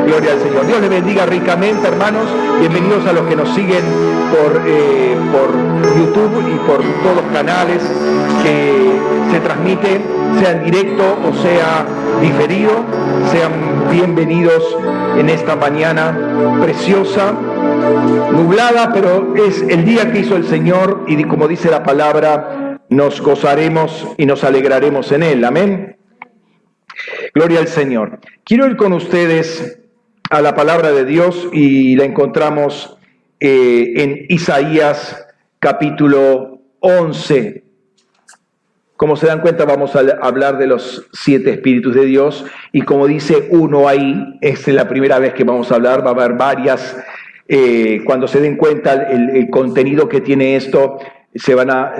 Gloria al Señor. Dios les bendiga ricamente, hermanos. Bienvenidos a los que nos siguen por YouTube y por todos los canales que se transmite, sea en directo o sea diferido. Sean bienvenidos en esta mañana preciosa, nublada, pero es el día que hizo el Señor y como dice la palabra, nos gozaremos y nos alegraremos en Él. Amén. Gloria al Señor. Quiero ir con ustedes a la palabra de Dios y la encontramos en Isaías capítulo 11. Como se dan cuenta, vamos a hablar de los 7 espíritus de Dios y como dice uno ahí, es la primera vez que vamos a hablar, va a haber varias. Cuando se den cuenta el contenido que tiene esto, van a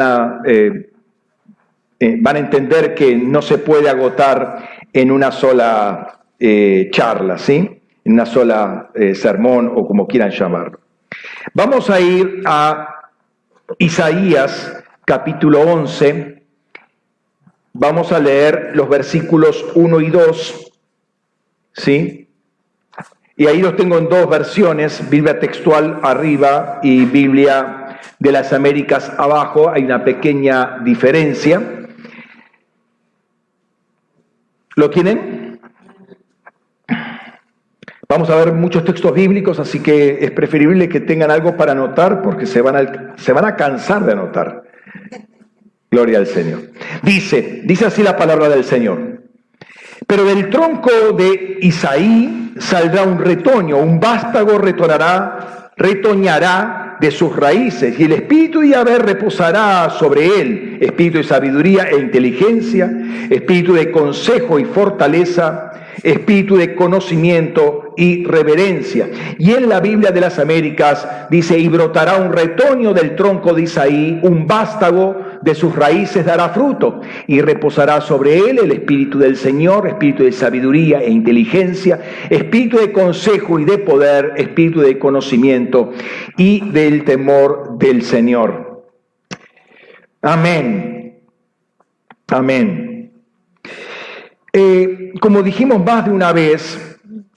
entender que no se puede agotar en una sola charla, ¿sí? En una sola sermón o como quieran llamarlo. Vamos a ir a Isaías capítulo 11. Vamos a leer los versículos 1 y 2, ¿sí? Y ahí los tengo en 2 versiones, Biblia textual arriba y Biblia de las Américas abajo. Hay una pequeña diferencia. ¿Lo tienen? Vamos a ver muchos textos bíblicos, así que es preferible que tengan algo para anotar porque se van a cansar de anotar. Gloria al Señor. Dice así la palabra del Señor. Pero del tronco de Isaí saldrá un retoño, un vástago retoñará de sus raíces, y el espíritu de Yahvé reposará sobre él, espíritu de sabiduría e inteligencia, espíritu de consejo y fortaleza, espíritu de conocimiento y reverencia. Y en la Biblia de las Américas dice, y brotará un retoño del tronco de Isaí, un vástago de sus raíces dará fruto, y reposará sobre él el espíritu del Señor, espíritu de sabiduría e inteligencia, espíritu de consejo y de poder, espíritu de conocimiento y del temor del Señor. Amén. Amén. Como dijimos más de una vez,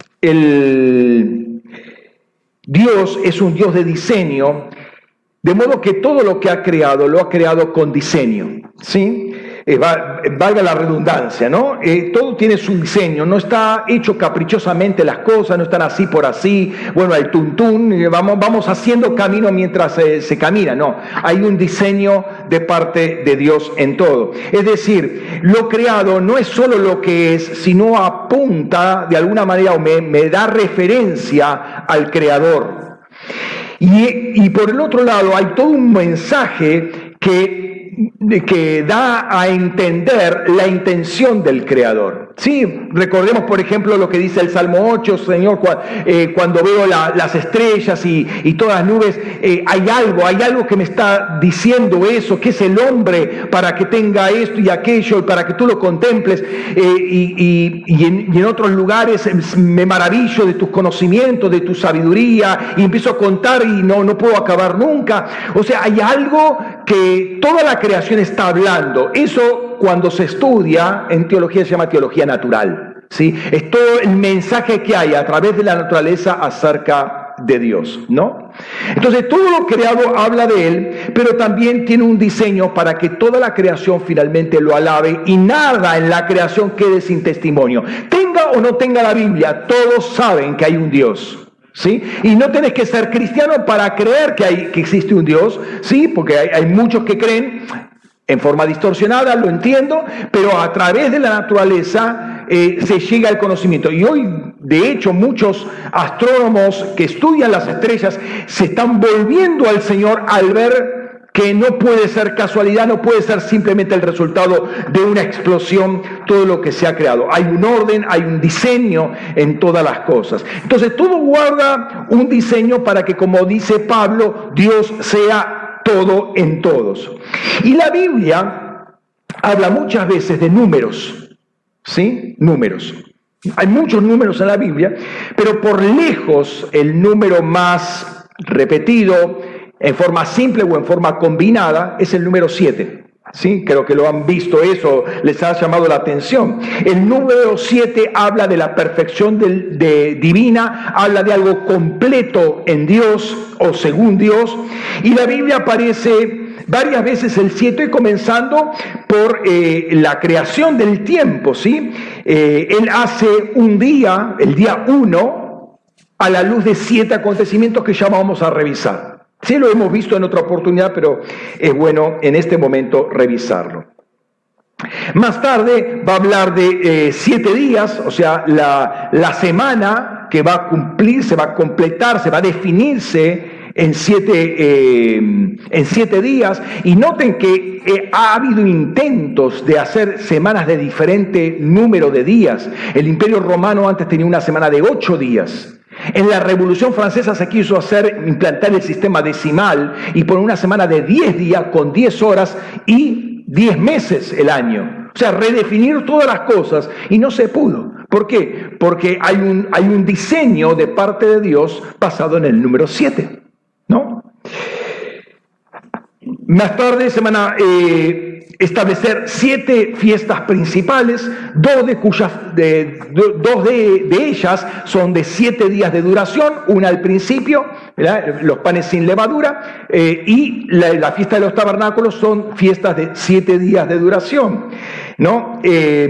Dios es un Dios de diseño, de modo que todo lo que ha creado, lo ha creado con diseño, ¿sí? Valga la redundancia, ¿no? Todo tiene su diseño, no está hecho caprichosamente las cosas, no están así por así, bueno, al tuntún, vamos haciendo camino mientras se camina, no. Hay un diseño de parte de Dios en todo. Es decir, lo creado no es solo lo que es, sino apunta de alguna manera o me da referencia al Creador. Y por el otro lado hay todo un mensaje que da a entender la intención del Creador. Sí, recordemos por ejemplo lo que dice el Salmo 8, Señor, cuando veo las estrellas y todas las nubes, hay algo que me está diciendo eso, que es el hombre para que tenga esto y aquello, para que tú lo contemples, y en otros lugares me maravillo de tus conocimientos, de tu sabiduría, y empiezo a contar y no puedo acabar nunca. O sea, hay algo que toda la creación está hablando. Eso cuando se estudia en teología se llama teología natural, ¿sí? Es todo el mensaje que hay a través de la naturaleza acerca de Dios, ¿no? Entonces todo lo creado habla de Él, pero también tiene un diseño para que toda la creación finalmente lo alabe y nada en la creación quede sin testimonio. Tenga o no tenga la Biblia, todos saben que hay un Dios, ¿sí? Y no tenés que ser cristiano para creer que existe un Dios, ¿sí? Porque hay muchos que creen en forma distorsionada, lo entiendo, pero a través de la naturaleza se llega al conocimiento. Y hoy, de hecho, muchos astrónomos que estudian las estrellas se están volviendo al Señor al ver que no puede ser casualidad, no puede ser simplemente el resultado de una explosión, todo lo que se ha creado. Hay un orden, hay un diseño en todas las cosas. Entonces, todo guarda un diseño para que, como dice Pablo, Dios sea todo en todos. Y la Biblia habla muchas veces de números, ¿sí? Números. Hay muchos números en la Biblia, pero por lejos el número más repetido en forma simple o en forma combinada es el número 7. Sí, creo que lo han visto eso, les ha llamado la atención. El número 7 habla de la perfección divina, habla de algo completo en Dios o según Dios, y la Biblia aparece varias veces el 7, comenzando por la creación del tiempo, ¿sí? Él hace un día, el día 1, a la luz de 7 acontecimientos que ya vamos a revisar. Sí, lo hemos visto en otra oportunidad, pero es bueno en este momento revisarlo. Más tarde va a hablar de 7 días, o sea, la semana que va a cumplir, se va a completar, se va a definirse en 7 días. Y noten que ha habido intentos de hacer semanas de diferente número de días. El Imperio Romano antes tenía una semana de 8 días. En la Revolución Francesa se quiso implantar el sistema decimal y poner una semana de 10 días con 10 horas y 10 meses el año. O sea, redefinir todas las cosas, y no se pudo. ¿Por qué? Porque hay un diseño de parte de Dios basado en el número 7, ¿no? Más tarde se van a establecer 7 fiestas principales, 2 de ellas son de 7 días de duración, una al principio, ¿verdad?, los panes sin levadura, y la fiesta de los tabernáculos son fiestas de 7 días de duración, ¿no?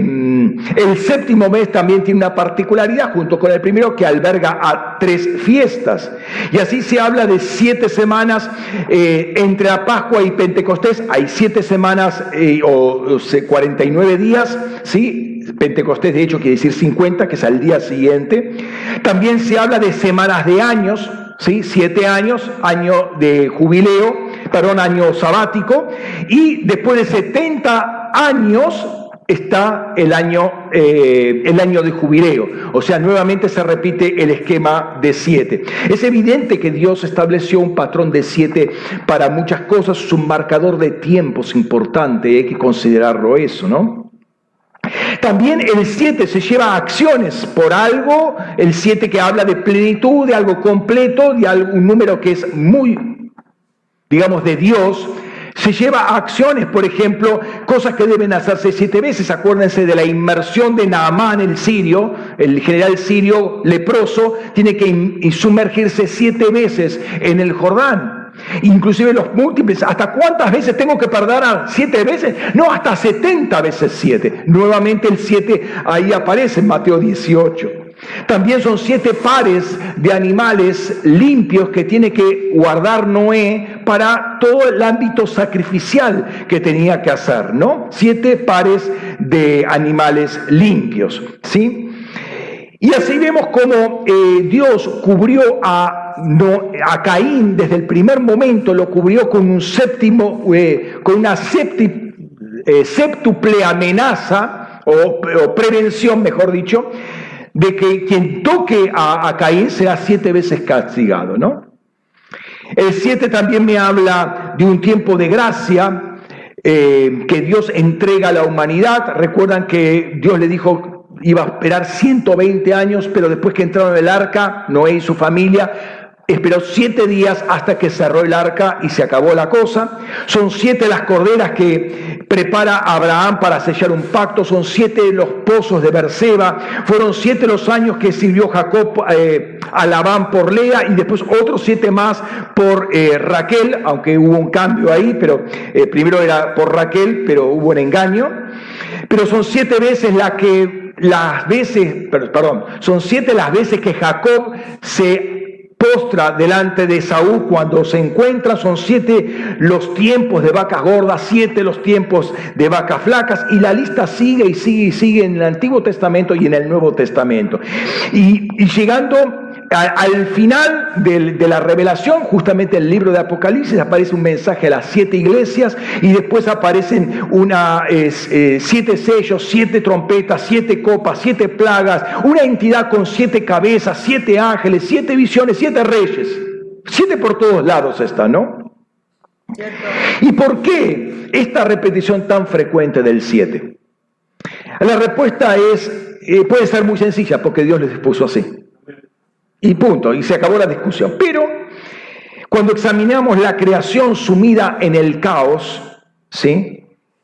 El séptimo mes también tiene una particularidad junto con el primero, que alberga a 3 fiestas, y así se habla de 7 semanas entre la Pascua y Pentecostés. Hay 7 semanas o 49 días, ¿sí? Pentecostés de hecho quiere decir 50, que es al día siguiente. También se habla de semanas de años, ¿sí? 7 años, año de jubileo, año sabático, y después de 70 años está el año de jubileo. O sea, nuevamente se repite el esquema de 7. Es evidente que Dios estableció un patrón de 7 para muchas cosas, es un marcador de tiempos importante, hay que considerarlo eso, ¿no? También el 7 se lleva a acciones por algo, el 7 que habla de plenitud, de algo completo, de un número que es muy, digamos, de Dios. Se lleva a acciones, por ejemplo, cosas que deben hacerse 7 veces. Acuérdense de la inmersión de Naamán, el sirio, el general sirio leproso, tiene que sumergirse 7 veces en el Jordán. Inclusive los múltiples, ¿hasta cuántas veces tengo que perdonar? 7 veces, no, hasta 70 veces 7. Nuevamente el 7 ahí aparece en Mateo 18. También son 7 pares de animales limpios que tiene que guardar Noé para todo el ámbito sacrificial que tenía que hacer, ¿no? 7 pares de animales limpios, ¿sí? Y así vemos cómo Dios cubrió a Caín desde el primer momento, lo cubrió con un con una séptuple amenaza, o prevención, mejor dicho, de que quien toque a Caín será 7 veces castigado, ¿no? El 7 también me habla de un tiempo de gracia que Dios entrega a la humanidad. Recuerdan que Dios le dijo iba a esperar 120 años, pero después que entraron en el arca, Noé y su familia, esperó 7 días hasta que cerró el arca y se acabó la cosa. Son 7 las corderas que prepara Abraham para sellar un pacto. Son 7 los pozos de Berseba. Fueron 7 los años que sirvió Jacob a Labán por Lea, y después otros 7 más por Raquel, aunque hubo un cambio ahí, pero primero era por Raquel, pero hubo un engaño. Pero son 7 veces son 7 las veces que Jacob se postra delante de Esaú cuando se encuentra. Son 7 los tiempos de vacas gordas, 7 los tiempos de vacas flacas, y la lista sigue y sigue y sigue en el Antiguo Testamento y en el Nuevo Testamento. Y llegando al final de la revelación, justamente en el libro de Apocalipsis, aparece un mensaje a las 7 iglesias, y después aparecen 7 sellos, 7 trompetas, 7 copas, 7 plagas, una entidad con 7 cabezas, 7 ángeles, 7 visiones, 7 reyes. 7 por todos lados está, ¿no? ¿Cierto? ¿Y por qué esta repetición tan frecuente del 7? La respuesta puede ser muy sencilla, porque Dios les dispuso así. Y punto, y se acabó la discusión. Pero cuando examinamos la creación sumida en el caos, ¿sí?,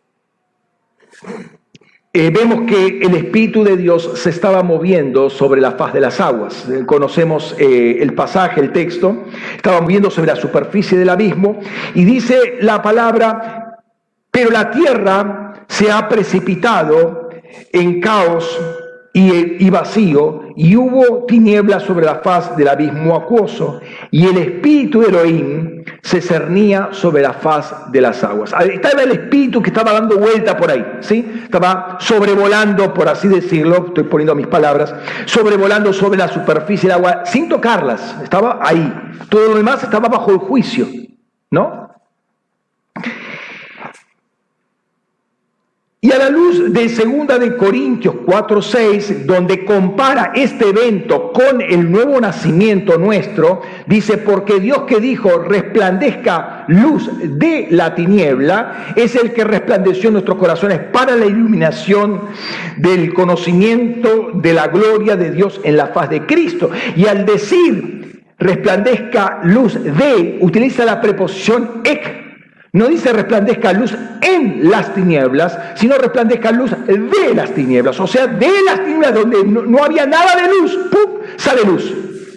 vemos que el Espíritu de Dios se estaba moviendo sobre la faz de las aguas. Conocemos el pasaje, el texto. Estaba moviendo sobre la superficie del abismo. Y dice la palabra, pero la tierra se ha precipitado en caos y vacío, y hubo tinieblas sobre la faz del abismo acuoso, y el Espíritu de Elohim se cernía sobre la faz de las aguas. Estaba el Espíritu que estaba dando vuelta por ahí, ¿sí? Estaba sobrevolando, por así decirlo, estoy poniendo mis palabras, sobrevolando sobre la superficie del agua, sin tocarlas, estaba ahí. Todo lo demás estaba bajo el juicio, ¿no? Y a la luz de 2 de Corintios 4:6, donde compara este evento con el nuevo nacimiento nuestro, dice, porque Dios que dijo, resplandezca luz de la tiniebla, es el que resplandeció en nuestros corazones para la iluminación del conocimiento de la gloria de Dios en la faz de Cristo. Y al decir, resplandezca luz de, utiliza la preposición ek. No dice resplandezca luz en las tinieblas, sino resplandezca luz de las tinieblas. O sea, de las tinieblas donde no había nada de luz, ¡pum!, sale luz.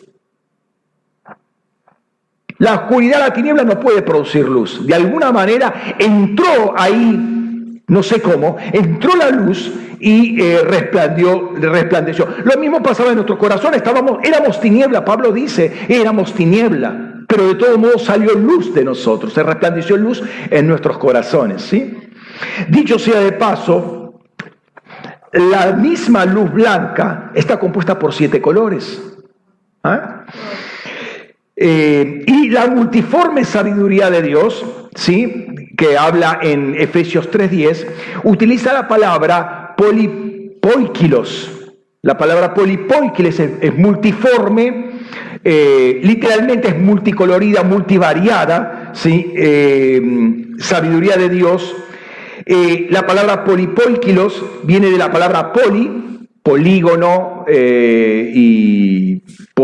La oscuridad, la tiniebla no puede producir luz. De alguna manera entró ahí, no sé cómo, entró la luz y resplandeció. Lo mismo pasaba en nuestro corazón, éramos tiniebla, Pablo dice, éramos tiniebla. Pero de todo modo salió luz de nosotros, se resplandeció luz en nuestros corazones, ¿sí? Dicho sea de paso, la misma luz blanca está compuesta por 7 colores. Y la multiforme sabiduría de Dios, ¿sí?, que habla en Efesios 3:10, utiliza la palabra polipoikilos. La palabra polipoikilos es multiforme. Literalmente es multicolorida, multivariada, ¿sí? Sabiduría de Dios. La palabra polipoikilos viene de la palabra polígono y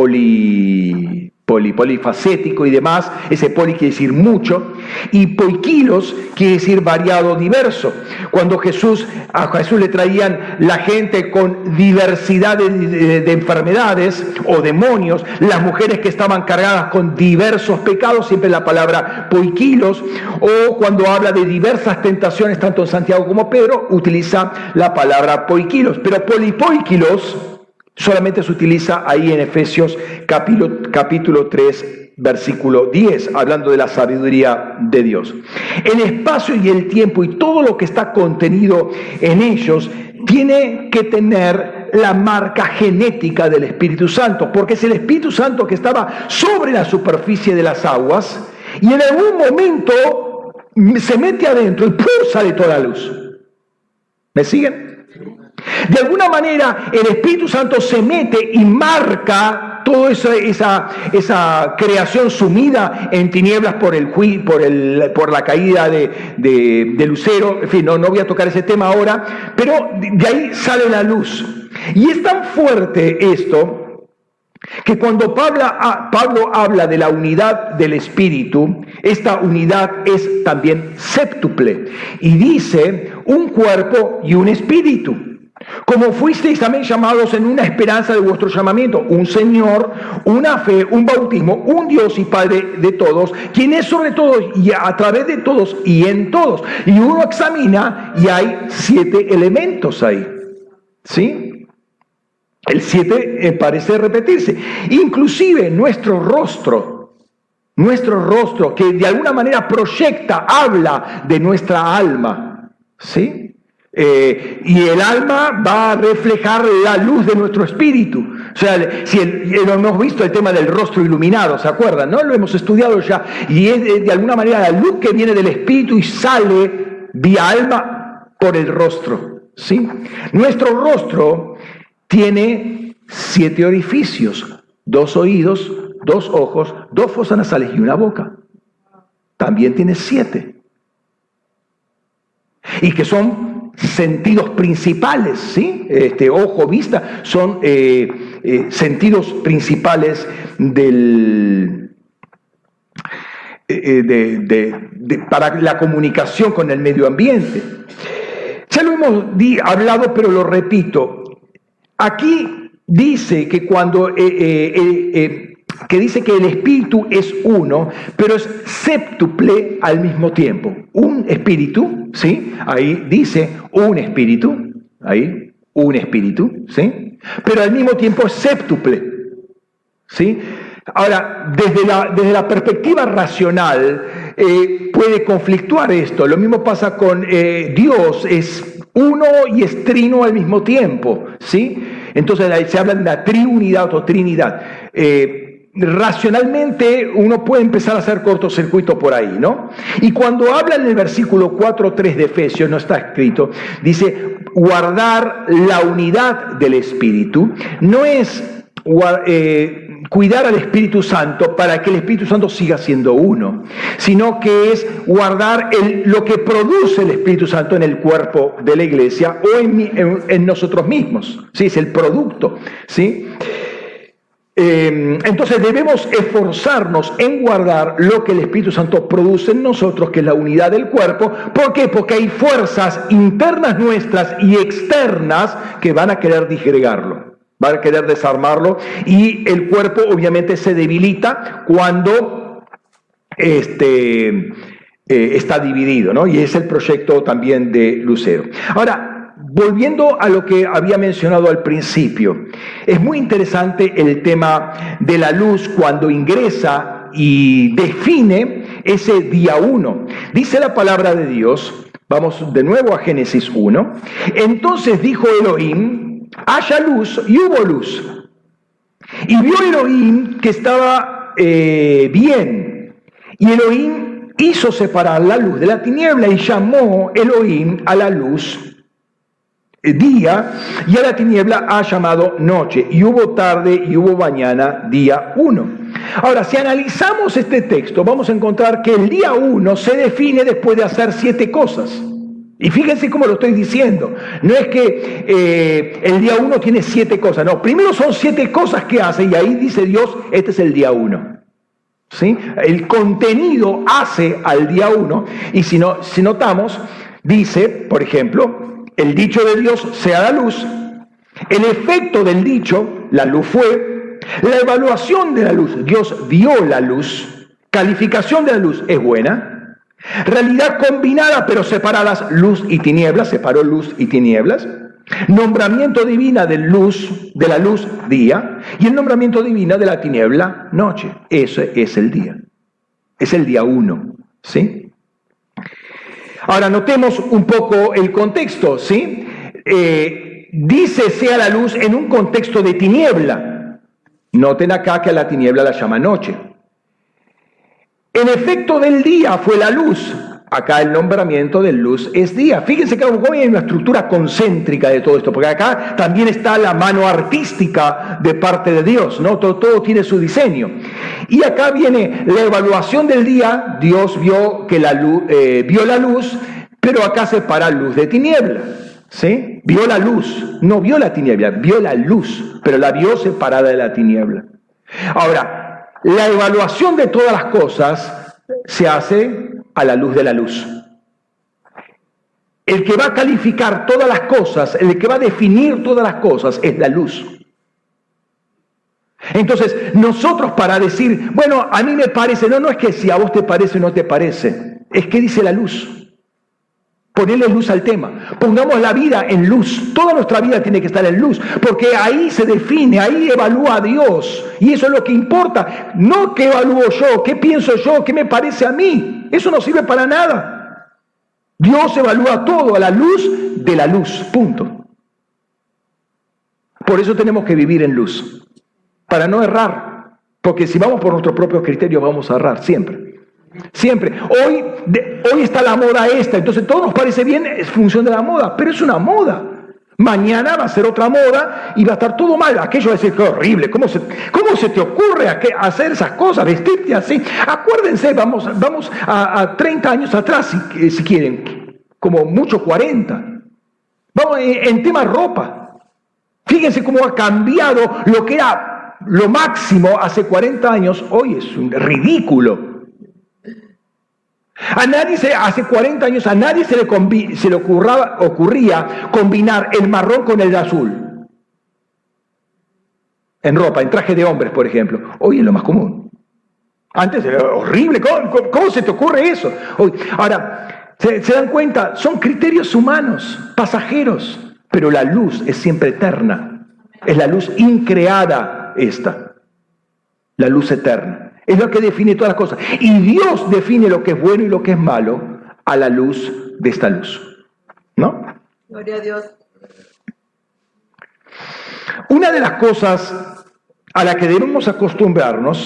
polifacético y demás. Ese poli quiere decir mucho, y poikilos quiere decir variado, diverso. Cuando a Jesús le traían la gente con diversidad de enfermedades o demonios, las mujeres que estaban cargadas con diversos pecados, siempre la palabra poikilos, o cuando habla de diversas tentaciones, tanto en Santiago como Pedro, utiliza la palabra poikilos, pero polipoikilos solamente se utiliza ahí en Efesios capítulo 3, versículo 10, hablando de la sabiduría de Dios. El espacio y el tiempo y todo lo que está contenido en ellos tiene que tener la marca genética del Espíritu Santo, porque es el Espíritu Santo que estaba sobre la superficie de las aguas y en algún momento se mete adentro y ¡pum!, sale toda la luz. ¿Me siguen? De alguna manera el Espíritu Santo se mete y marca toda esa creación sumida en tinieblas por la caída de Lucero. En fin, no voy a tocar ese tema ahora, pero de ahí sale la luz. Y es tan fuerte esto que cuando Pablo habla de la unidad del Espíritu, esta unidad es también séptuple y dice un cuerpo y un espíritu. Como fuisteis también llamados en una esperanza de vuestro llamamiento, un Señor, una fe, un bautismo, un Dios y Padre de todos, quien es sobre todos y a través de todos y en todos. Y uno examina y hay 7 elementos ahí, ¿sí? El 7 parece repetirse. Inclusive nuestro rostro, que de alguna manera proyecta, habla de nuestra alma, ¿sí? Y el alma va a reflejar la luz de nuestro espíritu. O sea, si hemos visto el tema del rostro iluminado, ¿se acuerdan? ¿No? Lo hemos estudiado ya. Y es de alguna manera la luz que viene del espíritu y sale vía alma por el rostro, ¿sí? Nuestro rostro tiene 7 orificios, 2 oídos, 2 ojos, 2 fosas nasales y una boca. También tiene 7. Y que son sentidos principales, ¿sí? Ojo, vista, son sentidos principales para la comunicación con el medio ambiente. Se Ya lo hemos hablado, pero lo repito. Aquí dice que que dice que el espíritu es uno, pero es séptuple al mismo tiempo. Un espíritu, ¿sí? Ahí dice un espíritu, ¿sí? Pero al mismo tiempo es séptuple, ¿sí? Ahora, desde la perspectiva racional puede conflictuar esto. Lo mismo pasa con Dios, es uno y es trino al mismo tiempo, ¿sí? Entonces ahí se habla de la triunidad o trinidad. Racionalmente uno puede empezar a hacer cortocircuito por ahí, ¿no? Y cuando habla en el versículo 4.3 de Efesios, no está escrito, dice guardar la unidad del Espíritu. No es cuidar al Espíritu Santo para que el Espíritu Santo siga siendo uno, sino que es guardar lo que produce el Espíritu Santo en el cuerpo de la iglesia o en nosotros mismos, ¿sí? Es el producto, ¿sí? Entonces debemos esforzarnos en guardar lo que el Espíritu Santo produce en nosotros, que es la unidad del cuerpo. ¿Por qué? Porque hay fuerzas internas nuestras y externas que van a querer disgregarlo, van a querer desarmarlo, y el cuerpo obviamente se debilita cuando está dividido, ¿no? Y es el proyecto también de Lucero. Ahora, volviendo a lo que había mencionado al principio, es muy interesante el tema de la luz cuando ingresa y define ese día 1. Dice la palabra de Dios, vamos de nuevo a Génesis 1, entonces dijo Elohim, haya luz, y hubo luz. Y vio Elohim que estaba bien, y Elohim hizo separar la luz de la tiniebla, y llamó Elohim a la luz día, y a la tiniebla ha llamado noche, y hubo tarde y hubo mañana, día 1. Ahora, si analizamos este texto, vamos a encontrar que el día 1 se define después de hacer 7 cosas. Y fíjense cómo lo estoy diciendo. No es que el día 1 tiene 7 cosas, no. Primero son 7 cosas que hace, y ahí dice Dios, este es el día 1. ¿Sí? El contenido hace al día 1, y si notamos, dice, por ejemplo, el dicho de Dios, sea la luz. El efecto del dicho, la luz fue. La evaluación de la luz, Dios vio la luz. Calificación de la luz, es buena. Realidad combinada pero separadas, luz y tinieblas, separó luz y tinieblas. Nombramiento divina de la luz, día. Y el nombramiento divino de la tiniebla, noche. Ese es el día. Es el día 1, ¿sí? Ahora notemos un poco el contexto, ¿sí? Dice sea la luz en un contexto de tiniebla. Noten acá que a la tiniebla la llama noche. El efecto del día fue la luz. Acá el nombramiento de luz es día. Fíjense que hay una estructura concéntrica de todo esto, porque acá también está la mano artística de parte de Dios, ¿no? Todo tiene su diseño. Y acá viene la evaluación del día. Dios vio que vio la luz, pero acá separa luz de tiniebla, ¿sí? Vio la luz, no vio la tiniebla, vio la luz, pero la vio separada de la tiniebla. Ahora, la evaluación de todas las cosas se hace a la luz de la luz. El que va a calificar todas las cosas, el que va a definir todas las cosas es la luz. Entonces, nosotros para decir, bueno, a mí me parece, no es que si a vos te parece o no te parece, es que dice la luz. Ponerle luz al tema. Pongamos la vida en luz. Toda nuestra vida tiene que estar en luz, porque ahí se define, ahí evalúa a Dios. Y eso es lo que importa. No qué evalúo yo, qué pienso yo, qué me parece a mí. Eso no sirve para nada. Dios evalúa todo a la luz de la luz. Punto. Por eso tenemos que vivir en luz. Para no errar. Porque si vamos por nuestros propios criterios vamos a errar siempre. Siempre. Hoy está la moda esta, entonces todo nos parece bien, es función de la moda, pero es una moda. Mañana va a ser otra moda y va a estar todo mal. Aquello va a decir, qué horrible, ¿cómo se te ocurre hacer esas cosas, vestirte así? Acuérdense, vamos a 30 años atrás, si quieren, como mucho 40. Vamos en tema ropa. Fíjense cómo ha cambiado lo que era lo máximo hace 40 años, hoy es un ridículo. Hace 40 años a nadie se le ocurría combinar el marrón con el azul. En ropa, en traje de hombres, por ejemplo. Hoy es lo más común. Antes era horrible. ¿Cómo se te ocurre eso? Hoy, ahora, ¿se dan cuenta? Son criterios humanos, pasajeros. Pero la luz es siempre eterna. Es la luz increada esta. La luz eterna. Es lo que define todas las cosas. Y Dios define lo que es bueno y lo que es malo a la luz de esta luz. ¿No? Gloria a Dios. Una de las cosas a la que debemos acostumbrarnos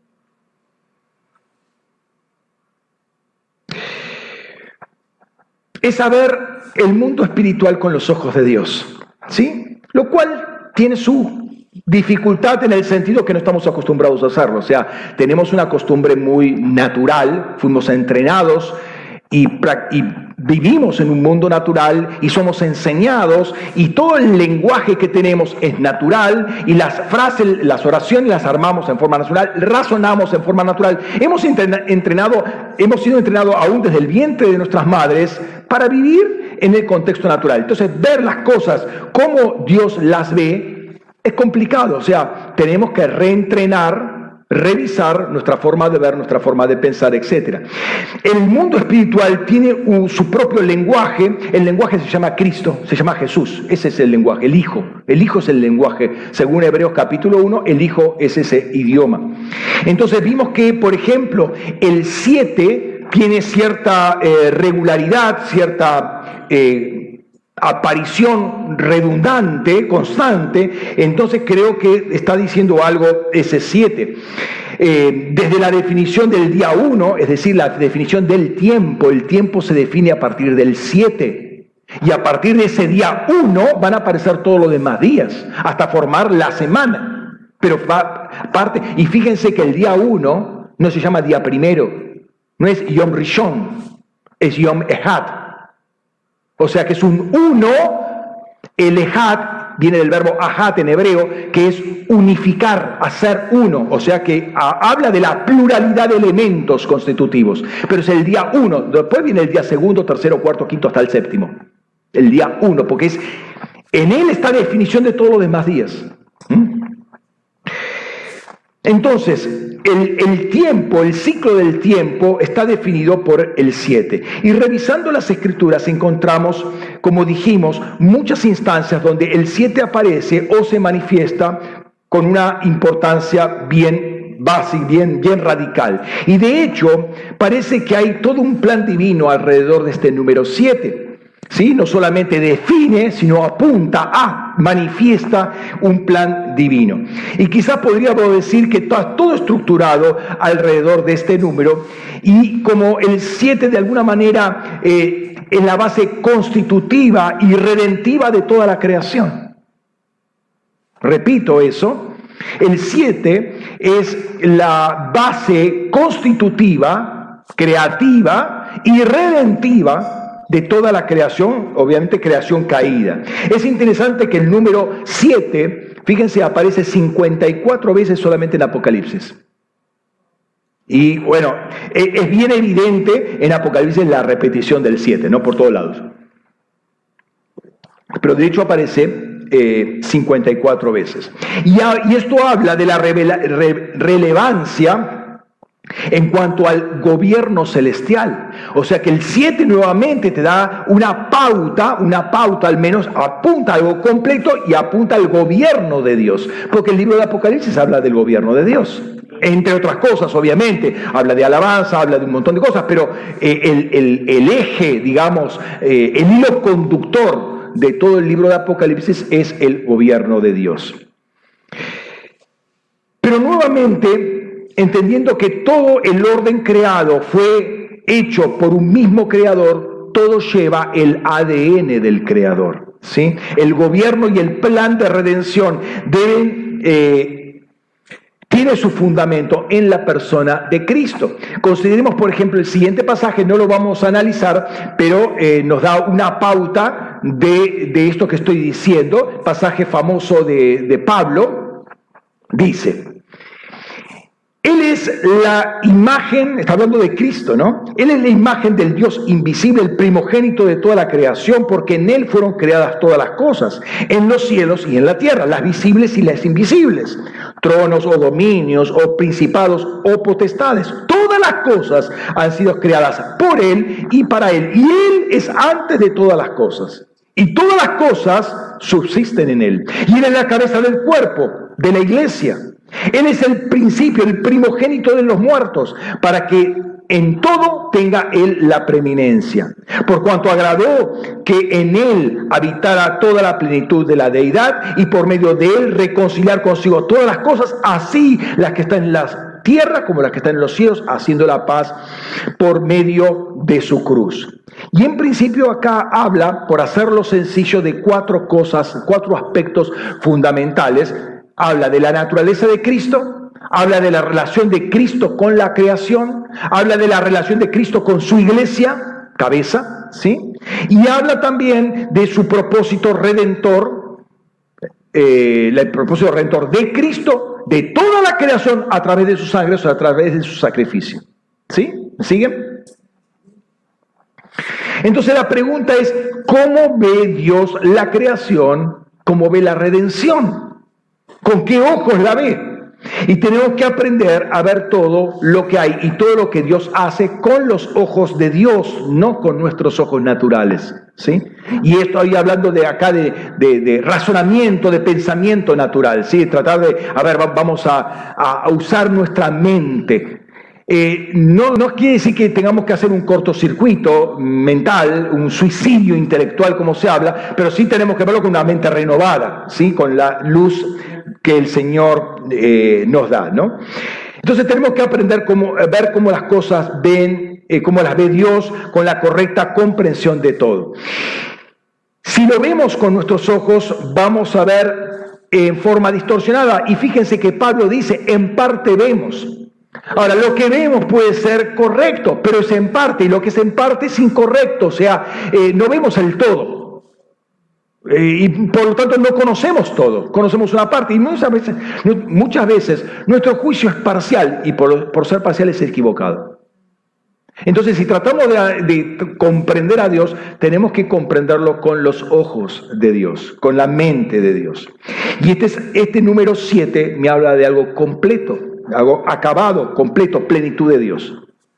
es a ver el mundo espiritual con los ojos de Dios, ¿sí? Lo cual tiene su dificultad en el sentido que no estamos acostumbrados a hacerlo. O sea, tenemos una costumbre muy natural, fuimos entrenados y vivimos en un mundo natural y somos enseñados y todo el lenguaje que tenemos es natural y las frases, las oraciones las armamos en forma natural, razonamos en forma natural. Hemos sido entrenados aún desde el vientre de nuestras madres para vivir en el contexto natural. Entonces, ver las cosas como Dios las ve es complicado. O sea, tenemos que reentrenar, revisar nuestra forma de ver, nuestra forma de pensar, etc. El mundo espiritual tiene su propio lenguaje. El lenguaje se llama Cristo, se llama Jesús. Ese es el lenguaje, el Hijo. El Hijo es el lenguaje. Según Hebreos capítulo 1, el Hijo es ese idioma. Entonces vimos que, por ejemplo, el 7 tiene cierta regularidad, cierta aparición redundante, constante. Entonces creo que está diciendo algo ese 7. Desde la definición del día 1, es decir, la definición del tiempo, el tiempo se define a partir del 7. Y a partir de ese día 1 van a aparecer todos los demás días, hasta formar la semana. Pero parte, y fíjense que el día 1 no se llama día primero, no es Yom Rishon, es Yom Ehad. O sea que es un 1, el Ehad viene del verbo ahat en hebreo, que es unificar, hacer uno. O sea que habla de la pluralidad de elementos constitutivos. Pero es el día 1, después viene el día 2, 3, 4, 5 hasta el 7. El día 1, porque en él está la definición de todos los demás días. Entonces, el tiempo, el ciclo del tiempo está definido por el 7. Y revisando las Escrituras encontramos, como dijimos, muchas instancias donde el 7 aparece o se manifiesta con una importancia bien básica, bien radical. Y de hecho, parece que hay todo un plan divino alrededor de este número 7. ¿Sí? No solamente define, sino apunta manifiesta un plan divino. Y quizás podríamos decir que está todo estructurado alrededor de este número, y como el 7 de alguna manera es la base constitutiva y redentiva de toda la creación. Repito eso, el 7 es la base constitutiva, creativa y redentiva de toda la creación, obviamente creación caída. Es interesante que el número 7, fíjense, aparece 54 veces solamente en Apocalipsis. Y bueno, es bien evidente en Apocalipsis la repetición del 7, ¿no? Por todos lados. Pero de hecho aparece 54 veces. Y esto habla de la relevancia en cuanto al gobierno celestial. O sea que el 7 nuevamente te da una pauta al menos, apunta a algo completo y apunta al gobierno de Dios. Porque el libro de Apocalipsis habla del gobierno de Dios. Entre otras cosas, obviamente, habla de alabanza, habla de un montón de cosas, pero el eje, digamos, el hilo conductor de todo el libro de Apocalipsis es el gobierno de Dios. Pero nuevamente, entendiendo que todo el orden creado fue hecho por un mismo creador, todo lleva el ADN del creador, ¿sí? El gobierno y el plan de redención tiene su fundamento en la persona de Cristo. Consideremos, por ejemplo, el siguiente pasaje, no lo vamos a analizar, pero nos da una pauta de esto que estoy diciendo. Pasaje famoso de Pablo, dice: Él es la imagen, está hablando de Cristo, ¿no? Él es la imagen del Dios invisible, el primogénito de toda la creación, porque en Él fueron creadas todas las cosas, en los cielos y en la tierra, las visibles y las invisibles, tronos o dominios o principados o potestades. Todas las cosas han sido creadas por Él y para Él, y Él es antes de todas las cosas. Y todas las cosas subsisten en Él. Y Él es la cabeza del cuerpo, de la iglesia. Él es el principio, el primogénito de los muertos, para que en todo tenga Él la preeminencia. Por cuanto agradó que en Él habitara toda la plenitud de la deidad, y por medio de Él reconciliar consigo todas las cosas, así las que están en la tierra como las que están en los cielos, haciendo la paz por medio de su cruz. Y en principio acá habla, por hacerlo sencillo, de cuatro cosas, cuatro aspectos fundamentales. Habla de la naturaleza de Cristo, habla de la relación de Cristo con la creación, habla de la relación de Cristo con su iglesia, cabeza, ¿sí? Y habla también de su propósito redentor, el propósito redentor de Cristo, de toda la creación a través de su sangre, o sea, a través de su sacrificio. ¿Sí? ¿Me siguen? Entonces la pregunta es, ¿cómo ve Dios la creación? ¿Cómo ve la redención? ¿Con qué ojos la ve? Y tenemos que aprender a ver todo lo que hay y todo lo que Dios hace con los ojos de Dios, no con nuestros ojos naturales, ¿sí? Y esto ahí hablando de acá de razonamiento, de pensamiento natural, ¿sí? Tratar de, vamos a usar nuestra mente. No quiere decir que tengamos que hacer un cortocircuito mental, un suicidio intelectual como se habla, pero sí tenemos que verlo con una mente renovada, ¿sí? Con la luz que el Señor nos da, ¿no? Entonces tenemos que aprender ver cómo las cosas cómo las ve Dios, con la correcta comprensión de todo. Si lo vemos con nuestros ojos, vamos a ver en forma distorsionada. Y fíjense que Pablo dice, en parte vemos. Ahora, lo que vemos puede ser correcto, pero es en parte, y lo que es en parte es incorrecto, o sea, no vemos el todo. Y por lo tanto no conocemos todo, conocemos una parte, y muchas veces nuestro juicio es parcial, y por ser parcial es equivocado. Entonces, si tratamos de comprender a Dios, tenemos que comprenderlo con los ojos de Dios, con la mente de Dios. Y este número 7 me habla de algo completo, algo acabado, completo, plenitud de Dios.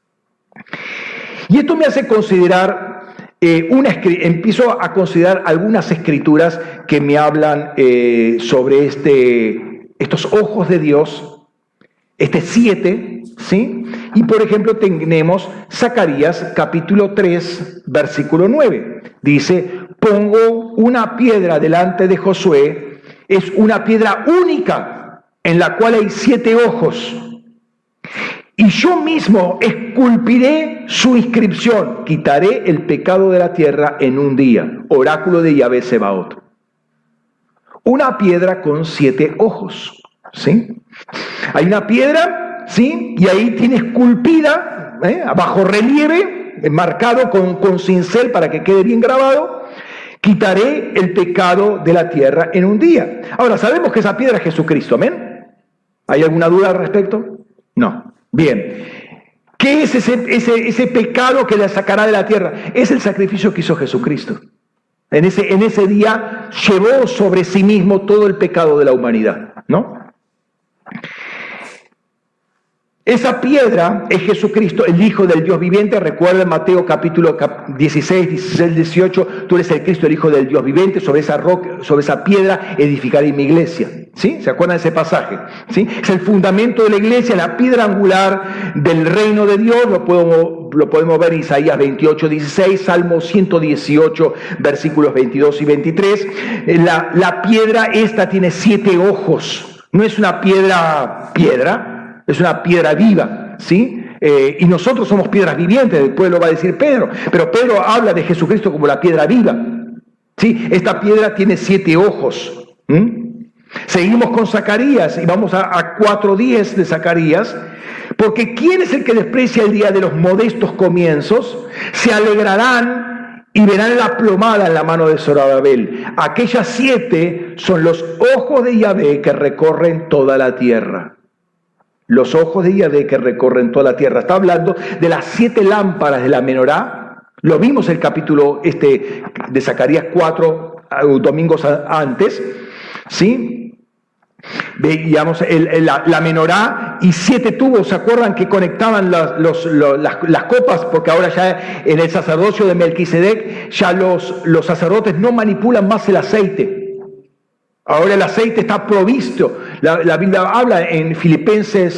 Y esto me hace considerar, empiezo a considerar algunas escrituras que me hablan sobre estos ojos de Dios, 7, ¿sí? Y por ejemplo tenemos Zacarías capítulo 3, versículo 9. Dice, pongo una piedra delante de Josué, es una piedra única, en la cual hay 7 ojos. Y yo mismo esculpiré su inscripción, quitaré el pecado de la tierra en un día. Oráculo de Yahvé Sebaot. Una piedra con 7 ojos, ¿sí? Hay una piedra, ¿sí? Y ahí tiene esculpida, bajo relieve, marcado con cincel para que quede bien grabado. Quitaré el pecado de la tierra en un día. Ahora, sabemos que esa piedra es Jesucristo, ¿amén? ¿Hay alguna duda al respecto? No. Bien. ¿Qué es ese pecado que la sacará de la tierra? Es el sacrificio que hizo Jesucristo. En ese día llevó sobre sí mismo todo el pecado de la humanidad, ¿no? Esa piedra es Jesucristo, el Hijo del Dios viviente. Recuerden Mateo capítulo 16, 18, tú eres el Cristo, el Hijo del Dios viviente, sobre esa roca, sobre esa piedra edificaré mi iglesia. ¿Sí? ¿Se acuerdan de ese pasaje? ¿Sí? Es el fundamento de la iglesia, la piedra angular del reino de Dios. Lo podemos ver en Isaías 28, 16, Salmo 118, versículos 22 y 23. La piedra esta tiene 7 ojos. No es una piedra, es una piedra viva, ¿sí? Y nosotros somos piedras vivientes, después lo va a decir Pedro. Pero Pedro habla de Jesucristo como la piedra viva, ¿sí? Esta piedra tiene 7 ojos. Seguimos con Zacarías y vamos a 4:10 de Zacarías. Porque ¿quién es el que desprecia el día de los modestos comienzos? Se alegrarán y verán la plomada en la mano de Zorobabel. Aquellas 7 son los ojos de Yahvé que recorren toda la tierra. Los ojos de Yahvé que recorren toda la tierra. Está hablando de las 7 lámparas de la menorá. Lo vimos en el capítulo de Zacarías 4, domingos antes, ¿sí? Veíamos la menorá y 7 tubos, ¿se acuerdan que conectaban las copas? Porque ahora ya en el sacerdocio de Melquisedec ya los sacerdotes no manipulan más el aceite. Ahora el aceite está provisto. La Biblia habla en Filipenses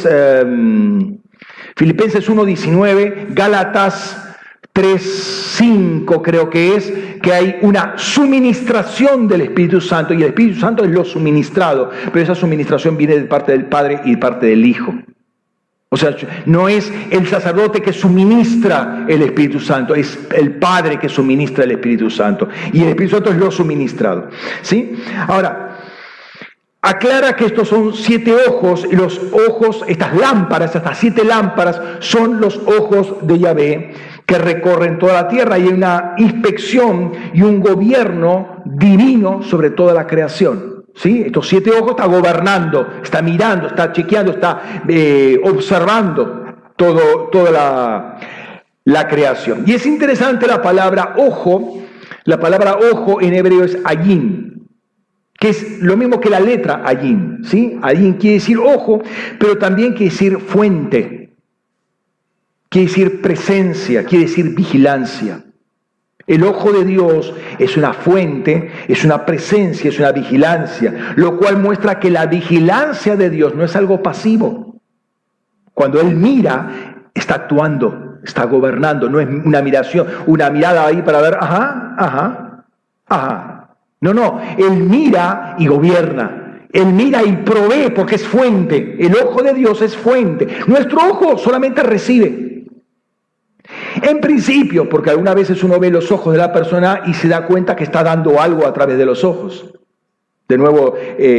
1:19, Gálatas 3:5 creo que es, que hay una suministración del Espíritu Santo, y el Espíritu Santo es lo suministrado, pero esa suministración viene de parte del Padre y de parte del Hijo. O sea, no es el sacerdote que suministra el Espíritu Santo, es el Padre que suministra el Espíritu Santo, y el Espíritu Santo es lo suministrado, ¿sí? Ahora, aclara que estos son 7 ojos, y los ojos, estas 7 lámparas, son los ojos de Yahvé que recorren toda la tierra, y hay una inspección y un gobierno divino sobre toda la creación. ¿Sí? Estos 7 ojos está gobernando, está mirando, está chequeando, está observando toda la creación. Y es interesante la palabra ojo en hebreo es ayin, que es lo mismo que la letra ayin, ¿sí? Ayin quiere decir ojo, pero también quiere decir fuente, quiere decir presencia, quiere decir vigilancia. El ojo de Dios es una fuente, es una presencia, es una vigilancia, lo cual muestra que la vigilancia de Dios no es algo pasivo. Cuando Él mira, está actuando, está gobernando, no es una mirada ahí para ver, ajá. No, Él mira y gobierna. Él mira y provee porque es fuente. El ojo de Dios es fuente. Nuestro ojo solamente recibe. En principio, porque algunas veces uno ve los ojos de la persona y se da cuenta que está dando algo a través de los ojos. De nuevo,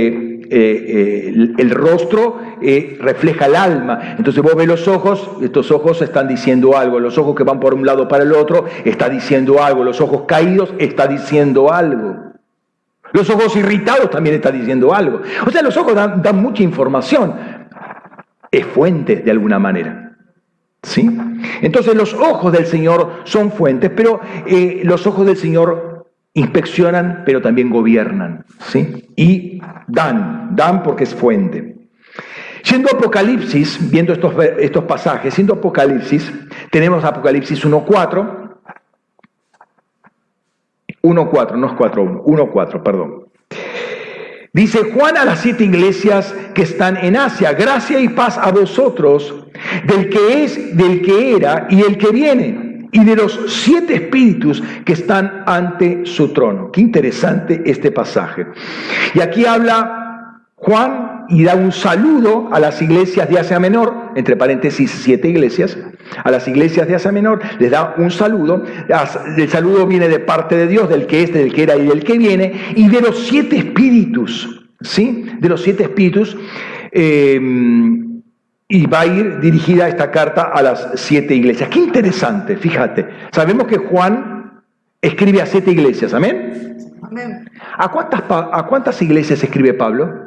el rostro refleja el alma. Entonces vos ves los ojos, estos ojos están diciendo algo. Los ojos que van por un lado para el otro, está diciendo algo. Los ojos caídos, está diciendo algo. Los ojos irritados también está diciendo algo. O sea, los ojos dan mucha información. Es fuente de alguna manera. ¿Sí? Entonces los ojos del Señor son fuentes, pero los ojos del Señor inspeccionan, pero también gobiernan, ¿sí? Y dan porque es fuente. Yendo a Apocalipsis, viendo estos pasajes, siendo Apocalipsis, tenemos Apocalipsis 1:4, no es 4:1, 1:4, perdón. Dice: Juan a las 7 iglesias que están en Asia, gracia y paz a vosotros, del que es, del que era y el que viene, y de los 7 espíritus que están ante su trono. Qué interesante este pasaje. Y aquí habla Juan y da un saludo a las iglesias de Asia Menor, entre paréntesis 7 iglesias, a las iglesias de Asia Menor les da un saludo. El saludo viene de parte de Dios, del que es, del que era y del que viene, y de los 7 espíritus, ¿sí? De los 7 espíritus, y va a ir dirigida esta carta a las 7 iglesias. Qué interesante, fíjate. Sabemos que Juan escribe a 7 iglesias, ¿amén? Amén. ¿A cuántas iglesias escribe Pablo?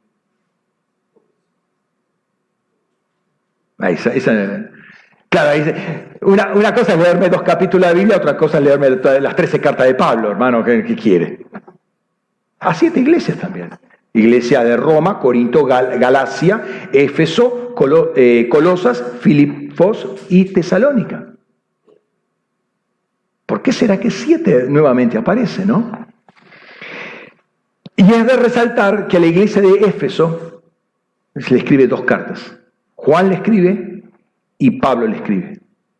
Claro, una cosa es leerme 2 capítulos de la Biblia, otra cosa es leerme las 13 cartas de Pablo, hermano, ¿qué quiere? A 7 iglesias también. Iglesia de Roma, Corinto, Galacia, Éfeso, Colosas, Filipos y Tesalónica. ¿Por qué será que 7 nuevamente aparece, no? Y es de resaltar que a la iglesia de Éfeso se le escribe 2 cartas. Juan le escribe y Pablo le escribe.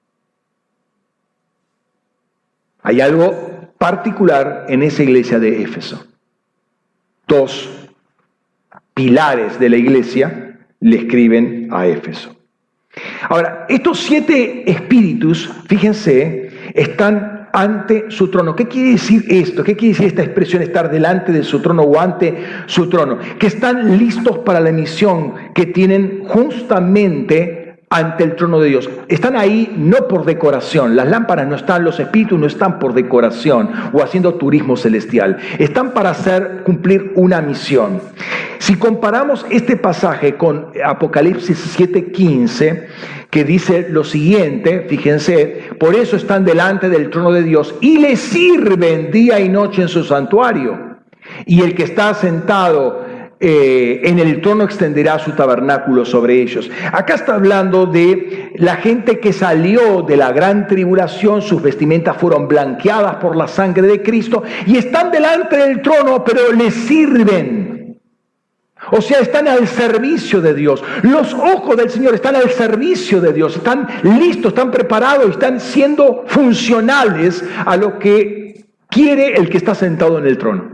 Hay algo particular en esa iglesia de Éfeso. 2 pilares de la iglesia le escriben a Éfeso. Ahora, estos 7 espíritus, fíjense, están ante su trono. ¿Qué quiere decir esto? ¿Qué quiere decir esta expresión, estar delante de su trono o ante su trono? Que están listos para la misión que tienen justamente ante el trono de Dios. Están ahí no por decoración. Las lámparas no están, los espíritus no están por decoración o haciendo turismo celestial. Están para cumplir una misión. Si comparamos este pasaje con Apocalipsis 7:15, que dice lo siguiente, fíjense, por eso están delante del trono de Dios y le sirven día y noche en su santuario. Y el que está sentado en el trono extenderá su tabernáculo sobre ellos. Acá está hablando de la gente que salió de la gran tribulación, sus vestimentas fueron blanqueadas por la sangre de Cristo y están delante del trono, pero le sirven. O sea, están al servicio de Dios. Los ojos del Señor están al servicio de Dios, están listos, están preparados, están siendo funcionales a lo que quiere el que está sentado en el trono.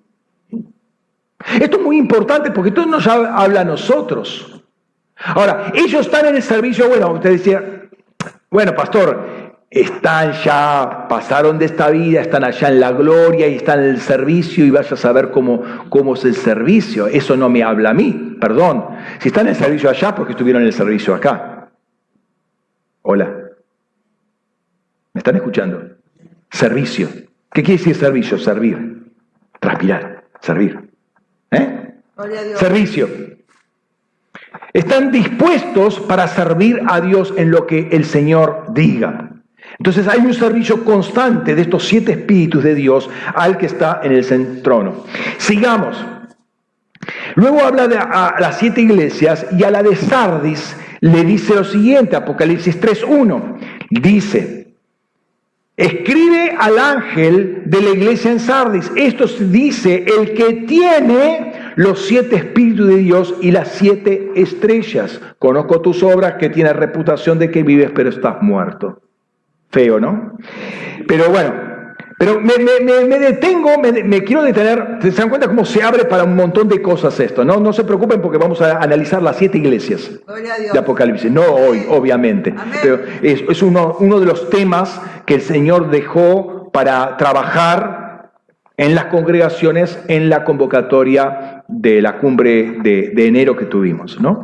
Esto es muy importante porque esto nos habla a nosotros. Ahora, ellos están en el servicio. Bueno, usted decía, bueno, pastor, están ya, pasaron de esta vida, están allá en la gloria y están en el servicio y vaya a saber cómo es el servicio. Eso no me habla a mí, perdón. Si están en el servicio allá, porque estuvieron en el servicio acá. Hola. ¿Me están escuchando? Servicio. ¿Qué quiere decir servicio? Servir. Transpirar. Servir. Servicio. Están dispuestos para servir a Dios en lo que el Señor diga. Entonces hay un servicio constante de estos 7 espíritus de Dios al que está en el trono. Sigamos. Luego habla de a las 7 iglesias y a la de Sardis le dice lo siguiente, Apocalipsis 3:1. Dice: escribe al ángel de la iglesia en Sardis. Esto dice el que tiene los 7 espíritus de Dios y las 7 estrellas. Conozco tus obras, que tienes reputación de que vives, pero estás muerto. Feo, ¿no? Pero bueno, pero me detengo, me quiero detener. ¿Se dan cuenta cómo se abre para un montón de cosas esto? No se preocupen porque vamos a analizar las 7 iglesias de Apocalipsis. No hoy, obviamente. Amén. Pero es uno de los temas que el Señor dejó para trabajar en las congregaciones en la convocatoria de la cumbre de enero que tuvimos, ¿no?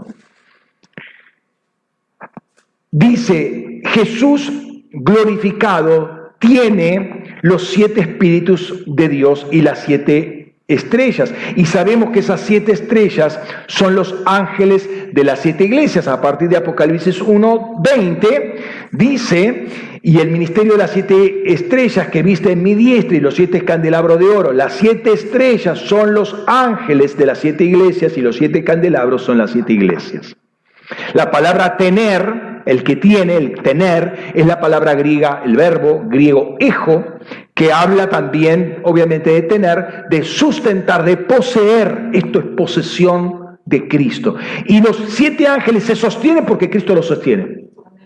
Dice, Jesús glorificado tiene los 7 espíritus de Dios y las 7 estrellas. Y sabemos que esas 7 estrellas son los ángeles de las 7 iglesias. A partir de Apocalipsis 1:20 dice: y el ministerio de las 7 estrellas que viste en mi diestra y los 7 candelabros de oro. Las 7 estrellas son los ángeles de las 7 iglesias y los 7 candelabros son las 7 iglesias. La palabra tener, el que tiene, el tener, es la palabra griega, el verbo griego ejo, que habla también, obviamente, de tener, de sustentar, de poseer. Esto es posesión de Cristo. Y los 7 ángeles se sostienen porque Cristo los sostiene.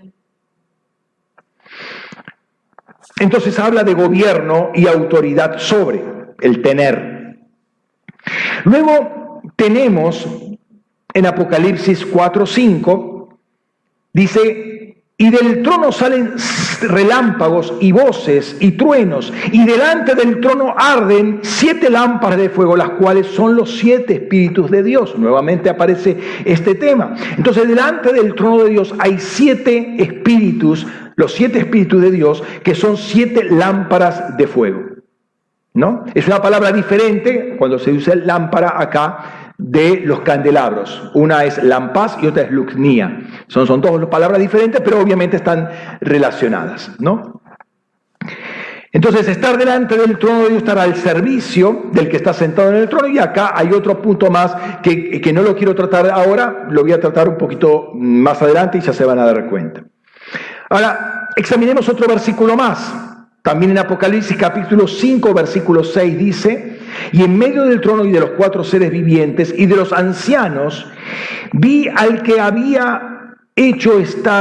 Entonces habla de gobierno y autoridad sobre el tener. Luego tenemos en Apocalipsis 4:5, dice: y del trono salen relámpagos y voces y truenos, y delante del trono arden 7 lámparas de fuego, las cuales son los 7 espíritus de Dios. Nuevamente aparece este tema. Entonces, delante del trono de Dios hay 7 espíritus, los 7 espíritus de Dios, que son 7 lámparas de fuego, ¿no? Es una palabra diferente cuando se usa lámpara acá de los candelabros. Una es lampaz y otra es luxnia. Son 2 palabras diferentes, pero obviamente están relacionadas, ¿no? Entonces, estar delante del trono de Dios, estar al servicio del que está sentado en el trono. Y acá hay otro punto más que no lo quiero tratar ahora, lo voy a tratar un poquito más adelante y ya se van a dar cuenta. Ahora, examinemos otro versículo más. También en Apocalipsis capítulo 5, versículo 6 dice: y en medio del trono y de los 4 seres vivientes y de los ancianos, vi al que se había hecho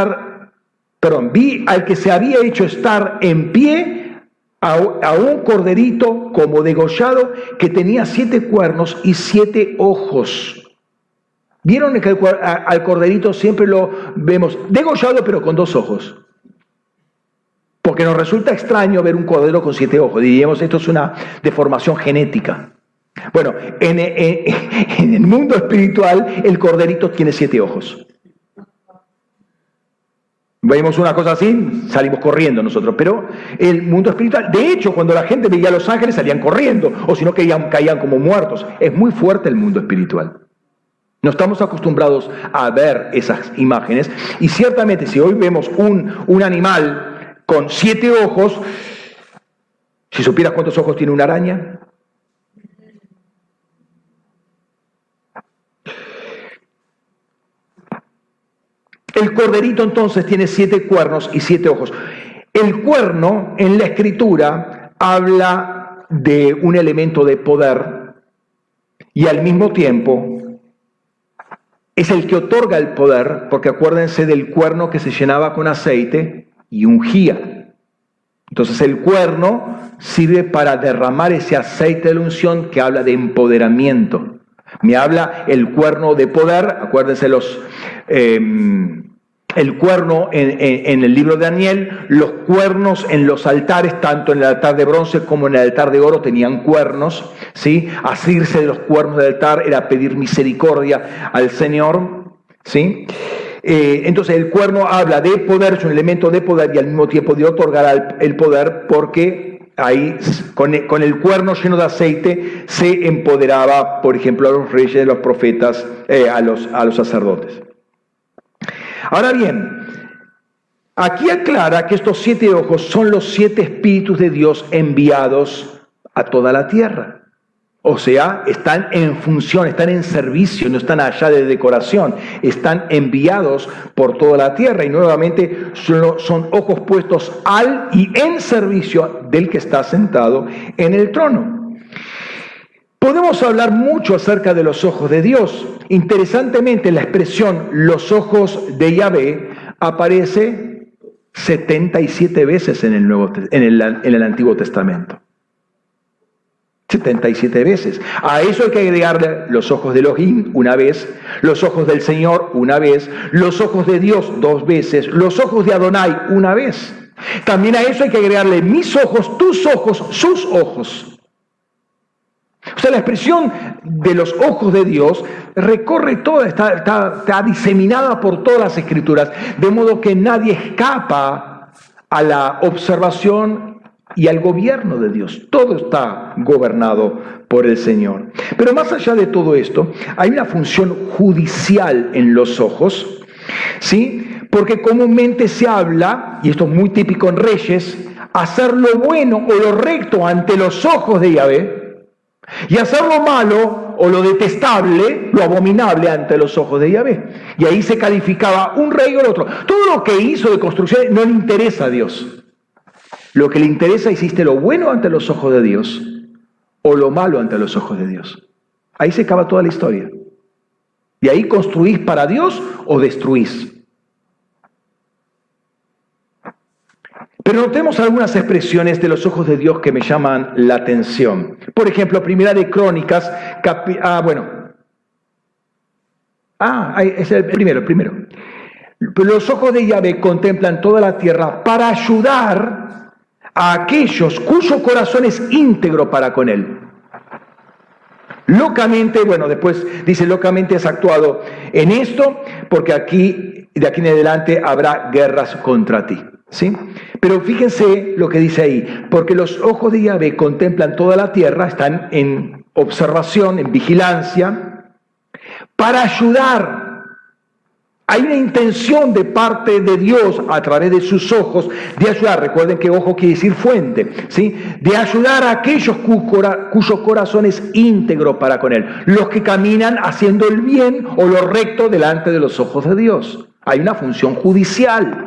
estar en pie a un corderito como degollado, que tenía 7 cuernos y 7 ojos. ¿Vieron que al corderito siempre lo vemos degollado pero con 2 ojos? Porque nos resulta extraño ver un cordero con 7 ojos. Diríamos, esto es una deformación genética. Bueno, en el mundo espiritual el corderito tiene 7 ojos. Vemos una cosa así, salimos corriendo nosotros, pero el mundo espiritual, de hecho, cuando la gente veía a los ángeles salían corriendo, o si no caían como muertos. Es muy fuerte el mundo espiritual. No estamos acostumbrados a ver esas imágenes, y ciertamente si hoy vemos un animal con 7 ojos, si supieras cuántos ojos tiene una araña. El corderito entonces tiene 7 cuernos y 7 ojos. El cuerno en la Escritura habla de un elemento de poder y al mismo tiempo es el que otorga el poder, porque acuérdense del cuerno que se llenaba con aceite y ungía. Entonces el cuerno sirve para derramar ese aceite de la unción que habla de empoderamiento. Me habla el cuerno de poder, acuérdense el cuerno en el libro de Daniel, los cuernos en los altares, tanto en el altar de bronce como en el altar de oro tenían cuernos, ¿sí? Asirse de los cuernos del altar era pedir misericordia al Señor, ¿sí? Entonces el cuerno habla de poder, es un elemento de poder y al mismo tiempo de otorgar el poder, porque ahí con el cuerno lleno de aceite se empoderaba, por ejemplo, a los reyes, a los profetas, a los sacerdotes. Ahora bien, aquí aclara que estos 7 ojos son los 7 espíritus de Dios enviados a toda la tierra. O sea, están en función, están en servicio, no están allá de decoración, están enviados por toda la tierra y nuevamente son ojos puestos al y en servicio del que está sentado en el trono. Podemos hablar mucho acerca de los ojos de Dios. Interesantemente, la expresión los ojos de Yahvé aparece 77 veces en el Antiguo Testamento. 77 veces. A eso hay que agregarle los ojos de Elohim una vez, los ojos del Señor una vez, los ojos de Dios 2 veces, los ojos de Adonai una vez. También a eso hay que agregarle mis ojos, tus ojos, sus ojos. O sea, la expresión de los ojos de Dios recorre toda, está diseminada por todas las Escrituras, de modo que nadie escapa a la observación y al gobierno de Dios. Todo está gobernado por el Señor. Pero más allá de todo esto, hay una función judicial en los ojos, ¿sí? Porque comúnmente se habla, y esto es muy típico en Reyes, hacer lo bueno o lo recto ante los ojos de Yahvé, y hacer lo malo o lo detestable, lo abominable ante los ojos de Yahvé. Y ahí se calificaba un rey o el otro. Todo lo que hizo de construcción no le interesa a Dios. Lo que le interesa, hiciste lo bueno ante los ojos de Dios o lo malo ante los ojos de Dios. Ahí se acaba toda la historia. Y ahí construís para Dios o destruís. Pero notemos algunas expresiones de los ojos de Dios que me llaman la atención. Por ejemplo, Primera de Crónicas, es el primero. Los ojos de Yahvé contemplan toda la tierra para ayudar a aquellos cuyo corazón es íntegro para con él. Locamente, después dice, locamente has actuado en esto, porque de aquí en adelante habrá guerras contra ti. ¿Sí? Pero fíjense lo que dice ahí, porque los ojos de Yahvé contemplan toda la tierra, están en observación, en vigilancia, para ayudar. Hay una intención de parte de Dios a través de sus ojos de ayudar. Recuerden que ojo quiere decir fuente, ¿sí? De ayudar a aquellos cuyo corazón es íntegro para con Él, los que caminan haciendo el bien o lo recto delante de los ojos de Dios. Hay una función judicial.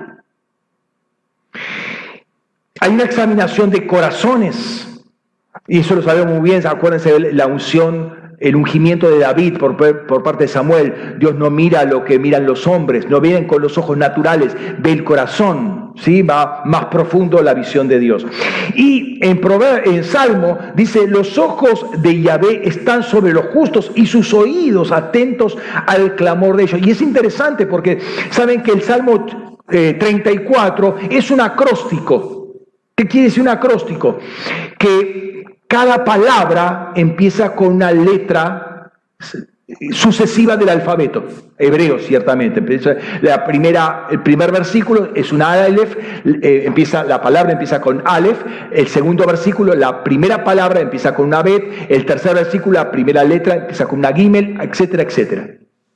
Hay una examinación de corazones, y eso lo sabemos muy bien. Acuérdense de la unción, el ungimiento de David por parte de Samuel. Dios no mira lo que miran los hombres, no vienen con los ojos naturales, ve el corazón, ¿sí? Va más profundo la visión de Dios. Y en Salmo dice, los ojos de Yahvé están sobre los justos y sus oídos atentos al clamor de ellos. Y es interesante porque saben que el Salmo 34 es un acróstico. ¿Qué quiere decir un acróstico? Que cada palabra empieza con una letra sucesiva del alfabeto hebreo, ciertamente. El primer versículo es un Aleph, la palabra empieza con Aleph. El segundo versículo, la primera palabra empieza con una Bet. El tercer versículo, la primera letra empieza con una Gimel, etcétera, etcétera.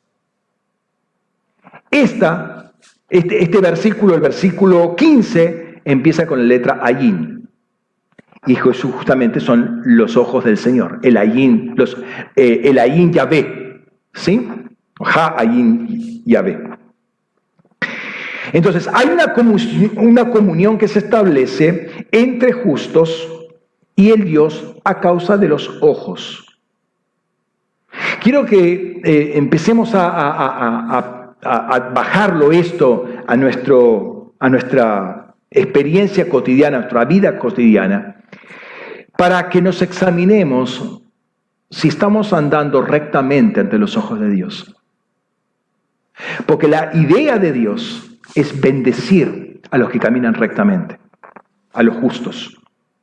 Este versículo, el versículo 15, empieza con la letra Ayin. Y Jesús justamente son los ojos del Señor, el Ayin Yahvé, ¿sí? Ha-Ayin Yahvé. Entonces, hay una comunión que se establece entre justos y el Dios a causa de los ojos. Quiero que empecemos a bajarlo esto a nuestra experiencia cotidiana, a nuestra vida cotidiana, para que nos examinemos si estamos andando rectamente ante los ojos de Dios. Porque la idea de Dios es bendecir a los que caminan rectamente, a los justos.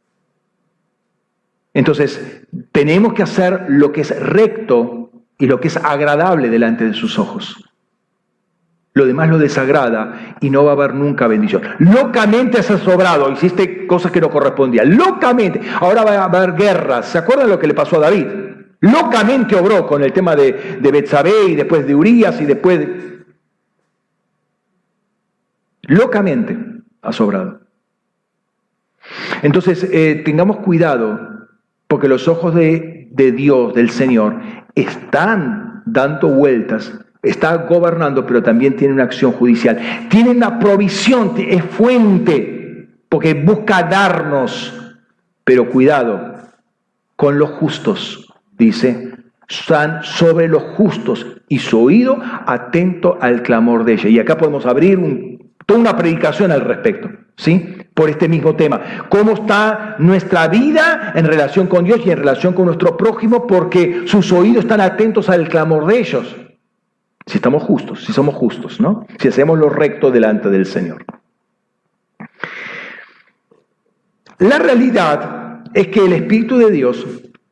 Entonces, tenemos que hacer lo que es recto y lo que es agradable delante de sus ojos. Lo demás lo desagrada y no va a haber nunca bendición. Locamente has sobrado, hiciste cosas que no correspondían. Locamente. Ahora va a haber guerras. ¿Se acuerdan lo que le pasó a David? Locamente obró con el tema de Betsabé y después de Urías y después de... Locamente ha sobrado. Entonces, tengamos cuidado porque los ojos de Dios, del Señor, están dando vueltas. Está gobernando, pero también tiene una acción judicial. Tiene una provisión, es fuente, porque busca darnos. Pero cuidado con los justos, dice, están sobre los justos y su oído atento al clamor de ella. Y acá podemos abrir toda una predicación al respecto, ¿sí? Por este mismo tema. ¿Cómo está nuestra vida en relación con Dios y en relación con nuestro prójimo? Porque sus oídos están atentos al clamor de ellos. Si estamos justos, si somos justos, ¿no? Si hacemos lo recto delante del Señor. La realidad es que el Espíritu de Dios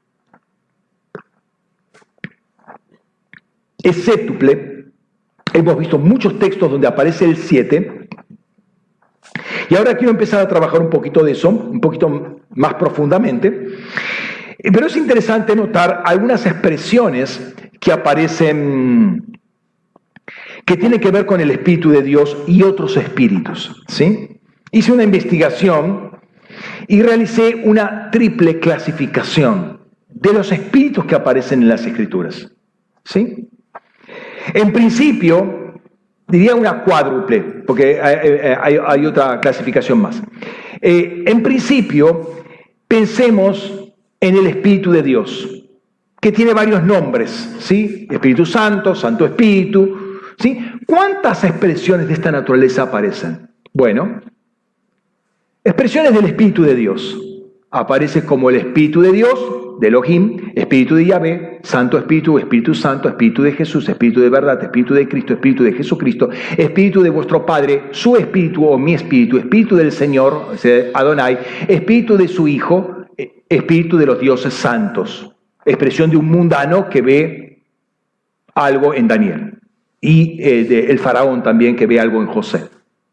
es séptuple. Hemos visto muchos textos donde aparece el 7. Y ahora quiero empezar a trabajar un poquito de eso, un poquito más profundamente. Pero es interesante notar algunas expresiones que aparecen, que tiene que ver con el Espíritu de Dios y otros espíritus, ¿sí? Hice una investigación y realicé una triple clasificación de los espíritus que aparecen en las Escrituras, ¿sí? En principio, diría una cuádruple, porque hay otra clasificación más. En principio, pensemos en el Espíritu de Dios, que tiene varios nombres, ¿sí? Espíritu Santo, Santo Espíritu, ¿sí? ¿Cuántas expresiones de esta naturaleza aparecen? Bueno, expresiones del Espíritu de Dios. Aparece como el Espíritu de Dios, de Elohim, Espíritu de Yahvé, Santo Espíritu, Espíritu Santo, Espíritu de Jesús, Espíritu de verdad, Espíritu de Cristo, Espíritu de Jesucristo, Espíritu de vuestro Padre, su Espíritu o mi Espíritu, Espíritu del Señor, Adonai, Espíritu de su Hijo, Espíritu de los dioses santos. Expresión de un mundano que ve algo en Daniel. Y el faraón también que ve algo en José.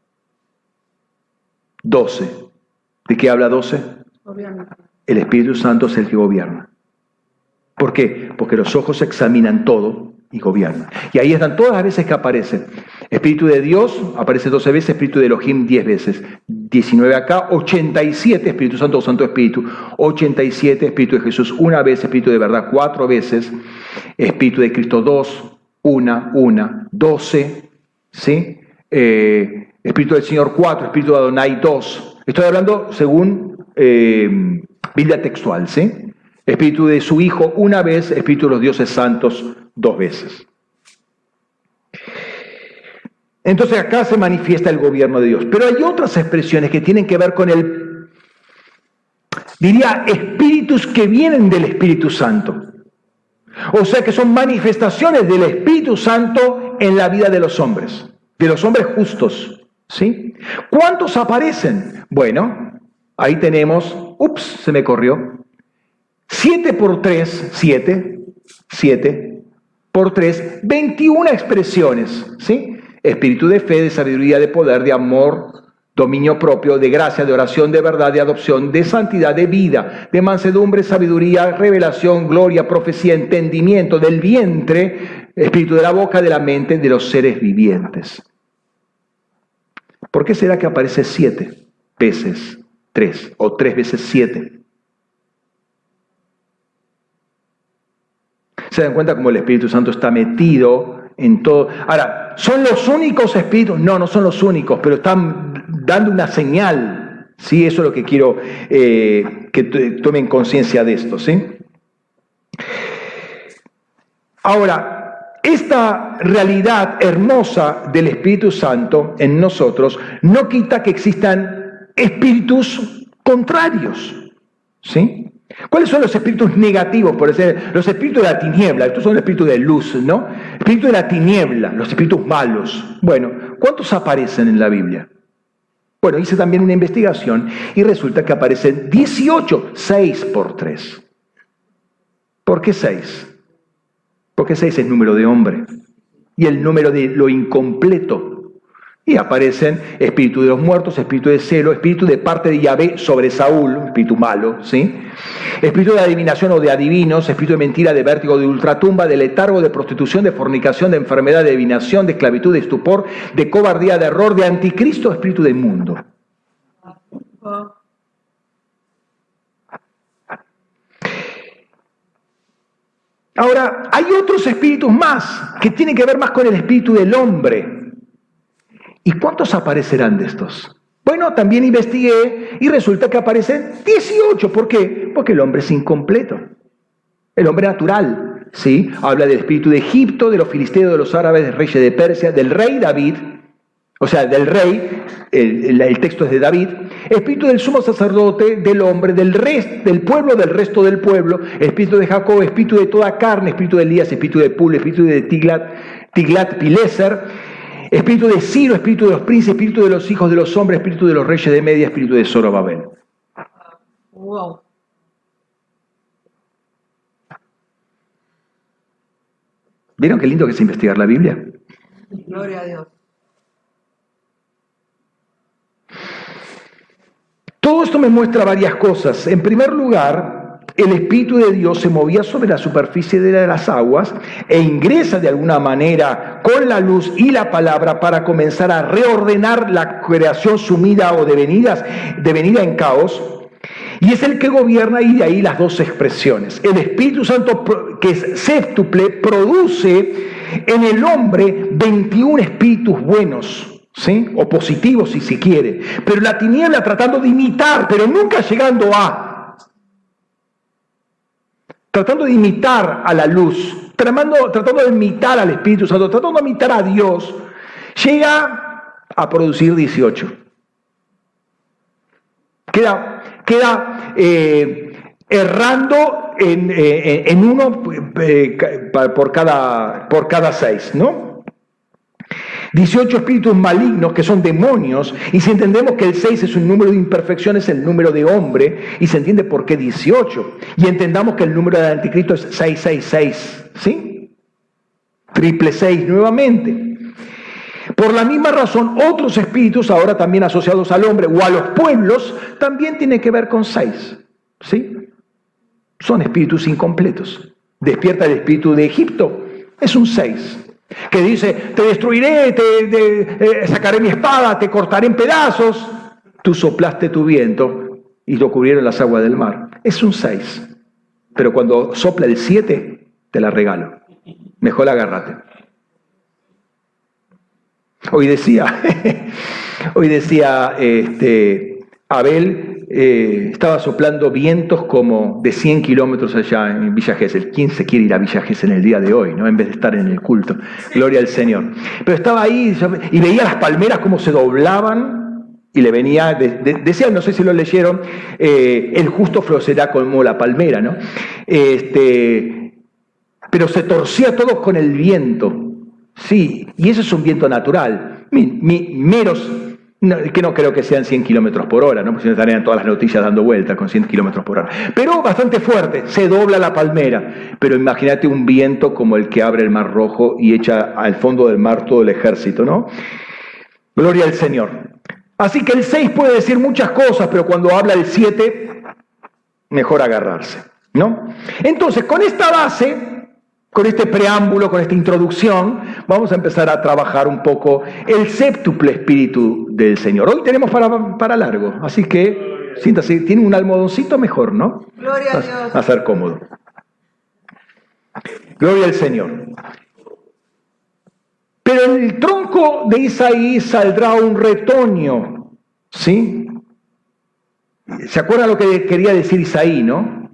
12. ¿De qué habla 12? Gobierno. El Espíritu Santo es el que gobierna. ¿Por qué? Porque los ojos examinan todo y gobiernan. Y ahí están todas las veces que aparece. Espíritu de Dios aparece 12 veces, Espíritu de Elohim 10 veces. 19 acá, 87, Espíritu Santo o Santo Espíritu. 87, Espíritu de Jesús 1 vez, Espíritu de verdad 4 veces. Espíritu de Cristo 2, 1, 12, ¿sí? Espíritu del Señor 4, Espíritu de Adonai 2. Estoy hablando según Biblia textual, ¿sí? Espíritu de su Hijo 1 vez, Espíritu de los dioses santos 2 veces. Entonces acá se manifiesta el gobierno de Dios. Pero hay otras expresiones que tienen que ver con espíritus que vienen del Espíritu Santo. O sea que son manifestaciones del Espíritu Santo en la vida de los hombres justos, ¿sí? ¿Cuántos aparecen? Bueno, ahí tenemos, se me corrió, 7 por 3, 7, por 3, 21 expresiones, ¿sí? Espíritu de fe, de sabiduría, de poder, de amor, dominio propio, de gracia, de oración, de verdad, de adopción, de santidad, de vida, de mansedumbre, sabiduría, revelación, gloria, profecía, entendimiento, del vientre, espíritu de la boca, de la mente, de los seres vivientes. ¿Por qué será que aparece 7 veces 3 o 3 veces 7? ¿Se dan cuenta cómo el Espíritu Santo está metido en todo? Ahora, ¿son los únicos espíritus? No, no son los únicos, pero están dando una señal. ¿Sí? Eso es lo que quiero que tomen conciencia de esto. ¿Sí? Ahora, esta realidad hermosa del Espíritu Santo en nosotros no quita que existan espíritus contrarios. ¿Sí? ¿Cuáles son los espíritus negativos? Por ejemplo, los espíritus de la tiniebla. Estos son los espíritus de luz, ¿no? Espíritu de la tiniebla, los espíritus malos. Bueno, ¿cuántos aparecen en la Biblia? Bueno, hice también una investigación y resulta que aparecen 18, 6 por 3. ¿Por qué 6? Porque 6 es número de hombre y el número de lo incompleto. Y aparecen espíritu de los muertos, espíritu de celo, espíritu de parte de Yahvé sobre Saúl, espíritu malo, ¿sí? Espíritu de adivinación o de adivinos, espíritu de mentira, de vértigo, de ultratumba, de letargo, de prostitución, de fornicación, de enfermedad, de adivinación, de esclavitud, de estupor, de cobardía, de error, de anticristo, espíritu del mundo. Ahora, hay otros espíritus más que tienen que ver más con el espíritu del hombre. ¿Y cuántos aparecerán de estos? Bueno, también investigué y resulta que aparecen 18. ¿Por qué? Porque el hombre es incompleto. El hombre natural, ¿sí? Habla del espíritu de Egipto, de los filisteos, de los árabes, del rey de Persia, del rey David, o sea, del rey, el texto es de David, espíritu del sumo sacerdote, del hombre, del pueblo, del resto del pueblo, espíritu de Jacob, espíritu de toda carne, espíritu de Elías, espíritu de Pul, espíritu de Tiglat-Pileser, espíritu de Ciro, espíritu de los príncipes, espíritu de los hijos de los hombres, espíritu de los reyes de Media, espíritu de Zorobabel. Wow. ¿Vieron qué lindo que es investigar la Biblia? Gloria a Dios. Todo esto me muestra varias cosas. En primer lugar, el Espíritu de Dios se movía sobre la superficie de las aguas e ingresa de alguna manera con la luz y la palabra para comenzar a reordenar la creación sumida o devenida en caos. Y es el que gobierna, y de ahí las dos expresiones. El Espíritu Santo, que es séptuple, produce en el hombre 21 espíritus buenos, ¿sí? O positivos si se quiere. Pero la tiniebla tratando de imitar, pero nunca llegando a. Tratando de imitar a la luz, tratando de imitar al Espíritu Santo, tratando de imitar a Dios, llega a producir 18. Queda errando en uno por cada 6, ¿no? 18 espíritus malignos que son demonios, y si entendemos que el 6 es un número de imperfección, es el número de hombre, y se entiende por qué 18. Y entendamos que el número del anticristo es 666, ¿sí? 666 nuevamente. Por la misma razón, otros espíritus, ahora también asociados al hombre o a los pueblos, también tienen que ver con 6, ¿sí? Son espíritus incompletos. Despierta el espíritu de Egipto, es un 6. Que dice, te destruiré, sacaré mi espada, te cortaré en pedazos. Tú soplaste tu viento y lo cubrieron las aguas del mar. Es un 6. Pero cuando sopla el 7, te la regalo. Mejor agárrate. Hoy decía Abel, estaba soplando vientos como de 100 kilómetros allá en Villa Gesell. ¿Quién se quiere ir a Villa Gesell en el día de hoy, no? En vez de estar en el culto. Gloria al Señor. Pero estaba ahí y veía las palmeras como se doblaban y le venía, decían, no sé si lo leyeron, el justo florecerá como la palmera, ¿no? Pero se torcía todo con el viento. Sí, y eso es un viento natural. Meros No, es que no creo que sean 100 kilómetros por hora, ¿no? Porque si no estarían todas las noticias dando vueltas con 100 kilómetros por hora. Pero bastante fuerte, se dobla la palmera. Pero imagínate un viento como el que abre el Mar Rojo y echa al fondo del mar todo el ejército, ¿no? Gloria al Señor. Así que el 6 puede decir muchas cosas, pero cuando habla el 7, mejor agarrarse, ¿no? Entonces, con esta base, con este preámbulo, con esta introducción, vamos a empezar a trabajar un poco el séptuple espíritu del Señor. Hoy tenemos para largo, así que siéntase, tiene un almohadoncito mejor, ¿no? Gloria a Dios. Va a ser cómodo. Gloria al Señor. Pero en el tronco de Isaí saldrá un retoño, ¿sí? ¿Se acuerdan lo que quería decir Isaí, no?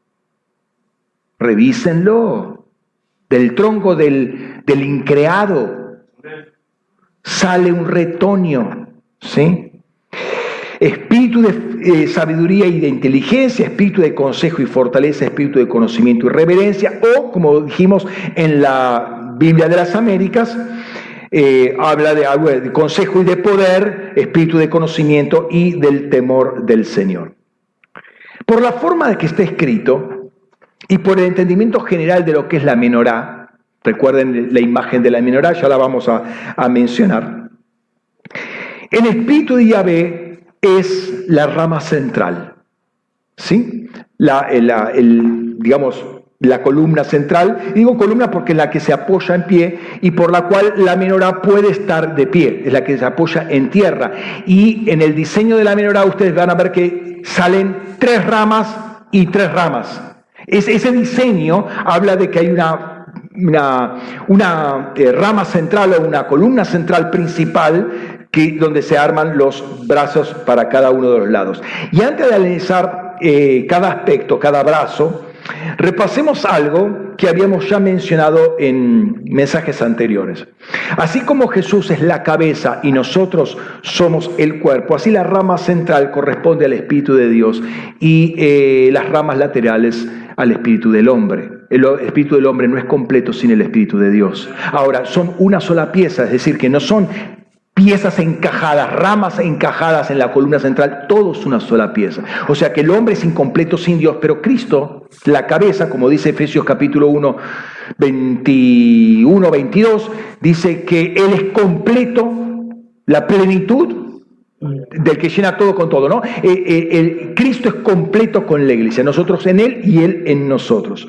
Revísenlo. Del tronco del increado sale un retoño, ¿sí? Espíritu de sabiduría y de inteligencia, espíritu de consejo y fortaleza, espíritu de conocimiento y reverencia, o como dijimos en la Biblia de las Américas, habla de algo de consejo y de poder, espíritu de conocimiento y del temor del Señor. Por la forma de que está escrito, y por el entendimiento general de lo que es la menorá, recuerden la imagen de la menorá, ya la vamos a mencionar. El espíritu de Yahvé es la rama central, ¿sí? Digamos, la columna central. Digo columna porque es la que se apoya en pie y por la cual la menorá puede estar de pie, es la que se apoya en tierra. Y en el diseño de la menorá ustedes van a ver que salen 3 ramas y 3 ramas. Ese diseño habla de que hay una rama central o una columna central principal donde se arman los brazos para cada uno de los lados. Y antes de analizar cada aspecto, cada brazo, repasemos algo que habíamos ya mencionado en mensajes anteriores. Así como Jesús es la cabeza y nosotros somos el cuerpo, así la rama central corresponde al Espíritu de Dios y las ramas laterales al espíritu del hombre. El espíritu del hombre no es completo sin el Espíritu de Dios. Ahora, son una sola pieza, es decir, que no son piezas encajadas, ramas encajadas en la columna central, todo es una sola pieza. O sea que el hombre es incompleto sin Dios, pero Cristo, la cabeza, como dice Efesios capítulo 1, 21, 22, dice que Él es completo, la plenitud del que llena todo con todo, ¿no? Cristo es completo con la iglesia, nosotros en Él y Él en nosotros.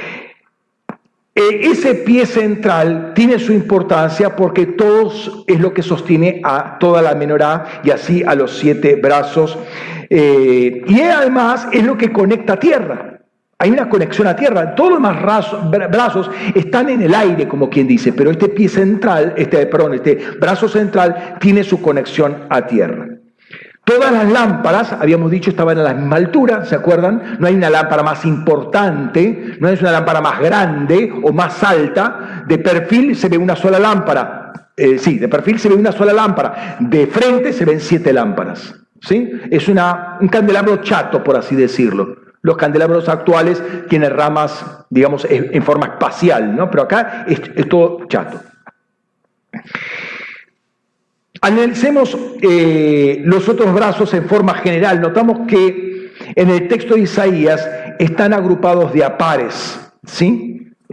Ese pie central tiene su importancia porque todos es lo que sostiene a toda la menorá y así a los 7 brazos. Y además es lo que conecta a tierra. Hay una conexión a tierra. Todos los demás brazos están en el aire, como quien dice, pero este pie central, este brazo central tiene su conexión a tierra. Todas las lámparas, habíamos dicho, estaban a la misma altura, ¿se acuerdan? No hay una lámpara más importante, no es una lámpara más grande o más alta. De perfil se ve una sola lámpara. De perfil se ve una sola lámpara. De frente se ven 7 lámparas. ¿Sí? Es un candelabro chato, por así decirlo. Los candelabros actuales tienen ramas, digamos, en forma espacial, ¿no? Pero acá es todo chato. Analicemos los otros brazos en forma general. Notamos que en el texto de Isaías están agrupados de a pares, ¿sí?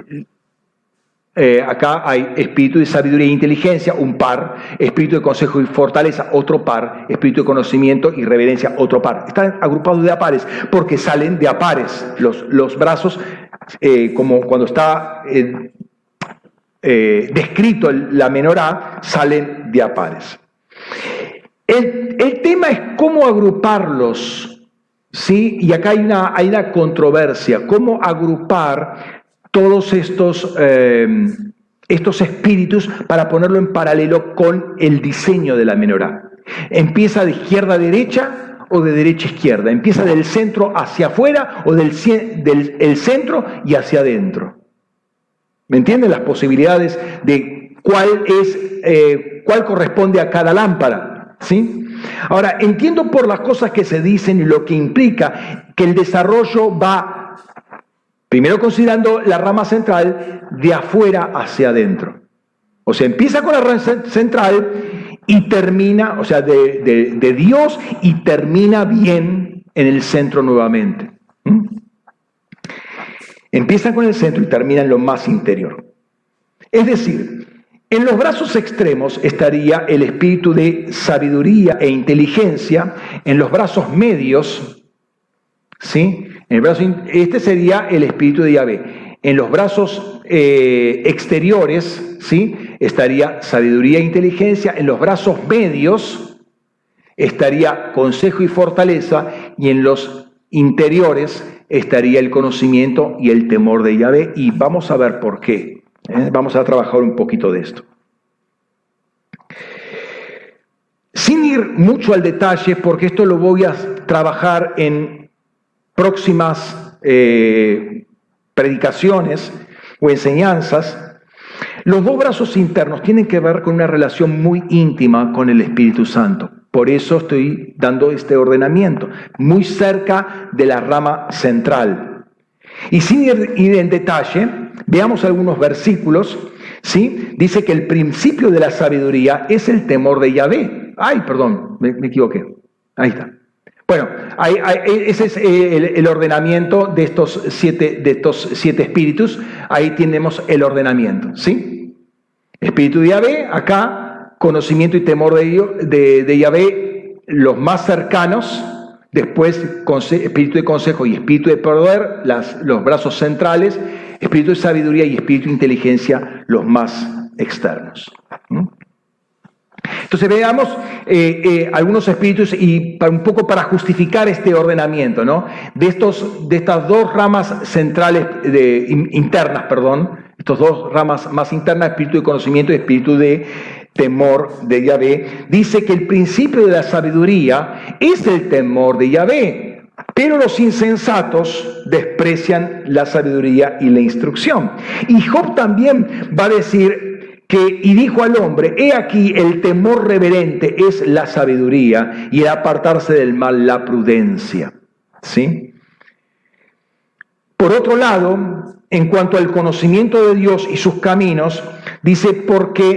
Acá hay espíritu de sabiduría e inteligencia, un par, espíritu de consejo y fortaleza, otro par, espíritu de conocimiento y reverencia, otro par. Están agrupados de a pares porque salen de a pares los brazos, como cuando está descrito la menorá, salen de a pares. El tema es cómo agruparlos, ¿sí? Y acá hay una controversia, cómo agrupar todos estos espíritus para ponerlo en paralelo con el diseño de la menorá. ¿Empieza de izquierda a derecha o de derecha a izquierda? ¿Empieza del centro hacia afuera o del centro y hacia adentro? ¿Me entienden las posibilidades de cuál corresponde a cada lámpara? ¿Sí? Ahora, entiendo por las cosas que se dicen y lo que implica que el desarrollo va primero considerando la rama central de afuera hacia adentro. O sea, empieza con la rama central y termina, o sea, de Dios y termina bien en el centro nuevamente. Empieza con el centro y termina en lo más interior. Es decir, en los brazos extremos estaría el espíritu de sabiduría e inteligencia, en los brazos medios, ¿sí? Este sería el espíritu de Yahvé. En los brazos exteriores, ¿sí?, estaría sabiduría e inteligencia. En los brazos medios estaría consejo y fortaleza. Y en los interiores estaría el conocimiento y el temor de Yahvé. Y vamos a ver por qué. Vamos a trabajar un poquito de esto. Sin ir mucho al detalle, porque esto lo voy a trabajar en próximas predicaciones o enseñanzas, los dos brazos internos tienen que ver con una relación muy íntima con el Espíritu Santo. Por eso estoy dando este ordenamiento, muy cerca de la rama central. Y sin ir en detalle, veamos algunos versículos, ¿sí? Dice que el principio de la sabiduría es el temor de Yahvé. Ay, perdón, me equivoqué. Ahí está. Bueno, ese es el ordenamiento de estos siete espíritus. Ahí tenemos el ordenamiento, ¿sí? Espíritu de Yahvé, acá, conocimiento y temor de Yahvé, los más cercanos. Después, espíritu de consejo y espíritu de poder, los brazos centrales. Espíritu de sabiduría y espíritu de inteligencia, los más externos. Entonces veamos algunos espíritus y un poco para justificar este ordenamiento, ¿no? De estas dos ramas centrales internas, estas dos ramas más internas, espíritu de conocimiento y espíritu de temor de Yahvé. Dice que el principio de la sabiduría es el temor de Yahvé, pero los insensatos desprecian la sabiduría y la instrucción. Y Job también va a decir y dijo al hombre: he aquí el temor reverente es la sabiduría y el apartarse del mal la prudencia. ¿Sí? Por otro lado, en cuanto al conocimiento de Dios y sus caminos, dice porque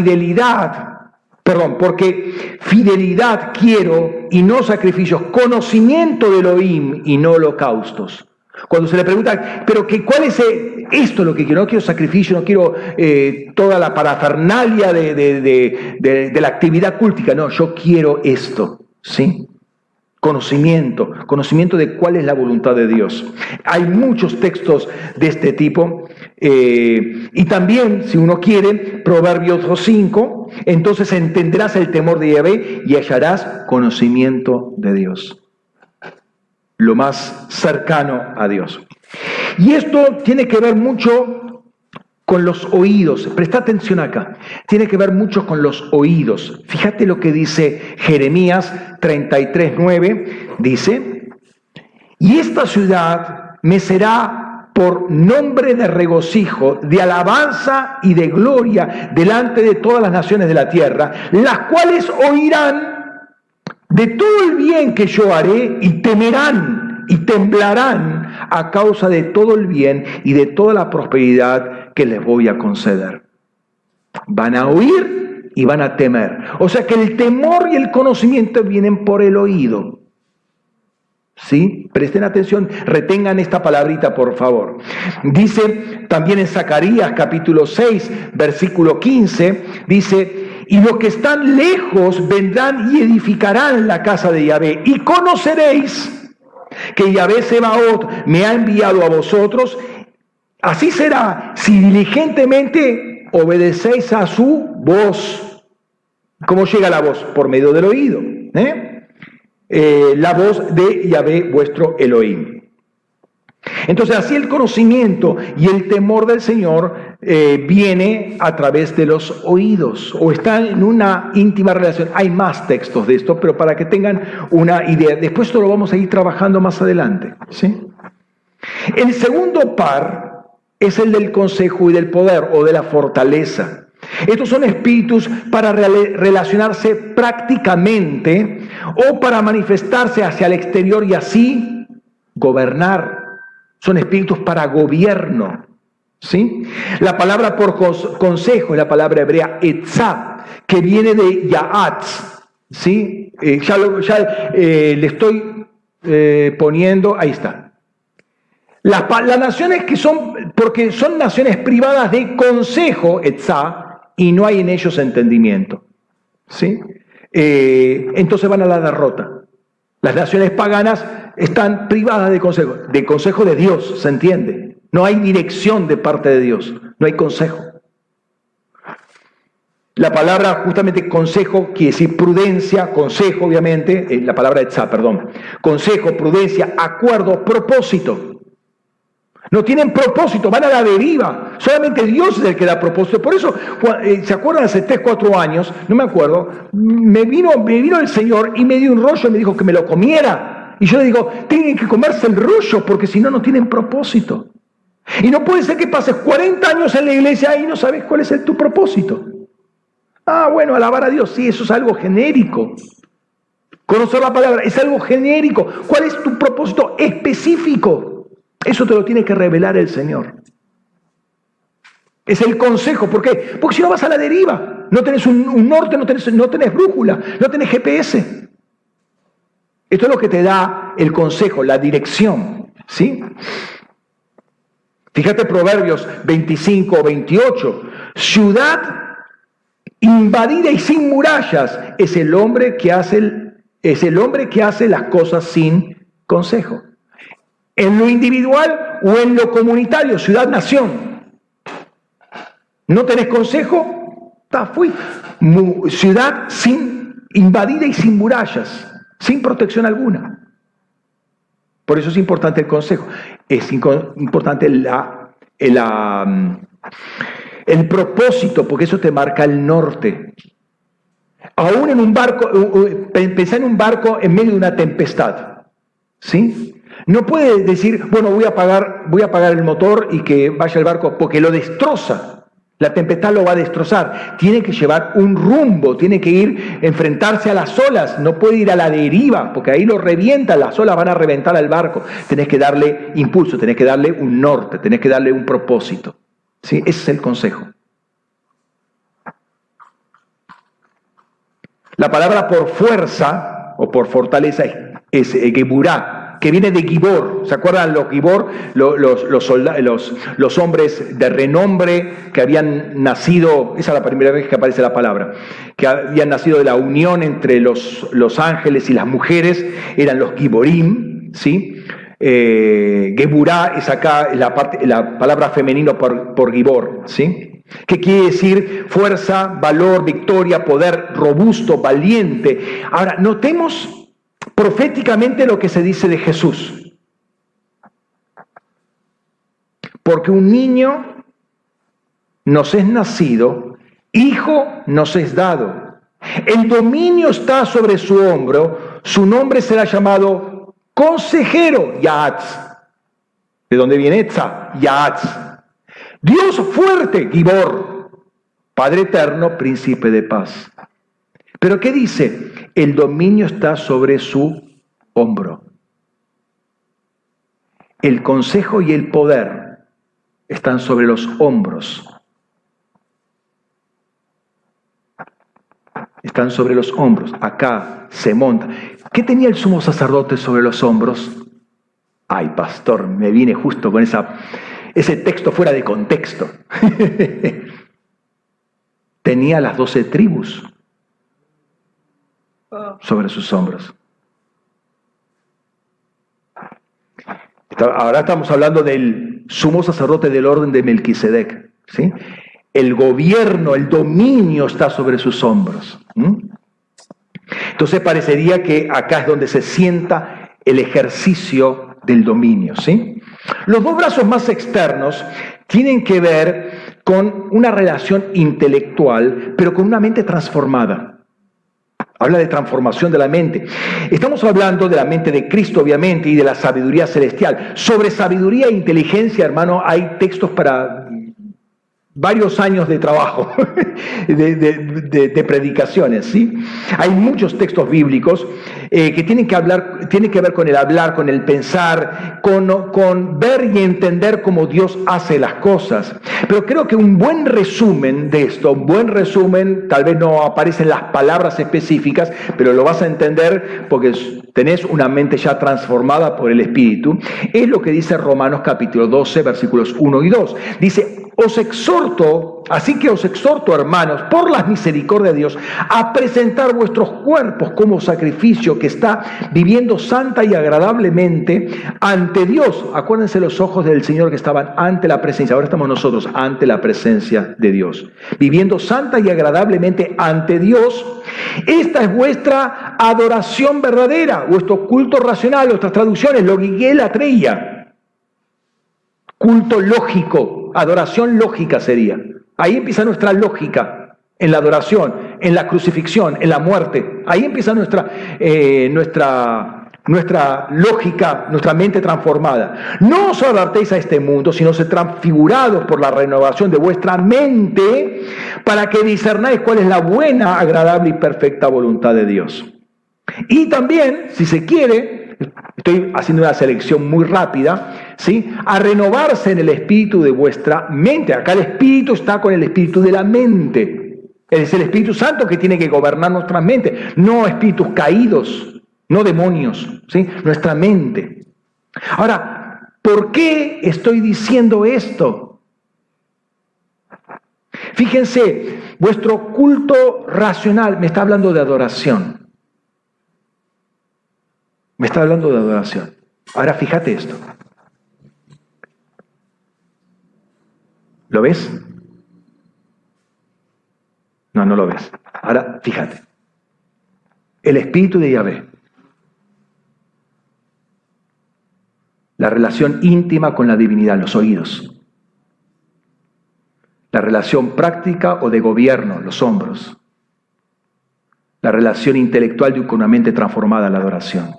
fidelidad quiero y no sacrificios, conocimiento de Elohim y no holocaustos. Cuando se le pregunta, pero ¿cuál es esto lo que quiero? No quiero sacrificio, no quiero toda la parafernalia de la actividad cultica. No, yo quiero esto, ¿sí? Conocimiento de cuál es la voluntad de Dios. Hay muchos textos de este tipo. Y también, si uno quiere, Proverbios 5, entonces entenderás el temor de Yahvé y hallarás conocimiento de Dios. Lo más cercano a Dios. Y esto tiene que ver mucho con los oídos. Presta atención acá. Tiene que ver mucho con los oídos. Fíjate lo que dice Jeremías 33:9. Dice: y esta ciudad me será por nombre de regocijo, de alabanza y de gloria delante de todas las naciones de la tierra, las cuales oirán de todo el bien que yo haré y temerán y temblarán a causa de todo el bien y de toda la prosperidad que les voy a conceder. Van a oír y van a temer. O sea que el temor y el conocimiento vienen por el oído. ¿Sí? Presten atención, retengan esta palabrita, por favor. Dice también en Zacarías capítulo 6, versículo 15, dice: y los que están lejos vendrán y edificarán la casa de Yahvé, y conoceréis que Yahvé Sebaot me ha enviado a vosotros. Así será si diligentemente obedecéis a su voz. ¿Cómo llega la voz? Por medio del oído. La voz de Yahvé vuestro Elohim. Entonces así el conocimiento y el temor del Señor viene a través de los oídos, o está en una íntima relación. Hay más textos de esto, pero para que tengan una idea. Después esto lo vamos a ir trabajando más adelante, ¿sí? El segundo par es el del consejo y del poder, o de la fortaleza. Estos son espíritus para relacionarse prácticamente o para manifestarse hacia el exterior y así gobernar. Son espíritus para gobierno, ¿sí? La palabra por consejo es la palabra hebrea etzá, que viene de ya'atz, ¿sí? Le estoy poniendo, ahí está. Las naciones que son, porque son naciones privadas de consejo, etzá, y no hay en ellos entendimiento, ¿sí? Entonces van a la derrota. Las naciones paganas están privadas de consejo de Dios, ¿se entiende? No hay dirección de parte de Dios, no hay consejo. La palabra justamente consejo quiere decir prudencia, consejo obviamente, la palabra etzá, perdón. Consejo, prudencia, acuerdo, propósito. No tienen propósito, van a la deriva. Solamente Dios es el que da propósito. Por eso, ¿se acuerdan? Hace 3, 4 años, no me acuerdo, me vino el Señor y me dio un rollo y me dijo que me lo comiera. Y yo le digo, tienen que comerse el rollo porque si no, no tienen propósito. Y no puede ser que pases 40 años en la iglesia y no sabes cuál es tu propósito. Ah, bueno, alabar a Dios, sí, eso es algo genérico. Conocer la palabra es algo genérico. ¿Cuál es tu propósito específico? Eso te lo tiene que revelar el Señor. Es el consejo. ¿Por qué? Porque si no vas a la deriva. No tenés un norte, no tenés brújula, no tenés GPS. Esto es lo que te da el consejo, la dirección. ¿Sí? Fíjate Proverbios 25, 28. Ciudad invadida y sin murallas es el hombre que hace las cosas sin consejo. En lo individual o en lo comunitario, ciudad-nación. ¿No tenés consejo? Fui. Ciudad invadida y sin murallas, sin protección alguna. Por eso es importante el consejo. Es importante el propósito, porque eso te marca el norte. Aún en un barco, pensá en un barco en medio de una tempestad. ¿Sí? No puede decir, bueno, voy a apagar el motor y que vaya el barco, porque lo destroza. La tempestad lo va a destrozar. Tiene que llevar un rumbo, tiene que enfrentarse a las olas. No puede ir a la deriva, porque ahí lo revienta, las olas van a reventar al barco. Tenés que darle impulso, tenés que darle un norte, tenés que darle un propósito. ¿Sí? Ese es el consejo. La palabra por fuerza o por fortaleza es geburá, que viene de Gibor. ¿Se acuerdan los Gibor? Los hombres de renombre que habían nacido, esa es la primera vez que aparece la palabra, que habían nacido de la unión entre los ángeles y las mujeres, eran los Giborim, ¿sí? Geburá es acá la palabra femenino por Gibor, ¿sí? ¿Qué quiere decir? Fuerza, valor, victoria, poder, robusto, valiente. Ahora, notemos proféticamente lo que se dice de Jesús. Porque un niño nos es nacido, hijo nos es dado. El dominio está sobre su hombro, su nombre será llamado Consejero, Ya'atz. ¿De dónde viene Etza? Ya'atz. Dios fuerte, Gibor. Padre eterno, príncipe de paz. ¿Pero qué dice? El dominio está sobre su hombro. El consejo y el poder están sobre los hombros. Están sobre los hombros. Acá se monta. ¿Qué tenía el sumo sacerdote sobre los hombros? Ay, pastor, me vine justo con ese texto fuera de contexto. Tenía las 12 tribus sobre sus hombros. Ahora estamos hablando del sumo sacerdote del orden de Melquisedec, ¿sí? El gobierno, el dominio está sobre sus hombros. Entonces parecería que acá es donde se sienta el ejercicio del dominio, ¿sí? Los dos brazos más externos tienen que ver con una relación intelectual, pero con una mente transformada. Habla de transformación de la mente. Estamos hablando de la mente de Cristo, obviamente, y de la sabiduría celestial. Sobre sabiduría e inteligencia, hermano, hay textos para varios años de trabajo, de predicaciones, ¿sí? Hay muchos textos bíblicos que tienen que ver con el hablar, con el pensar, con ver y entender cómo Dios hace las cosas. Pero creo que un buen resumen de esto, un buen resumen, tal vez no aparecen las palabras específicas, pero lo vas a entender porque tenés una mente ya transformada por el Espíritu, es lo que dice Romanos capítulo 12, versículos 1 y 2. Dice, así que os exhorto, hermanos, por la misericordia de Dios, a presentar vuestros cuerpos como sacrificio que está viviendo santa y agradablemente ante Dios. Acuérdense los ojos del Señor que estaban ante la presencia. Ahora estamos nosotros ante la presencia de Dios. Viviendo santa y agradablemente ante Dios. Esta es vuestra adoración verdadera, vuestro culto racional, nuestras traducciones, logiquelatreia. Culto lógico, adoración lógica sería. Ahí empieza nuestra lógica, en la adoración, en la crucifixión, en la muerte. Ahí empieza nuestra lógica, nuestra mente transformada. No os adaptéis a este mundo, sino sed transfigurados por la renovación de vuestra mente, para que discernáis cuál es la buena, agradable y perfecta voluntad de Dios. Y también, si se quiere, estoy haciendo una selección muy rápida, ¿sí? A renovarse en el espíritu de vuestra mente. Acá el espíritu está con el espíritu de la mente. Es el Espíritu Santo que tiene que gobernar nuestras mentes, no espíritus caídos, no demonios, ¿sí? Nuestra mente. Ahora, ¿por qué estoy diciendo esto? Fíjense, vuestro culto racional me está hablando de adoración. Me está hablando de adoración. Ahora fíjate esto. ¿Lo ves? No, no lo ves. Ahora fíjate. El espíritu de Yahvé. La relación íntima con la divinidad, los oídos. La relación práctica o de gobierno, los hombros. La relación intelectual con una mente transformada, la adoración.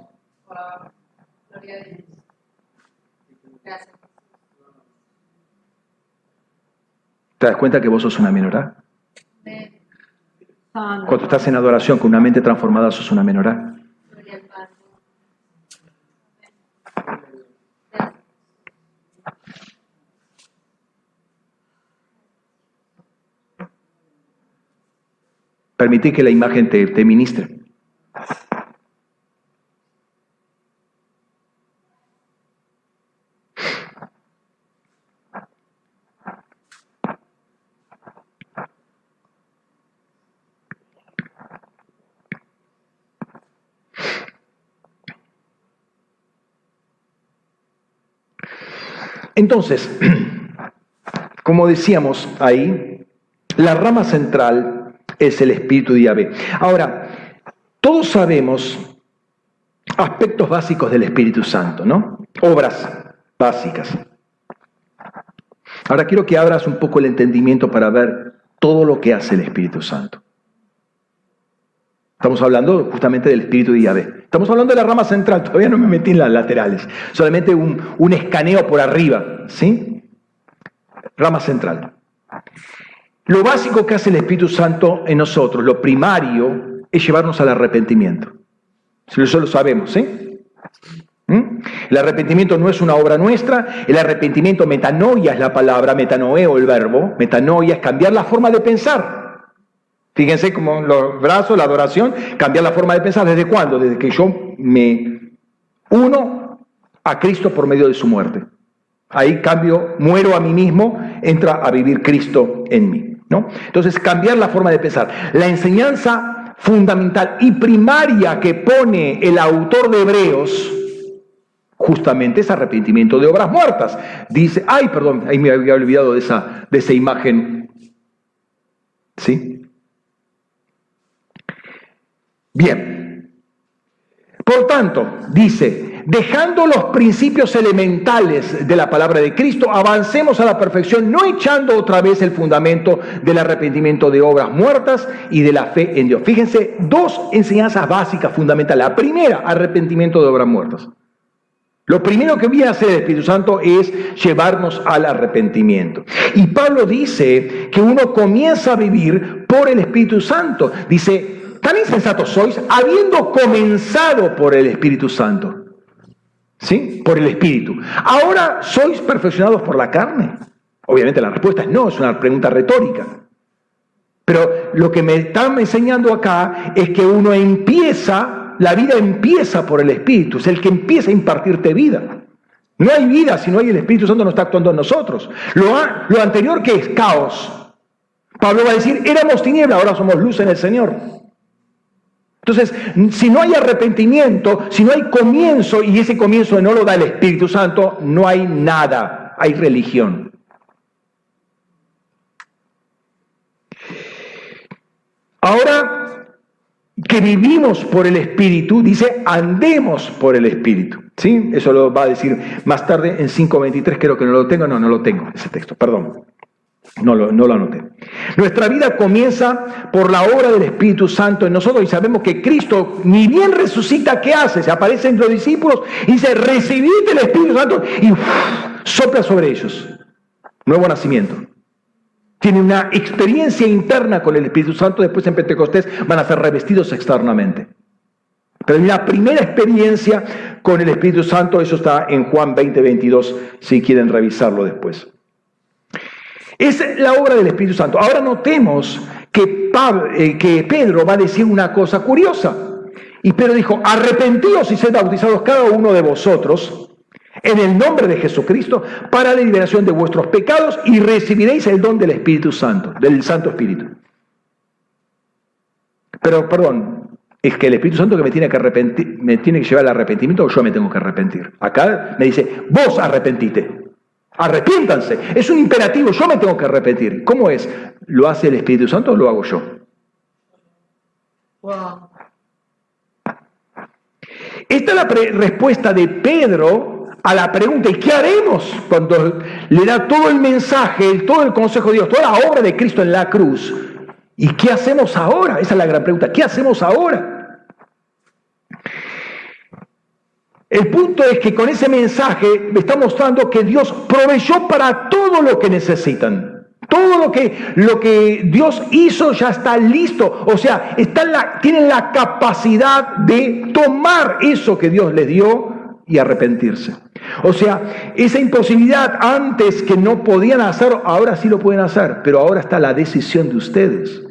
¿Te das cuenta que vos sos una menorá? Cuando estás en adoración con una mente transformada, sos una menorá. Permití que la imagen te ministre. Entonces, como decíamos ahí, la rama central es el espíritu de Yahvé. Ahora, todos sabemos aspectos básicos del Espíritu Santo, ¿no? Obras básicas. Ahora quiero que abras un poco el entendimiento para ver todo lo que hace el Espíritu Santo. Estamos hablando justamente del Espíritu de Yahvé. Estamos hablando de la rama central, todavía no me metí en las laterales. Solamente un escaneo por arriba, ¿sí? Rama central. Lo básico que hace el Espíritu Santo en nosotros, lo primario, es llevarnos al arrepentimiento. Eso lo sabemos, ¿sí? El arrepentimiento no es una obra nuestra. El arrepentimiento, metanoia es la palabra, metanoeo el verbo. Metanoia es cambiar la forma de pensar. Fíjense como los brazos, la adoración, cambiar la forma de pensar. ¿Desde cuándo? Desde que yo me uno a Cristo por medio de su muerte. Ahí cambio, muero a mí mismo, entra a vivir Cristo en mí, ¿no? Entonces, cambiar la forma de pensar. La enseñanza fundamental y primaria que pone el autor de Hebreos, justamente es arrepentimiento de obras muertas. Dice, ahí me había olvidado de esa imagen. ¿Sí? Bien. Por tanto, dice, dejando los principios elementales de la palabra de Cristo, avancemos a la perfección, no echando otra vez el fundamento del arrepentimiento de obras muertas y de la fe en Dios. Fíjense, dos enseñanzas básicas fundamentales. La primera, arrepentimiento de obras muertas. Lo primero que viene a hacer el Espíritu Santo es llevarnos al arrepentimiento. Y Pablo dice que uno comienza a vivir por el Espíritu Santo. Dice, tan insensatos sois, habiendo comenzado por el Espíritu Santo. ¿Sí? Por el Espíritu. ¿Ahora sois perfeccionados por la carne? Obviamente la respuesta es no, es una pregunta retórica. Pero lo que me están enseñando acá es que uno empieza... La vida empieza por el Espíritu, es el que empieza a impartirte vida. No hay vida si no hay el Espíritu Santo, no está actuando en nosotros. Lo anterior que es caos. Pablo va a decir, éramos tiniebla, ahora somos luz en el Señor. Entonces, si no hay arrepentimiento, si no hay comienzo, y ese comienzo no lo da el Espíritu Santo, no hay nada, hay religión. Ahora... que vivimos por el Espíritu, dice, andemos por el Espíritu. ¿Sí? Eso lo va a decir más tarde en 5:23, creo que no lo tengo, no lo tengo, ese texto, perdón. No lo anoté. Nuestra vida comienza por la obra del Espíritu Santo en nosotros y sabemos que Cristo, ni bien resucita, ¿qué hace? Se aparece entre los discípulos y dice, recibid el Espíritu Santo y sopla sobre ellos. Nuevo nacimiento. Tienen una experiencia interna con el Espíritu Santo, después en Pentecostés van a ser revestidos externamente. Pero en la primera experiencia con el Espíritu Santo, eso está en Juan 20:22, si quieren revisarlo después. Es la obra del Espíritu Santo. Ahora notemos que Pedro va a decir una cosa curiosa. Y Pedro dijo, arrepentíos y sed bautizados cada uno de vosotros en el nombre de Jesucristo, para la liberación de vuestros pecados, y recibiréis el don del Espíritu Santo, del Santo Espíritu. Pero, perdón, es que el Espíritu Santo que me tiene que llevar al arrepentimiento, o yo me tengo que arrepentir. Acá me dice, vos arrepentite, arrepiéntanse. Es un imperativo, yo me tengo que arrepentir. ¿Cómo es? ¿Lo hace el Espíritu Santo o lo hago yo? Wow. Esta es la respuesta de Pedro a la pregunta, ¿y qué haremos? Cuando le da todo el mensaje, todo el consejo de Dios, toda la obra de Cristo en la cruz. ¿Y qué hacemos ahora? Esa es la gran pregunta. ¿Qué hacemos ahora? El punto es que con ese mensaje me está mostrando que Dios proveyó para todo lo que necesitan. Todo lo que Dios hizo ya está listo. O sea, tienen la capacidad de tomar eso que Dios les dio y arrepentirse. O sea, esa imposibilidad antes que no podían hacer, ahora sí lo pueden hacer, pero ahora está la decisión de ustedes.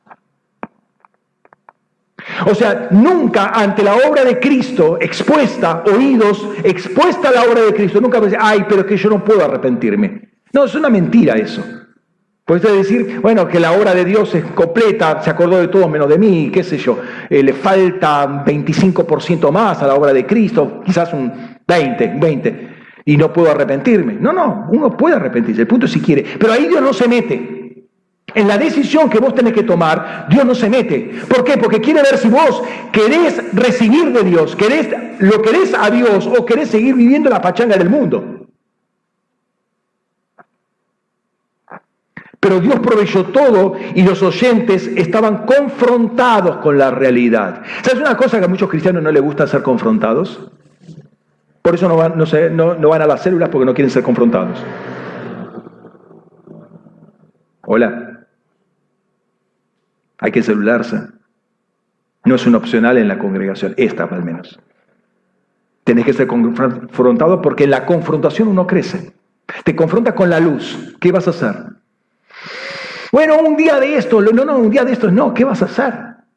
O sea, nunca ante la obra de Cristo expuesta, expuesta a la obra de Cristo, nunca pensé, ay, pero es que yo no puedo arrepentirme. No, es una mentira eso. Puedes decir, bueno, que la obra de Dios es completa, se acordó de todo menos de mí, qué sé yo, le falta 25% más a la obra de Cristo, quizás un 20, y no puedo arrepentirme. No, uno puede arrepentirse, el punto es si quiere, pero ahí Dios no se mete. En la decisión que vos tenés que tomar, Dios no se mete. ¿Por qué? Porque quiere ver si vos querés recibir de Dios, lo querés a Dios o querés seguir viviendo la pachanga del mundo. Pero Dios proveyó todo y los oyentes estaban confrontados con la realidad. ¿Sabes una cosa que a muchos cristianos no les gusta ser confrontados? Por eso no van a las células porque no quieren ser confrontados. Hola. Hay que celularse. No es un opcional en la congregación, esta al menos. Tenés que ser confrontado porque en la confrontación uno crece. Te confrontas con la luz. ¿Qué vas a hacer? Bueno, un día de esto. No, un día de esto no. ¿Qué vas a hacer?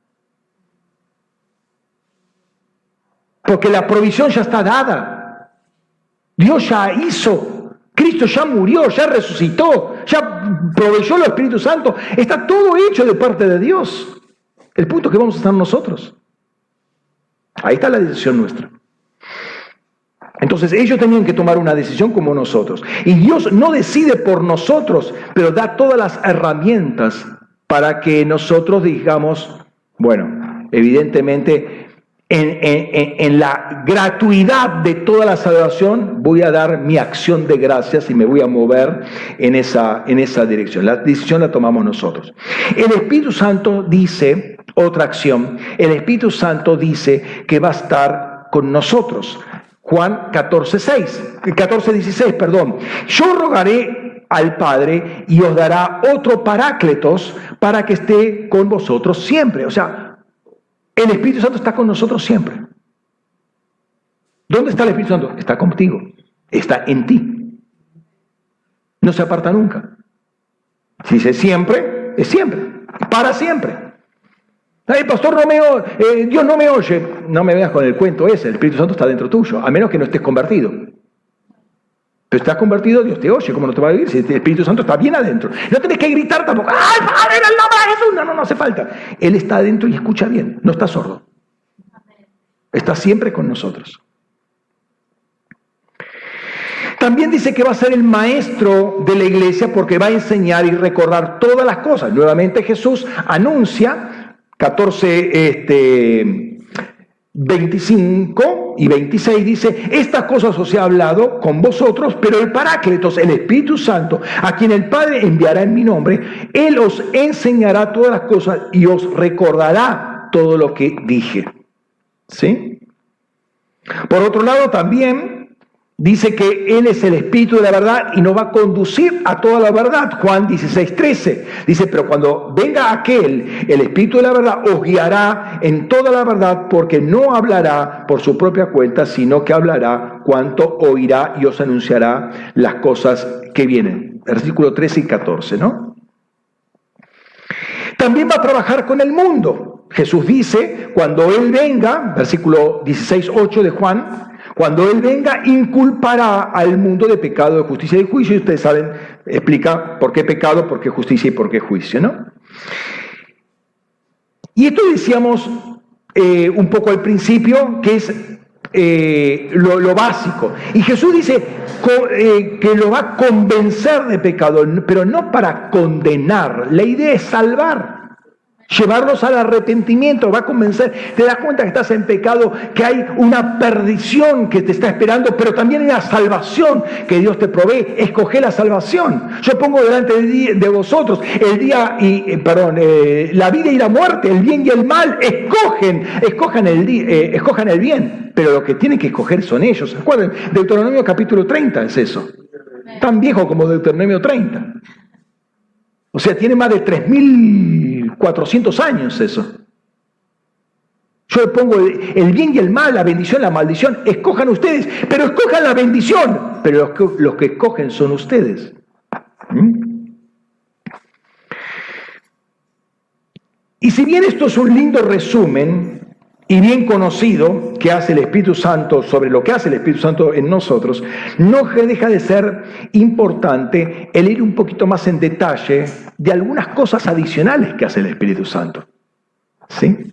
Porque la provisión ya está dada. Dios ya hizo. Cristo ya murió, ya resucitó, ya proveyó el Espíritu Santo. Está todo hecho de parte de Dios. El punto es que vamos a estar nosotros. Ahí está la decisión nuestra. Entonces ellos tenían que tomar una decisión como nosotros. Y Dios no decide por nosotros, pero da todas las herramientas para que nosotros digamos, bueno, evidentemente en la gratuidad de toda la salvación voy a dar mi acción de gracias y me voy a mover en esa dirección. La decisión la tomamos nosotros. El Espíritu Santo dice, otra acción, el Espíritu Santo dice que va a estar con nosotros. Juan 14:16, perdón. Yo rogaré al Padre y os dará otro Parácletos para que esté con vosotros siempre. O sea, el Espíritu Santo está con nosotros siempre. ¿Dónde está el Espíritu Santo? Está contigo, está en ti. No se aparta nunca. Si dice siempre, es siempre, para siempre. Ay, pastor, Dios no me oye. No me veas con el cuento ese, el Espíritu Santo está dentro tuyo, a menos que no estés convertido. Pero estás convertido, Dios te oye, ¿cómo no te va a oír? Si el Espíritu Santo está bien adentro. No tenés que gritar tampoco, ¡ay, Padre, en el nombre de Jesús! No hace falta. Él está adentro y escucha bien, no está sordo. Está siempre con nosotros. También dice que va a ser el maestro de la iglesia porque va a enseñar y recordar todas las cosas. Nuevamente Jesús anuncia, 25 y 26 dice, estas cosas os he hablado con vosotros, pero el Parácletos, el Espíritu Santo, a quien el Padre enviará en mi nombre, Él os enseñará todas las cosas y os recordará todo lo que dije. ¿Sí? Por otro lado también dice que Él es el Espíritu de la verdad y nos va a conducir a toda la verdad. Juan 16:13 dice, pero cuando venga aquel, el Espíritu de la verdad, os guiará en toda la verdad, porque no hablará por su propia cuenta, sino que hablará cuanto oirá y os anunciará las cosas que vienen. Versículo 13 y 14, ¿no? También va a trabajar con el mundo. Jesús dice, cuando Él venga, versículo 16:8 de Juan, cuando Él venga, inculpará al mundo de pecado, de justicia y de juicio. Y ustedes saben, explica por qué pecado, por qué justicia y por qué juicio, ¿no? Y esto decíamos un poco al principio, que es lo básico. Y Jesús dice que lo va a convencer de pecado, pero no para condenar. La idea es salvar. Llevarlos al arrepentimiento, va a convencer. Te das cuenta que estás en pecado, que hay una perdición que te está esperando, pero también hay una salvación que Dios te provee. Escoge la salvación. Yo pongo delante de vosotros la vida y la muerte, el bien y el mal. Escojan el bien, pero lo que tienen que escoger son ellos. Recuerden, Deuteronomio capítulo 30 es eso. Tan viejo como Deuteronomio 30. O sea, tiene más de 3.400 años eso. Yo le pongo el bien y el mal, la bendición, la maldición. Escojan ustedes, pero escojan la bendición. Pero los que escogen son ustedes. Y si bien esto es un lindo resumen y bien conocido que hace el Espíritu Santo sobre lo que hace el Espíritu Santo en nosotros, no deja de ser importante el ir un poquito más en detalle de algunas cosas adicionales que hace el Espíritu Santo. ¿Sí?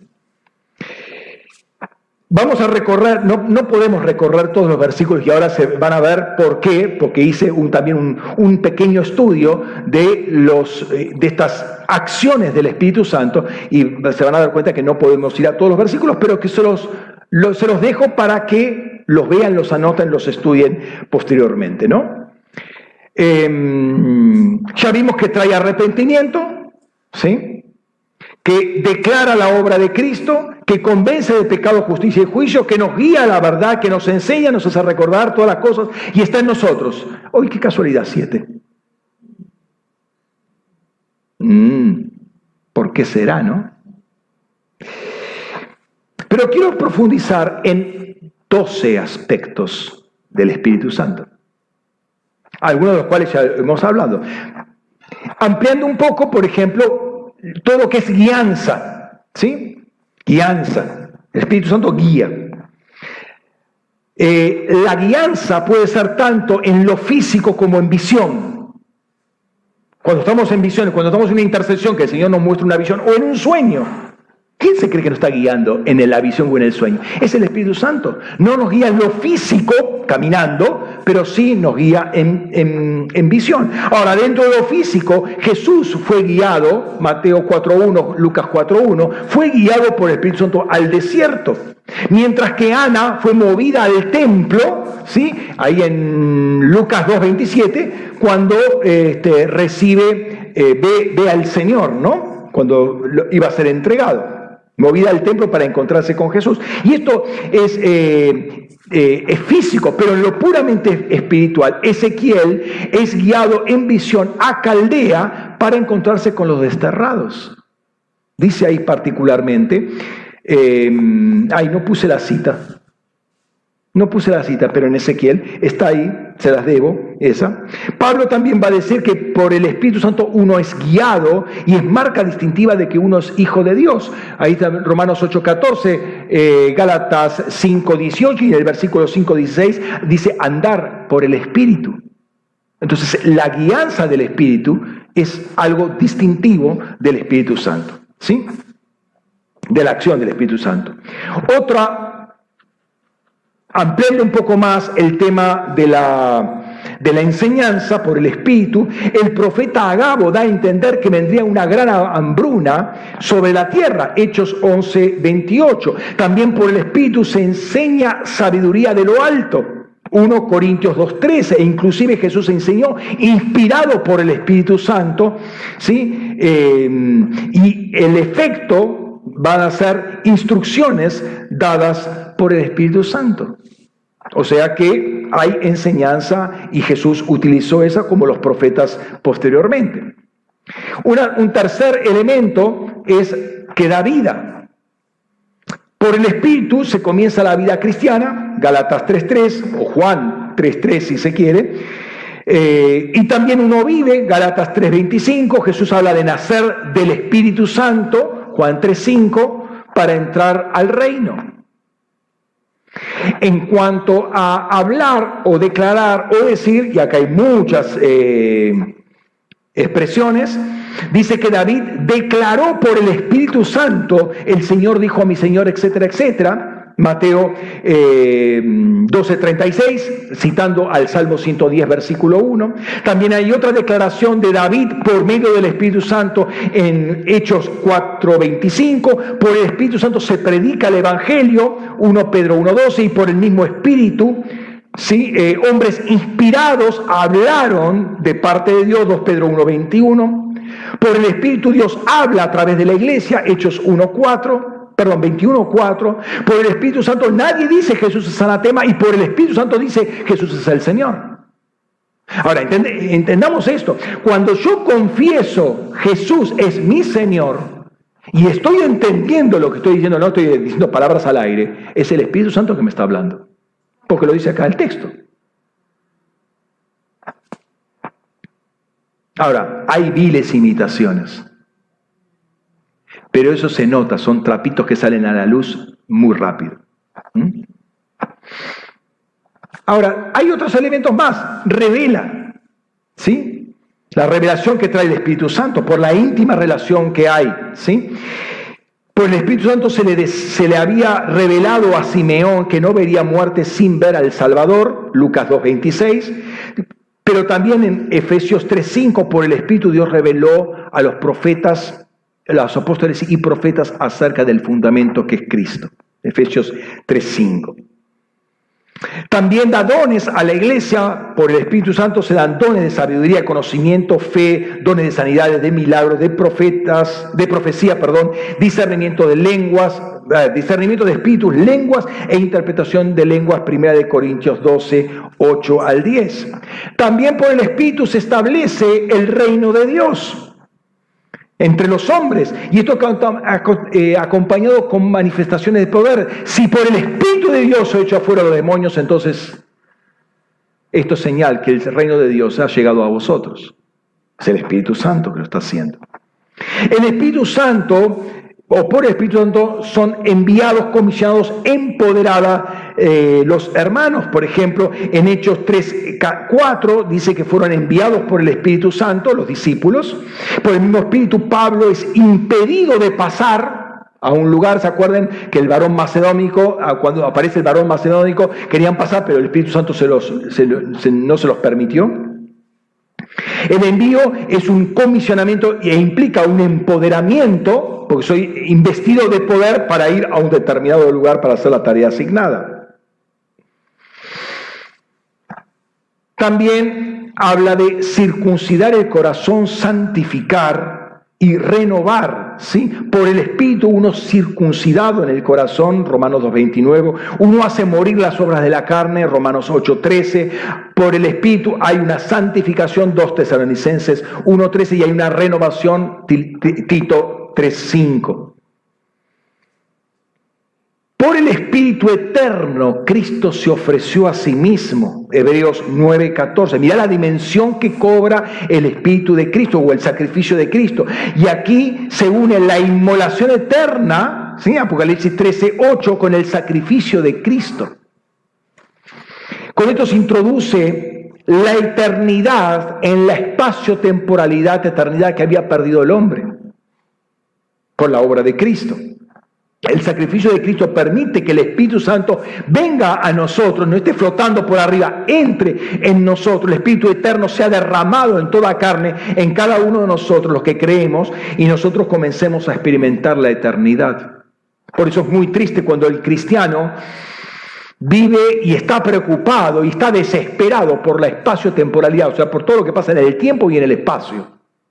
Vamos a recorrer, no podemos recorrer todos los versículos y ahora se van a ver por qué, porque hice también un pequeño estudio de estas acciones del Espíritu Santo y se van a dar cuenta que no podemos ir a todos los versículos, pero que se los dejo para que los vean, los anoten, los estudien posteriormente, ¿no? Ya vimos que trae arrepentimiento, ¿sí? Que declara la obra de Cristo, que convence de pecado, justicia y juicio, que nos guía a la verdad, que nos enseña, nos hace recordar todas las cosas y está en nosotros. Hoy, qué casualidad, 7. ¿Por qué será, no? Pero quiero profundizar en 12 aspectos del Espíritu Santo, algunos de los cuales ya hemos hablado. Ampliando un poco, por ejemplo, todo lo que es guianza, ¿sí? Guianza. El Espíritu Santo guía. La guianza puede ser tanto en lo físico como en visión. Cuando estamos en visiones, cuando estamos en una intercesión, que el Señor nos muestra una visión, o en un sueño. ¿Quién se cree que nos está guiando en la visión o en el sueño? Es el Espíritu Santo. No nos guía en lo físico, caminando, pero sí nos guía en visión. Ahora, dentro de lo físico, Jesús fue guiado, Mateo 4.1, Lucas 4.1, fue guiado por el Espíritu Santo al desierto. Mientras que Ana fue movida al templo, ¿sí? Ahí en Lucas 2.27, cuando ve al Señor, ¿no? Cuando iba a ser entregado. movida al templo para encontrarse con Jesús. Y esto es físico, pero en lo puramente espiritual. Ezequiel es guiado en visión a Caldea para encontrarse con los desterrados. Dice ahí particularmente, no puse la cita. No puse la cita, pero en Ezequiel está ahí, se las debo, esa. Pablo también va a decir que por el Espíritu Santo uno es guiado y es marca distintiva de que uno es hijo de Dios. Ahí está Romanos 8:14, Gálatas 5:18 y en el versículo 5:16 dice andar por el Espíritu. Entonces la guianza del Espíritu es algo distintivo del Espíritu Santo, ¿sí? De la acción del Espíritu Santo. Otra, ampliando un poco más el tema de la enseñanza por el Espíritu, el profeta Agabo da a entender que vendría una gran hambruna sobre la tierra, Hechos 11:28. También por el Espíritu se enseña sabiduría de lo alto, 1 Corintios 2:13, e inclusive Jesús enseñó, inspirado por el Espíritu Santo, ¿sí? Y el efecto van a ser instrucciones dadas por el Espíritu Santo. O sea que hay enseñanza y Jesús utilizó esa como los profetas posteriormente. Un tercer elemento es que da vida. Por el Espíritu se comienza la vida cristiana, Gálatas 3:3 o Juan 3:3 si se quiere. Y también uno vive, Gálatas 3:25, Jesús habla de nacer del Espíritu Santo, Juan 3:5, para entrar al reino. En cuanto a hablar o declarar o decir, y acá hay muchas expresiones, dice que David declaró por el Espíritu Santo, el Señor dijo a mi Señor, etcétera, etcétera. Mateo 12:36, citando al Salmo 110, versículo 1. También hay otra declaración de David por medio del Espíritu Santo en Hechos 4:25. Por el Espíritu Santo se predica el Evangelio, 1 Pedro 1:12, y por el mismo Espíritu, ¿sí? Hombres inspirados hablaron de parte de Dios, 2 Pedro 1:21. Por el Espíritu Dios habla a través de la iglesia, Hechos 21:4. Por el Espíritu Santo nadie dice Jesús es anatema y por el Espíritu Santo dice Jesús es el Señor. Ahora, entendamos esto. Cuando yo confieso Jesús es mi Señor y estoy entendiendo lo que estoy diciendo, no estoy diciendo palabras al aire, es el Espíritu Santo que me está hablando. Porque lo dice acá el texto. Ahora, hay viles imitaciones. Pero eso se nota, son trapitos que salen a la luz muy rápido. Ahora, hay otros elementos más. Revela, ¿sí? La revelación que trae el Espíritu Santo, por la íntima relación que hay, ¿sí? Por el Espíritu Santo se le había revelado a Simeón que no vería muerte sin ver al Salvador, Lucas 2:26. Pero también en Efesios 3:5, por el Espíritu Dios reveló a los profetas, los apóstoles y profetas acerca del fundamento que es Cristo. Efesios 3:5. También da dones a la iglesia, por el Espíritu Santo se dan dones de sabiduría, conocimiento, fe, dones de sanidades, de milagros, de profecía, discernimiento de lenguas, discernimiento de espíritus, lenguas e interpretación de lenguas, 1 Corintios 12, 8 al 10. También por el Espíritu se establece el reino de Dios entre los hombres, y esto acompañado con manifestaciones de poder. Si por el Espíritu de Dios he hecho afuera a los demonios, entonces esto es señal que el reino de Dios ha llegado a vosotros. Es el Espíritu Santo que lo está haciendo. El Espíritu Santo, o por el Espíritu Santo, son enviados, comisionados, empoderada los hermanos. Por ejemplo, en Hechos 3:4 dice que fueron enviados por el Espíritu Santo, los discípulos. Por el mismo Espíritu, Pablo es impedido de pasar a un lugar. ¿Se acuerdan que el varón macedónico, cuando aparece el varón macedónico, querían pasar, pero el Espíritu Santo no se los permitió? El envío es un comisionamiento e implica un empoderamiento, porque soy investido de poder para ir a un determinado lugar para hacer la tarea asignada. También habla de circuncidar el corazón, santificar y renovar, ¿sí? Por el Espíritu uno circuncidado en el corazón, Romanos 2:29, uno hace morir las obras de la carne, Romanos 8:13, por el Espíritu hay una santificación, 2 Tesalonicenses 1:13, y hay una renovación, Tito 3:5. Por el Espíritu eterno, Cristo se ofreció a sí mismo. Hebreos 9:14. Mirá la dimensión que cobra el Espíritu de Cristo o el sacrificio de Cristo. Y aquí se une la inmolación eterna, ¿sí? Apocalipsis 13:8, con el sacrificio de Cristo. Con esto se introduce la eternidad en la espacio-temporalidad, eternidad que había perdido el hombre por la obra de Cristo. El sacrificio de Cristo permite que el Espíritu Santo venga a nosotros, no esté flotando por arriba, entre en nosotros. El Espíritu Eterno sea derramado en toda carne, en cada uno de nosotros, los que creemos, y nosotros comencemos a experimentar la eternidad. Por eso es muy triste cuando el cristiano vive y está preocupado y está desesperado por la espacio-temporalidad, o sea, por todo lo que pasa en el tiempo y en el espacio.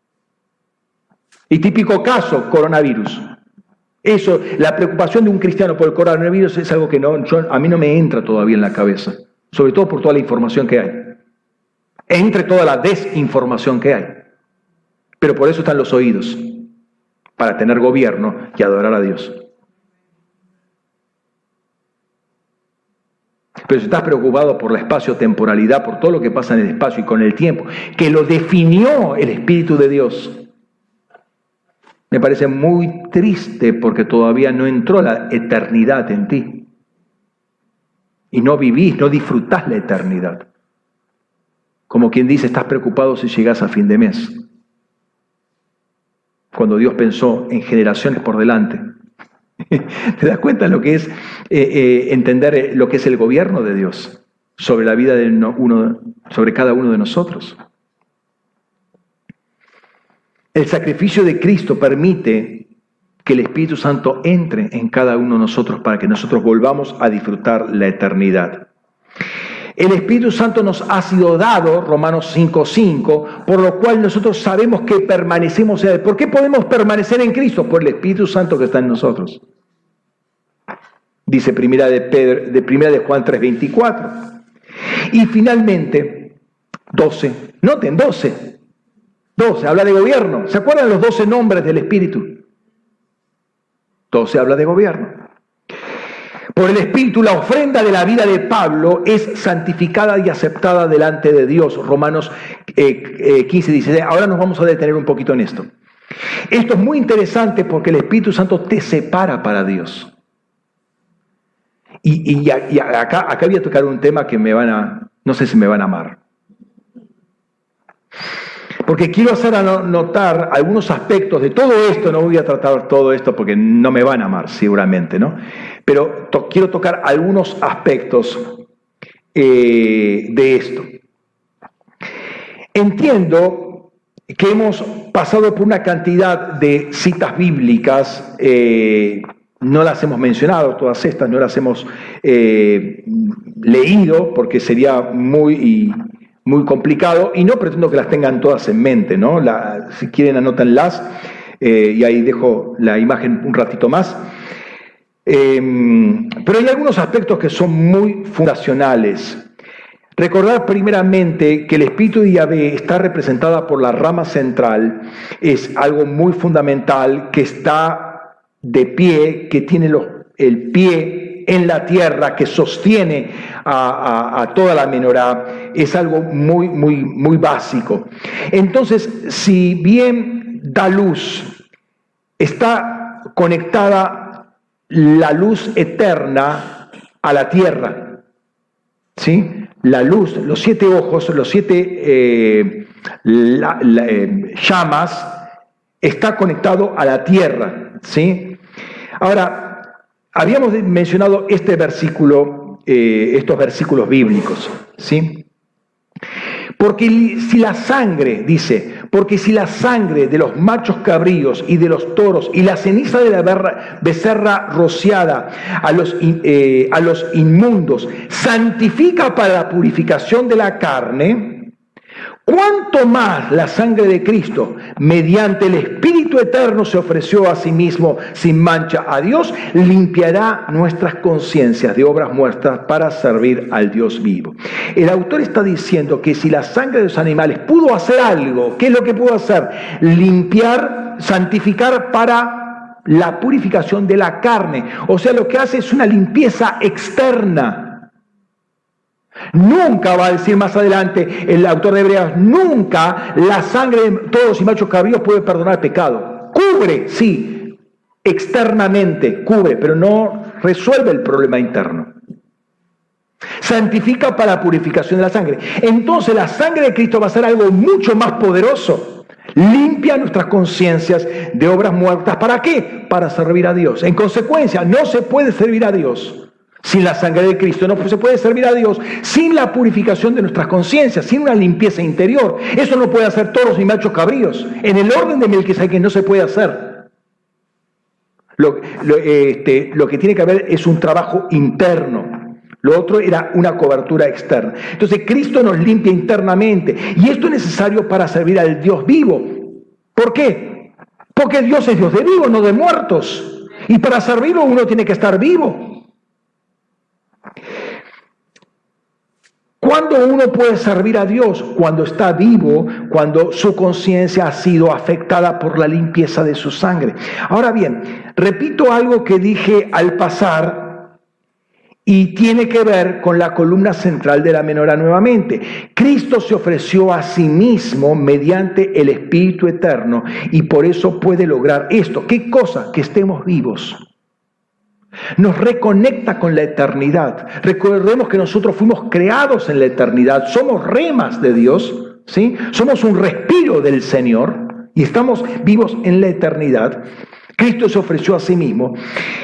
Y típico caso, coronavirus. Eso, la preocupación de un cristiano por el coronavirus es algo que a mí no me entra todavía en la cabeza, sobre todo por toda la información que hay. Entre toda la desinformación que hay. Pero por eso están los oídos, para tener gobierno y adorar a Dios. Pero si estás preocupado por la espacio-temporalidad, por todo lo que pasa en el espacio y con el tiempo, que lo definió el Espíritu de Dios, me parece muy triste porque todavía no entró la eternidad en ti. Y no vivís, no disfrutás la eternidad. Como quien dice, estás preocupado si llegás a fin de mes. Cuando Dios pensó en generaciones por delante. ¿Te das cuenta de lo que es entender lo que es el gobierno de Dios sobre la vida sobre cada uno de nosotros? El sacrificio de Cristo permite que el Espíritu Santo entre en cada uno de nosotros para que nosotros volvamos a disfrutar la eternidad. El Espíritu Santo nos ha sido dado, Romanos 5:5, por lo cual nosotros sabemos que permanecemos en Él. ¿Por qué podemos permanecer en Cristo? Por el Espíritu Santo que está en nosotros. Dice primera de Juan 3:24. Y finalmente, 12. Noten, 12, habla de gobierno. ¿Se acuerdan los 12 nombres del Espíritu? 12 habla de gobierno. Por el Espíritu, la ofrenda de la vida de Pablo es santificada y aceptada delante de Dios. Romanos 15:16. Ahora nos vamos a detener un poquito en esto. Esto es muy interesante porque el Espíritu Santo te separa para Dios. Y acá voy a tocar un tema que no sé si me van a amar. Porque quiero hacer notar algunos aspectos de todo esto. No voy a tratar todo esto porque no me van a amar seguramente, ¿no? Pero quiero tocar algunos aspectos de esto. Entiendo que hemos pasado por una cantidad de citas bíblicas, no las hemos mencionado todas estas, no las hemos leído porque sería muy complicado, y no pretendo que las tengan todas en mente, ¿no? Si quieren anótanlas, y ahí dejo la imagen un ratito más. Pero hay algunos aspectos que son muy fundacionales. Recordar primeramente que el Espíritu de Yahvé está representada por la rama central, es algo muy fundamental, que está de pie, que tiene el pie en la tierra, que sostiene a toda la menorá. Es algo muy, muy, muy básico. Entonces, si bien da luz, está conectada la luz eterna a la tierra, ¿sí? La luz, los 7 ojos, los 7 llamas, está conectado a la tierra, ¿sí? Ahora, habíamos mencionado este versículo, estos versículos bíblicos, ¿sí? Porque si la sangre de los machos cabríos y de los toros y la ceniza de la becerra rociada a los inmundos santifica para la purificación de la carne, cuánto más la sangre de Cristo, mediante el Espíritu Eterno, se ofreció a sí mismo sin mancha a Dios, limpiará nuestras conciencias de obras muertas para servir al Dios vivo. El autor está diciendo que si la sangre de los animales pudo hacer algo, ¿qué es lo que pudo hacer? Limpiar, santificar para la purificación de la carne. O sea, lo que hace es una limpieza externa. Nunca, va a decir más adelante el autor de Hebreos, nunca la sangre de todos y machos cabríos puede perdonar pecado. Cubre, sí, externamente cubre, pero no resuelve el problema interno. Santifica para la purificación de la sangre. Entonces la sangre de Cristo va a ser algo mucho más poderoso. Limpia nuestras conciencias de obras muertas. ¿Para qué? Para servir a Dios. En consecuencia, no se puede servir a Dios sin la sangre de Cristo. No se puede servir a Dios sin la purificación de nuestras conciencias, sin una limpieza interior. Eso no puede hacer toros ni machos cabríos. En el orden de Melquisedec no se puede hacer. Lo que tiene que haber es un trabajo interno. Lo otro era una cobertura externa. Entonces Cristo nos limpia internamente. Y esto es necesario para servir al Dios vivo. ¿Por qué? Porque Dios es Dios de vivos, no de muertos. Y para servirlo uno tiene que estar vivo. ¿Cuándo uno puede servir a Dios? Cuando está vivo, cuando su conciencia ha sido afectada por la limpieza de su sangre. Ahora bien, repito algo que dije al pasar y tiene que ver con la columna central de la menorá nuevamente. Cristo se ofreció a sí mismo mediante el Espíritu Eterno y por eso puede lograr esto. ¿Qué cosa? Que estemos vivos. Nos reconecta con la eternidad. Recordemos que nosotros fuimos creados en la eternidad. Somos remas de Dios, ¿sí? Somos un respiro del Señor y estamos vivos en la eternidad. Cristo se ofreció a sí mismo.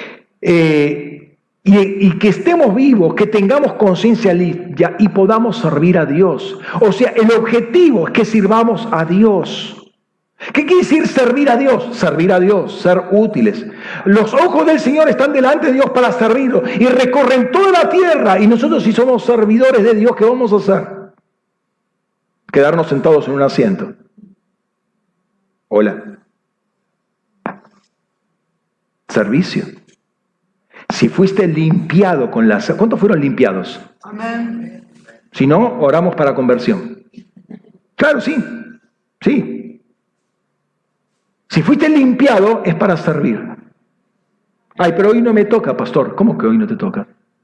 Y que estemos vivos, que tengamos conciencia limpia y podamos servir a Dios. O sea, el objetivo es que sirvamos a Dios. ¿Qué quiere decir servir a Dios? Servir a Dios, ser útiles. Los ojos del Señor están delante de Dios para servirlo y recorren toda la tierra. Y nosotros, si somos servidores de Dios, ¿qué vamos a hacer? Quedarnos sentados en un asiento. Hola. Servicio. Si fuiste limpiado con la... ¿Cuántos fueron limpiados? Amén. Si no, oramos para conversión. Claro, sí. Sí. Si fuiste limpiado, es para servir. Ay, pero hoy no me toca, pastor. ¿Cómo que hoy no te toca?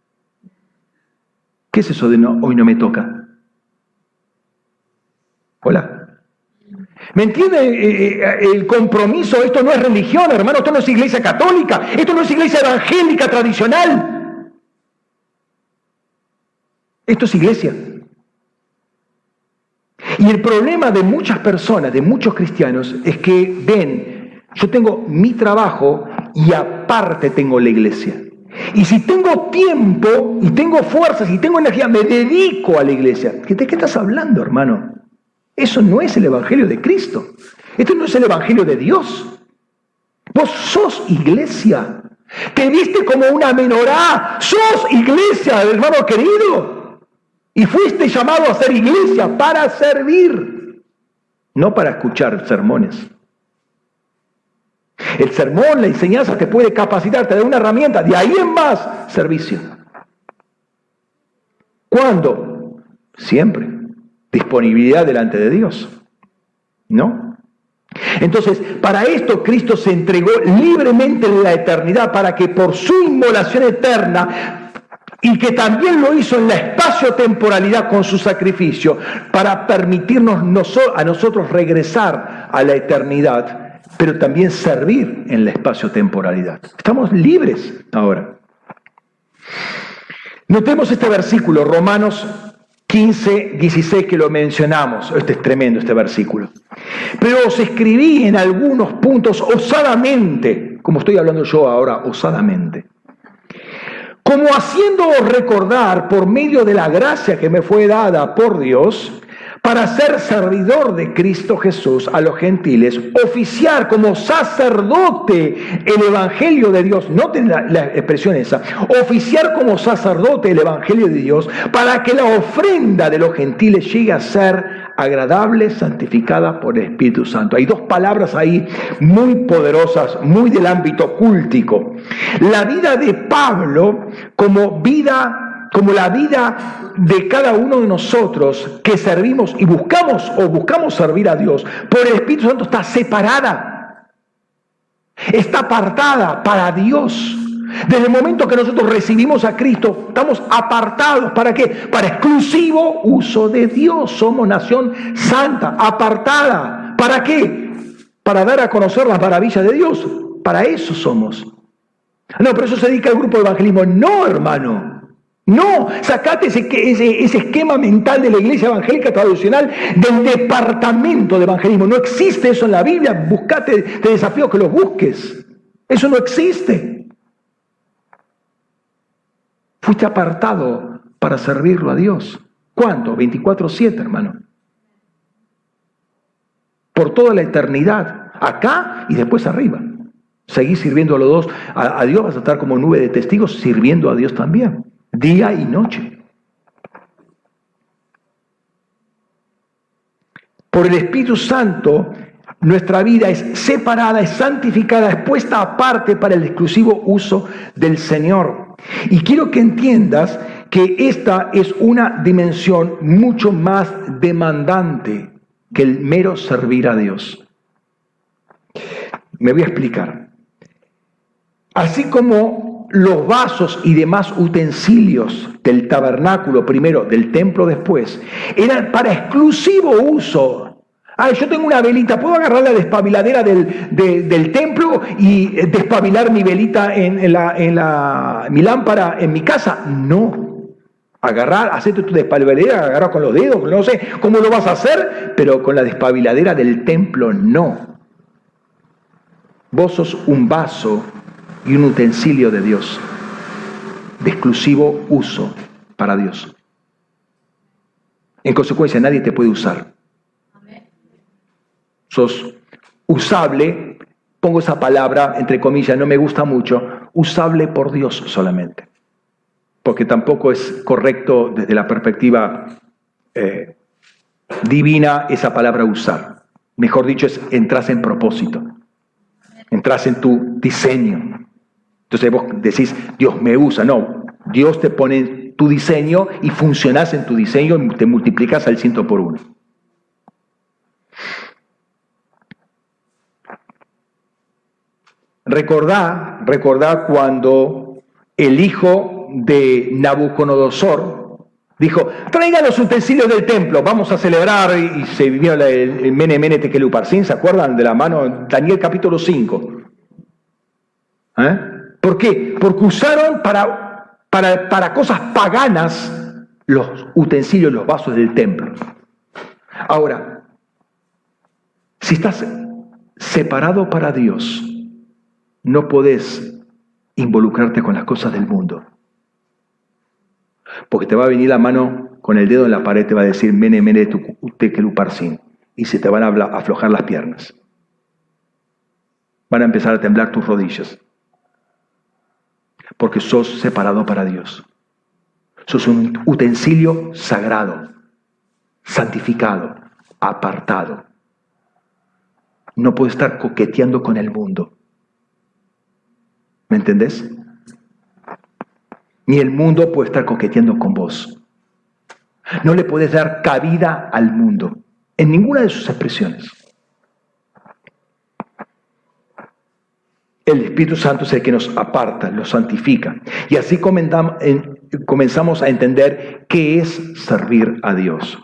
¿Qué es eso de hoy no me toca? Hola. ¿Me entiende el compromiso? Esto no es religión, hermano. Esto no es iglesia católica. Esto no es iglesia evangélica tradicional. Esto es iglesia. Y el problema de muchas personas, de muchos cristianos, es que ven, yo tengo mi trabajo y aparte tengo la iglesia. Y si tengo tiempo y tengo fuerzas y tengo energía, me dedico a la iglesia. ¿De qué estás hablando, hermano? Eso no es el evangelio de Cristo. Esto no es el evangelio de Dios. Vos sos iglesia. Te viste como una menorá. Sos iglesia, hermano querido. Y fuiste llamado a ser iglesia para servir, no para escuchar sermones. El sermón, la enseñanza te puede capacitar, te da una herramienta, de ahí en más, servicio. ¿Cuándo? Siempre. Disponibilidad delante de Dios. ¿No? Entonces, para esto Cristo se entregó libremente en la eternidad, para que por su inmolación eterna, y que también lo hizo en la espacio-temporalidad con su sacrificio, para permitirnos a nosotros regresar a la eternidad, pero también servir en la espacio-temporalidad. Estamos libres ahora. Notemos este versículo, Romanos 15, 16, que lo mencionamos. Este es tremendo, este versículo. Pero os escribí en algunos puntos osadamente, como estoy hablando yo ahora, osadamente, como haciéndoos recordar por medio de la gracia que me fue dada por Dios, para ser servidor de Cristo Jesús a los gentiles, oficiar como sacerdote el evangelio de Dios. Noten la expresión esa, oficiar como sacerdote el evangelio de Dios, para que la ofrenda de los gentiles llegue a ser agradable, santificada por el Espíritu Santo. Hay dos palabras ahí muy poderosas, muy del ámbito cultico. La vida de Pablo como la vida de cada uno de nosotros que servimos y buscamos servir a Dios, por el Espíritu Santo está separada, está apartada para Dios. Desde el momento que nosotros recibimos a Cristo, estamos apartados. ¿Para qué? Para exclusivo uso de Dios. Somos nación santa, apartada. ¿Para qué? Para dar a conocer las maravillas de Dios. Para eso somos. No, pero eso se dedica al grupo de evangelismo. No, hermano. No, sacate ese esquema mental de la iglesia evangélica tradicional del departamento de evangelismo. No existe eso en la Biblia. Te desafío que lo busques. Eso no existe. Fuiste apartado para servirlo a Dios. ¿Cuánto? 24/7, hermano. Por toda la eternidad. Acá y después arriba. Seguís sirviendo a los dos. A Dios vas a estar como nube de testigos sirviendo a Dios también. Día y noche. Por el Espíritu Santo, nuestra vida es separada, es santificada, es puesta aparte para el exclusivo uso del Señor. Y quiero que entiendas que esta es una dimensión mucho más demandante que el mero servir a Dios. Me voy a explicar. Así como los vasos y demás utensilios del tabernáculo primero, del templo después, eran para exclusivo uso. Yo tengo una velita, ¿puedo agarrar la despabiladera del templo y despabilar mi velita mi lámpara en mi casa? No. Hacete tu despabiladera, agarrar con los dedos, no sé cómo lo vas a hacer, pero con la despabiladera del templo no. Vos sos un vaso y un utensilio de Dios, de exclusivo uso para Dios. En consecuencia, nadie te puede usar. Sos usable, pongo esa palabra entre comillas, no me gusta mucho, usable por Dios solamente. Porque tampoco es correcto desde la perspectiva divina esa palabra usar. Mejor dicho, entras en propósito, entras en tu diseño. Entonces vos decís, Dios me usa. No, Dios te pone en tu diseño y funcionás en tu diseño y te multiplicas al 100 por 1. Recordá cuando el hijo de Nabucodonosor dijo, traigan los utensilios del templo, vamos a celebrar, y se vivió el Mene Mene Tekel Upharsin, ¿se acuerdan de la mano? Daniel capítulo 5. ¿Por qué? Porque usaron para cosas paganas los utensilios, los vasos del templo. Ahora, si estás separado para Dios, no podés involucrarte con las cosas del mundo. Porque te va a venir la mano con el dedo en la pared, te va a decir Mene Mene Tekel Upharsin, y se te van a aflojar las piernas. Van a empezar a temblar tus rodillas. Porque sos separado para Dios. Sos un utensilio sagrado, santificado, apartado. No puedes estar coqueteando con el mundo. ¿Me entendés? Ni el mundo puede estar coqueteando con vos. No le podés dar cabida al mundo en ninguna de sus expresiones. El Espíritu Santo es el que nos aparta, lo santifica. Y así comenzamos a entender qué es servir a Dios.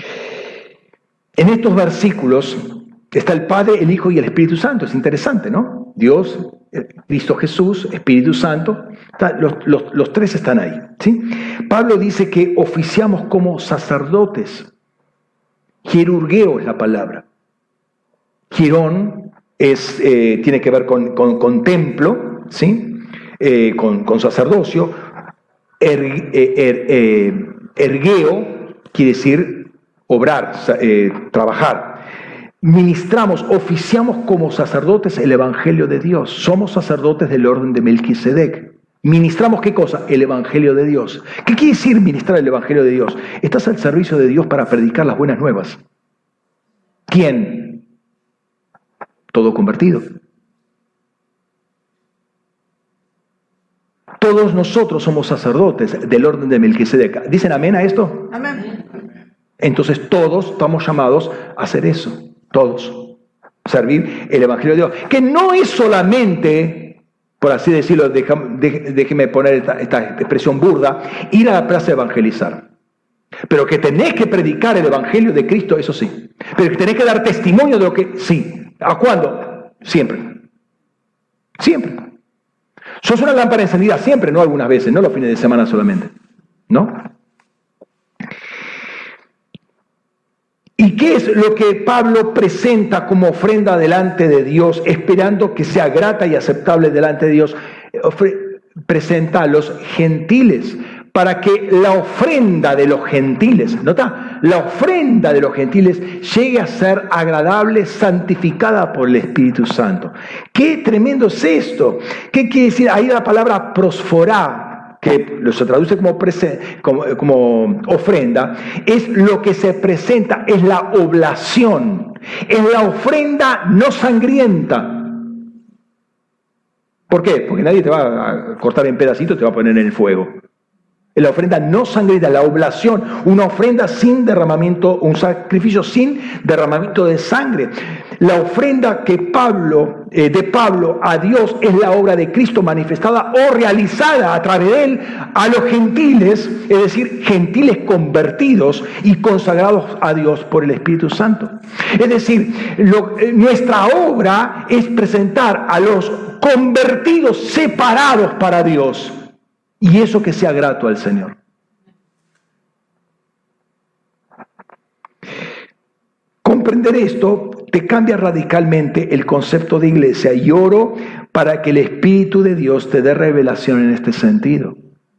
En estos versículos está el Padre, el Hijo y el Espíritu Santo. Es interesante, ¿no? Dios, Cristo Jesús, Espíritu Santo, los tres están ahí, ¿sí? Pablo dice que oficiamos como sacerdotes. Quirurgeo es la palabra. Quirón tiene que ver con templo, ¿sí? Con sacerdocio. Ergeo quiere decir obrar, trabajar. Ministramos, oficiamos como sacerdotes el Evangelio de Dios. Somos sacerdotes del orden de Melquisedec. Ministramos ¿qué cosa? El Evangelio de Dios. ¿Qué quiere decir ministrar el Evangelio de Dios? Estás al servicio de Dios para predicar las buenas nuevas. ¿Quién? Todo convertido. Todos nosotros somos sacerdotes del orden de Melquisedec. ¿Dicen amén a esto? Amén. Entonces todos estamos llamados a hacer eso. Todos. Servir el Evangelio de Dios. Que no es solamente, por así decirlo, déjeme poner esta expresión burda, ir a la plaza a evangelizar. Pero que tenés que predicar el Evangelio de Cristo, eso sí. Pero que tenés que dar testimonio de lo que... Sí. ¿A cuándo? Siempre. Siempre. Sos una lámpara encendida siempre, no algunas veces, no los fines de semana solamente. ¿No? ¿Y qué es lo que Pablo presenta como ofrenda delante de Dios, esperando que sea grata y aceptable delante de Dios? Presenta a los gentiles, para que la ofrenda de los gentiles, ¿nota? La ofrenda de los gentiles llegue a ser agradable, santificada por el Espíritu Santo. ¡Qué tremendo es esto! ¿Qué quiere decir? Ahí la palabra prosforá, que se traduce como ofrenda, es lo que se presenta, es la oblación, es la ofrenda no sangrienta. ¿Por qué? Porque nadie te va a cortar en pedacitos, te va a poner en el fuego. La ofrenda no sangrienta, la oblación, una ofrenda sin derramamiento, un sacrificio sin derramamiento de sangre. La ofrenda que de Pablo a Dios es la obra de Cristo manifestada o realizada a través de él a los gentiles, es decir, gentiles convertidos y consagrados a Dios por el Espíritu Santo. Es decir, nuestra obra es presentar a los convertidos separados para Dios. Y eso que sea grato al Señor. Comprender esto te cambia radicalmente el concepto de iglesia y oro para que el Espíritu de Dios te dé revelación en este sentido.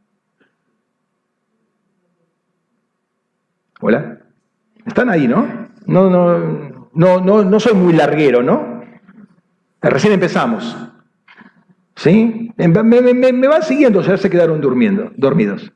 ¿Hola? ¿Están ahí, no? No soy muy larguero, ¿no? Recién empezamos. ¿Sí? Me van siguiendo, ya se quedaron dormidos.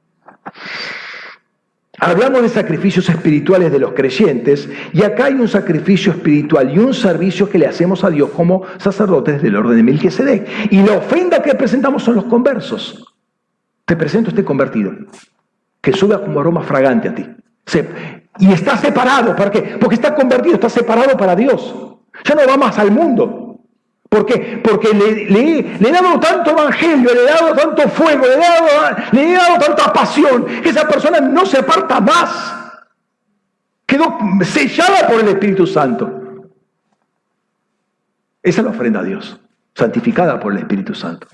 Hablamos de sacrificios espirituales de los creyentes y acá hay un sacrificio espiritual y un servicio que le hacemos a Dios como sacerdotes del orden de Melquisedec. Y la ofrenda que presentamos son los conversos. Te presento este convertido, que sube como aroma fragante a ti. Y está separado, ¿para qué? Porque está convertido, está separado para Dios. Ya no va más al mundo. ¿Por qué? Porque le he dado tanto evangelio, le he dado tanto fuego, le he dado tanta pasión, que esa persona no se aparta más. Quedó sellada por el Espíritu Santo. Esa es la ofrenda a Dios, santificada por el Espíritu Santo.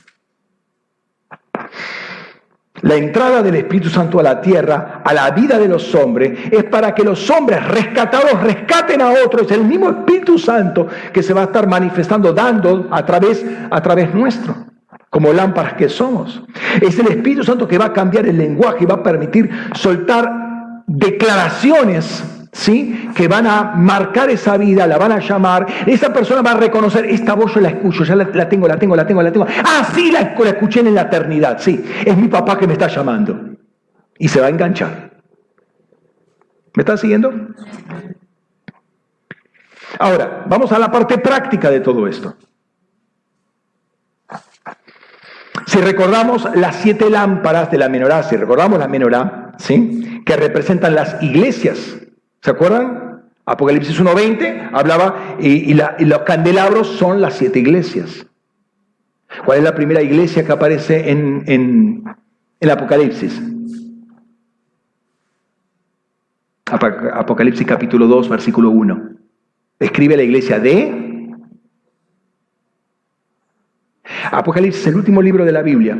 La entrada del Espíritu Santo a la tierra, a la vida de los hombres, es para que los hombres rescatados rescaten a otros. Es el mismo Espíritu Santo que se va a estar manifestando, dando a través nuestro, como lámparas que somos. Es el Espíritu Santo que va a cambiar el lenguaje y va a permitir soltar declaraciones, ¿sí?, que van a marcar esa vida, la van a llamar. Esa persona va a reconocer, esta voz yo la escucho, ya la tengo. Ah, sí, la escuché en la eternidad, sí, es mi papá que me está llamando. Y se va a enganchar. ¿Me están siguiendo? Ahora, vamos a la parte práctica de todo esto. Si recordamos las 7 lámparas de la menorá, si recordamos la menorá, ¿sí?, que representan las iglesias, ¿se acuerdan? Apocalipsis 1:20 hablaba y los candelabros son las 7 iglesias. ¿Cuál es la primera iglesia que aparece en Apocalipsis? Apocalipsis capítulo 2, versículo 1. Escribe la iglesia de... Apocalipsis, el último libro de la Biblia.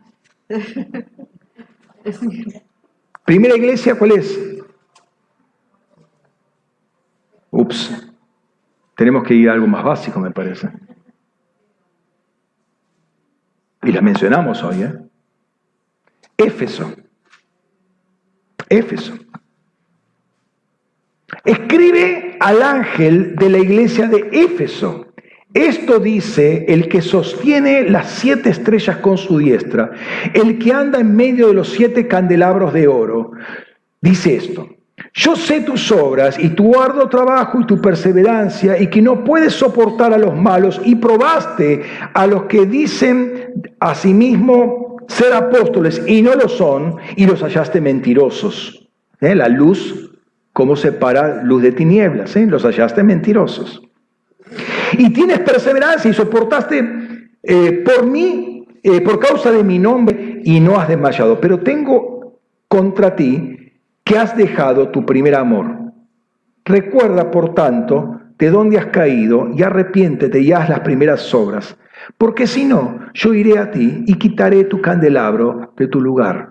Primera iglesia, ¿cuál es? Ups, tenemos que ir a algo más básico, me parece. Y la mencionamos hoy, ¿eh? Éfeso. Escribe al ángel de la iglesia de Éfeso. Esto dice el que sostiene las 7 estrellas con su diestra, el que anda en medio de los 7 candelabros de oro. Dice esto: Yo sé tus obras y tu arduo trabajo y tu perseverancia y que no puedes soportar a los malos y probaste a los que dicen a sí mismos ser apóstoles y no lo son y los hallaste mentirosos. La luz, ¿cómo separa luz de tinieblas? Los hallaste mentirosos. Y tienes perseverancia y soportaste por mí, por causa de mi nombre y no has desmayado. Pero tengo contra ti que has dejado tu primer amor. Recuerda, por tanto, de dónde has caído y arrepiéntete y haz las primeras obras, porque si no, yo iré a ti y quitaré tu candelabro de tu lugar.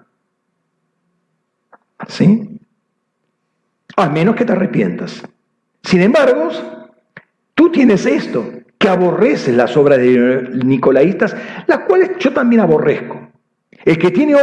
¿Sí? A menos que te arrepientas. Sin embargo, tú tienes esto, que aborreces las obras de nicolaítas, las cuales yo también aborrezco. El que tiene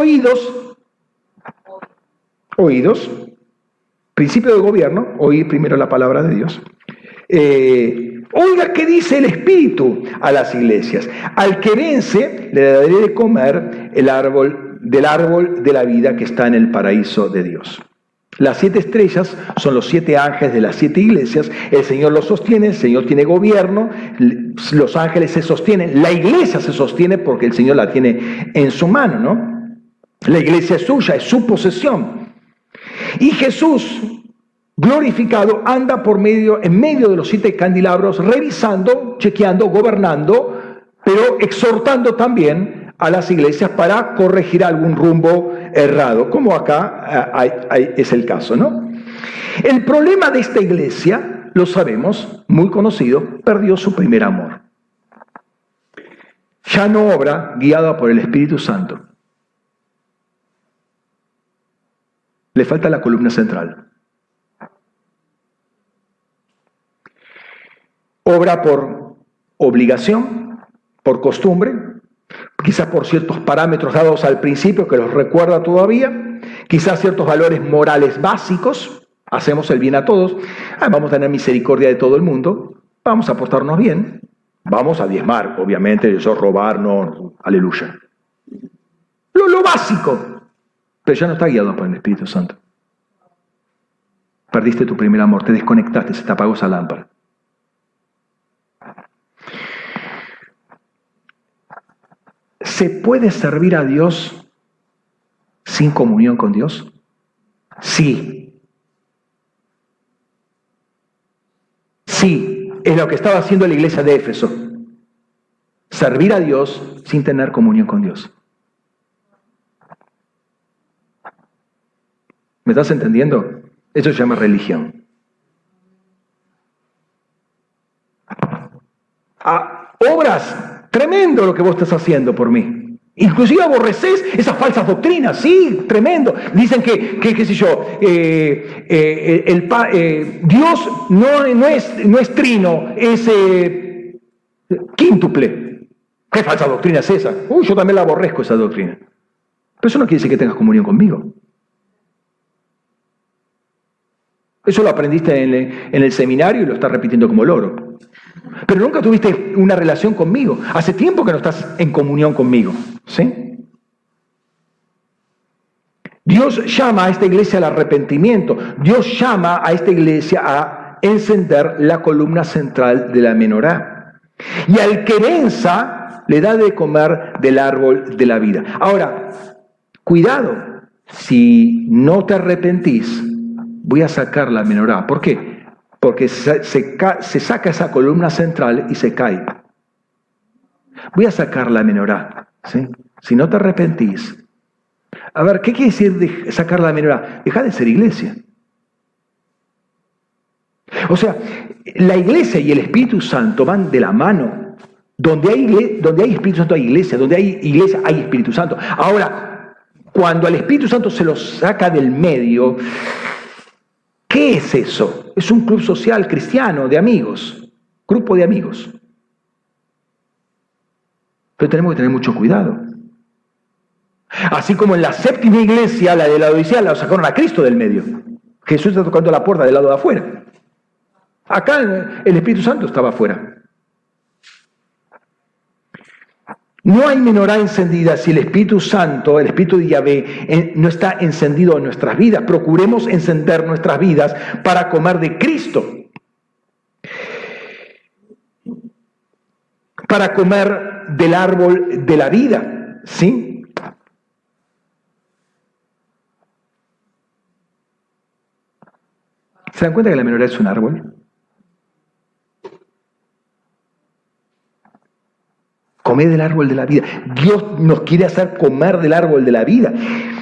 oídos, principio de gobierno, oír primero la palabra de Dios. Oiga qué dice el Espíritu a las iglesias. Al que vence le daré de comer del árbol de la vida que está en el paraíso de Dios. Las 7 estrellas son los 7 ángeles de las 7 iglesias. El Señor los sostiene, el Señor tiene gobierno, los ángeles se sostienen, la iglesia se sostiene porque el Señor la tiene en su mano, ¿no? La iglesia es suya, es su posesión. Y Jesús, glorificado, anda en medio de los 7 candelabros, revisando, chequeando, gobernando, pero exhortando también a las iglesias para corregir algún rumbo errado, como acá es el caso, ¿no? El problema de esta iglesia, lo sabemos, muy conocido, perdió su primer amor. Ya no obra guiada por el Espíritu Santo. Le falta la columna central. Obra por obligación, por costumbre, quizás por ciertos parámetros dados al principio que los recuerda todavía, quizás ciertos valores morales básicos, hacemos el bien a todos, vamos a tener misericordia de todo el mundo, vamos a portarnos bien, vamos a diezmar, obviamente, eso robar, no, aleluya. Lo básico. Pero ya no está guiado por el Espíritu Santo. Perdiste tu primer amor, te desconectaste, se te apagó esa lámpara. ¿Se puede servir a Dios sin comunión con Dios? Sí. Sí, es lo que estaba haciendo la iglesia de Éfeso. Servir a Dios sin tener comunión con Dios. ¿Me estás entendiendo? Eso se llama religión. Obras, tremendo lo que vos estás haciendo por mí. Inclusive aborrecés esas falsas doctrinas, sí, tremendo. Dicen que qué sé yo, Dios no es trino, es quíntuple. ¿Qué falsa doctrina es esa? Yo también la aborrezco esa doctrina. Pero eso no quiere decir que tengas comunión conmigo. Eso lo aprendiste en el seminario y lo estás repitiendo como loro. Pero nunca tuviste una relación conmigo. Hace tiempo que no estás en comunión conmigo. ¿Sí? Dios llama a esta iglesia al arrepentimiento. Dios llama a esta iglesia a encender la columna central de la menorá. Y al que venza, le da de comer del árbol de la vida. Ahora, cuidado. Si no te arrepentís, voy a sacar la menorá. ¿Por qué? Porque se saca esa columna central y se cae. Voy a sacar la menorá. ¿Sí? Si no te arrepentís. A ver, ¿qué quiere decir de sacar la menorá? Deja de ser iglesia. O sea, la iglesia y el Espíritu Santo van de la mano. Donde hay Espíritu Santo hay iglesia. Donde hay iglesia hay Espíritu Santo. Ahora, cuando al Espíritu Santo se lo saca del medio, ¿qué es eso? Es un club social cristiano de amigos, grupo de amigos. Pero tenemos que tener mucho cuidado. Así como en la séptima iglesia, la de la Odisea, la sacaron a Cristo del medio. Jesús está tocando la puerta del lado de afuera. Acá el Espíritu Santo estaba afuera. No hay menorá encendida si el Espíritu Santo, el Espíritu de Yahvé, no está encendido en nuestras vidas. Procuremos encender nuestras vidas para comer de Cristo. Para comer del árbol de la vida, ¿sí? ¿Se dan cuenta que la menorá es un árbol? Comer del árbol de la vida. Dios nos quiere hacer comer del árbol de la vida.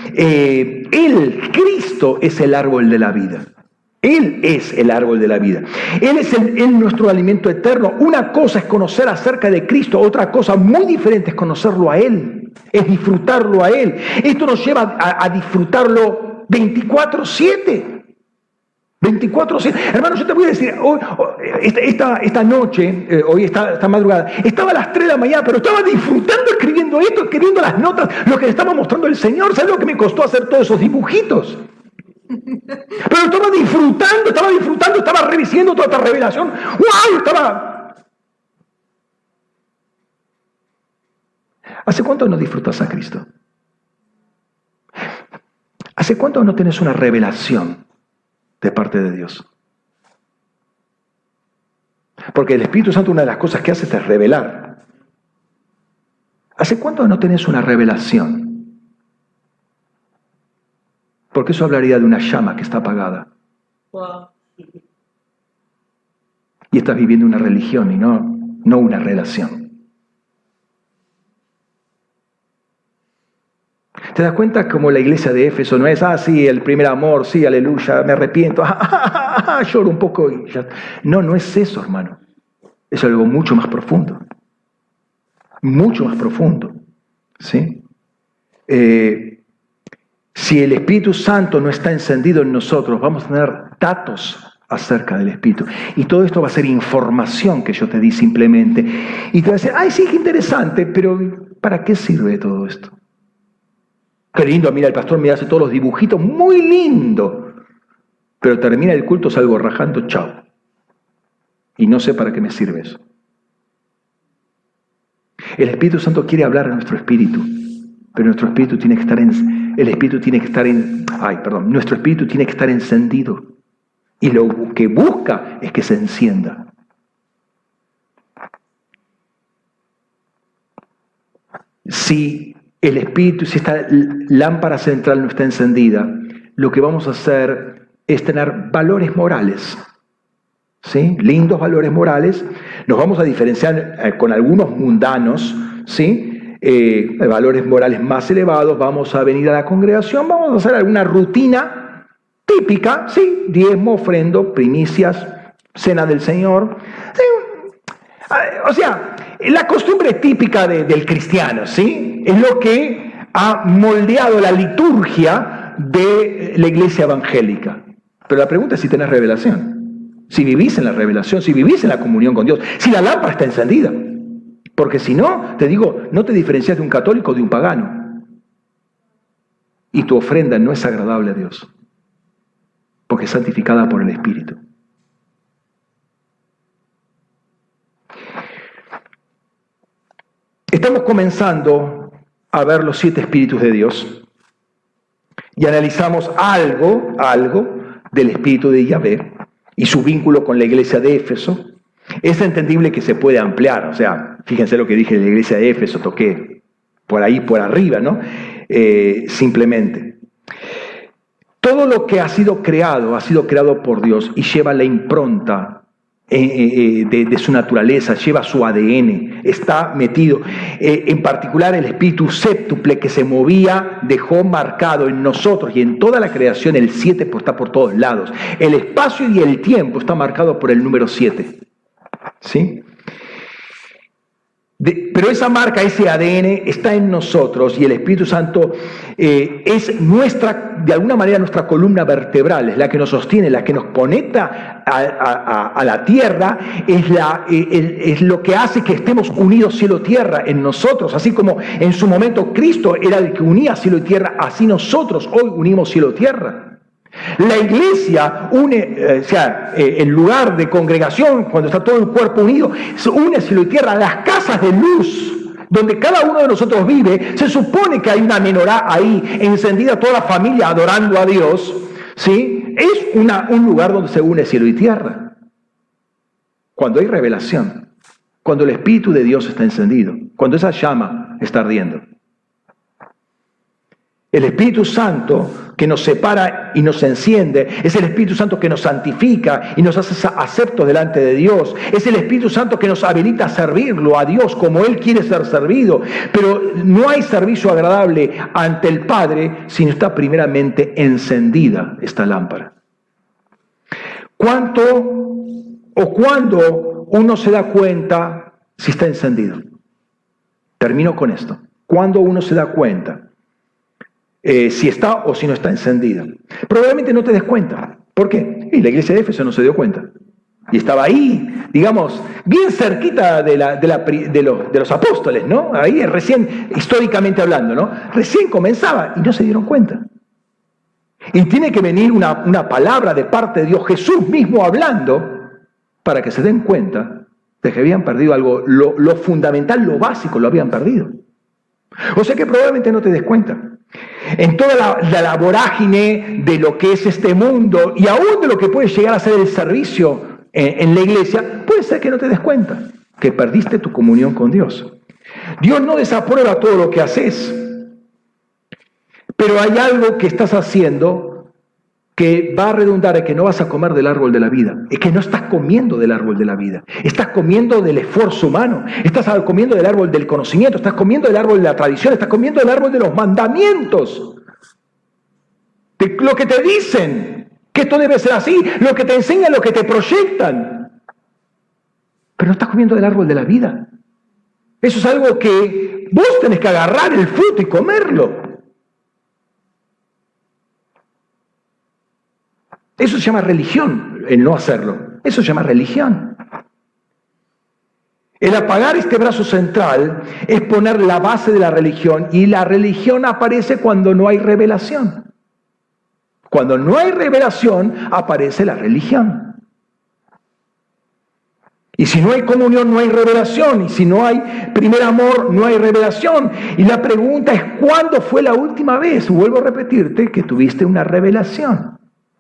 Cristo, es el árbol de la vida. Él es el árbol de la vida. Él es nuestro alimento eterno. Una cosa es conocer acerca de Cristo, otra cosa muy diferente es conocerlo a Él, es disfrutarlo a Él. Esto nos lleva a disfrutarlo 24/7. 24/7. Hermano, yo te voy a decir, esta noche, hoy esta madrugada, estaba a las 3 de la mañana, pero estaba disfrutando escribiendo esto, escribiendo las notas, lo que le estaba mostrando el Señor. ¿Sabes lo que me costó hacer todos esos dibujitos? Pero estaba disfrutando, estaba revisando toda esta revelación. ¡Wow! ¿Hace cuánto no disfrutas a Cristo? ¿Hace cuánto no tienes una revelación de parte de Dios? Porque el Espíritu Santo, una de las cosas que hace es revelar. ¿Hace cuánto no tenés una revelación? Porque eso hablaría de una llama que está apagada. Wow. Y estás viviendo una religión y no una relación. ¿Te das cuenta como la iglesia de Éfeso no es, sí, el primer amor, sí, aleluya, me arrepiento, lloro un poco y ya? No es eso, hermano. Es algo mucho más profundo. Mucho más profundo. ¿Sí? Si el Espíritu Santo no está encendido en nosotros, vamos a tener datos acerca del Espíritu. Y todo esto va a ser información que yo te di simplemente. Y te vas a decir, sí, qué interesante, pero ¿para qué sirve todo esto? Qué lindo, mira, el pastor me hace todos los dibujitos, muy lindo. Pero termina el culto, salgo rajando, chao. Y no sé para qué me sirve eso. El Espíritu Santo quiere hablar a nuestro espíritu, pero nuestro espíritu tiene que estar nuestro espíritu tiene que estar encendido. Y lo que busca es que se encienda. Si esta lámpara central no está encendida, lo que vamos a hacer es tener valores morales, ¿sí? Lindos valores morales. Nos vamos a diferenciar con algunos mundanos, ¿sí? Valores morales más elevados. Vamos a venir a la congregación, vamos a hacer alguna rutina típica, ¿sí? Diezmo, ofrendo, primicias, cena del Señor, ¿sí? O sea, la costumbre típica del cristiano, ¿sí? Es lo que ha moldeado la liturgia de la iglesia evangélica. Pero la pregunta es si tenés revelación, si vivís en la revelación, si vivís en la comunión con Dios, si la lámpara está encendida. Porque si no, te digo, no te diferencias de un católico o de un pagano. Y tu ofrenda no es agradable a Dios, porque es santificada por el Espíritu. Estamos comenzando a ver los 7 espíritus de Dios y analizamos algo del espíritu de Yahvé y su vínculo con la iglesia de Éfeso. Es entendible que se puede ampliar, o sea, fíjense lo que dije de la iglesia de Éfeso, toqué por ahí, por arriba, ¿no? Simplemente. Todo lo que ha sido creado por Dios y lleva la impronta de su naturaleza, lleva su ADN, está metido. En particular el espíritu séptuple que se movía, dejó marcado en nosotros y en toda la creación el 7 está por todos lados. El espacio y el tiempo está marcado por el número 7. ¿Sí? Pero esa marca, ese ADN está en nosotros y el Espíritu Santo es de alguna manera nuestra columna vertebral, es la que nos sostiene, la que nos conecta a la tierra, es lo que hace que estemos unidos cielo-tierra en nosotros, así como en su momento Cristo era el que unía cielo y tierra, así nosotros hoy unimos cielo-tierra. La iglesia une, el lugar de congregación, cuando está todo el cuerpo unido, se une cielo y tierra. Las casas de luz donde cada uno de nosotros vive, se supone que hay una menorá ahí, encendida toda la familia adorando a Dios, ¿sí? Es un lugar donde se une cielo y tierra. Cuando hay revelación, cuando el Espíritu de Dios está encendido, cuando esa llama está ardiendo. El Espíritu Santo que nos separa y nos enciende, es el Espíritu Santo que nos santifica y nos hace aceptos delante de Dios, es el Espíritu Santo que nos habilita a servirlo a Dios como Él quiere ser servido, pero no hay servicio agradable ante el Padre si no está primeramente encendida esta lámpara. ¿Cuánto o cuándo uno se da cuenta si está encendido? Termino con esto. ¿Cuándo uno se da cuenta si está o si no está encendida? Probablemente no te des cuenta. ¿Por qué? Y la iglesia de Éfeso no se dio cuenta. Y estaba ahí, digamos, bien cerquita de los apóstoles, ¿no? Ahí recién, históricamente hablando, ¿no? Recién comenzaba y no se dieron cuenta. Y tiene que venir una palabra de parte de Dios, Jesús mismo hablando, para que se den cuenta de que habían perdido algo, lo fundamental, lo básico, lo habían perdido. O sea que probablemente no te des cuenta. En toda la vorágine de lo que es este mundo y aún de lo que puede llegar a ser el servicio en la iglesia, puede ser que no te des cuenta que perdiste tu comunión con Dios. Dios no desaprueba todo lo que haces, pero hay algo que estás haciendo que va a redundar en que no vas a comer del árbol de la vida. Es que no estás comiendo del árbol de la vida. Estás comiendo del esfuerzo humano. Estás comiendo del árbol del conocimiento. Estás comiendo del árbol de la tradición. Estás comiendo del árbol de los mandamientos. De lo que te dicen que esto debe ser así. Lo que te enseñan, lo que te proyectan. Pero no estás comiendo del árbol de la vida. Eso es algo que vos tenés que agarrar el fruto y comerlo. Eso se llama religión, el no hacerlo. Eso se llama religión. El apagar este brazo central es poner la base de la religión, y la religión aparece cuando no hay revelación. Cuando no hay revelación, aparece la religión. Y si no hay comunión, no hay revelación. Y si no hay primer amor, no hay revelación. Y la pregunta es, ¿cuándo fue la última vez? Vuelvo a repetirte que tuviste una revelación.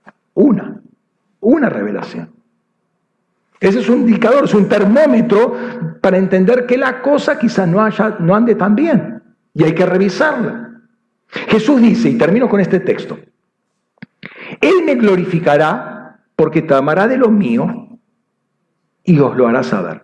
Una revelación. Ese es un indicador, es un termómetro para entender que la cosa quizás no ande tan bien y hay que revisarla. Jesús dice, y termino con este texto, Él me glorificará porque tomará de lo mío y os lo hará saber.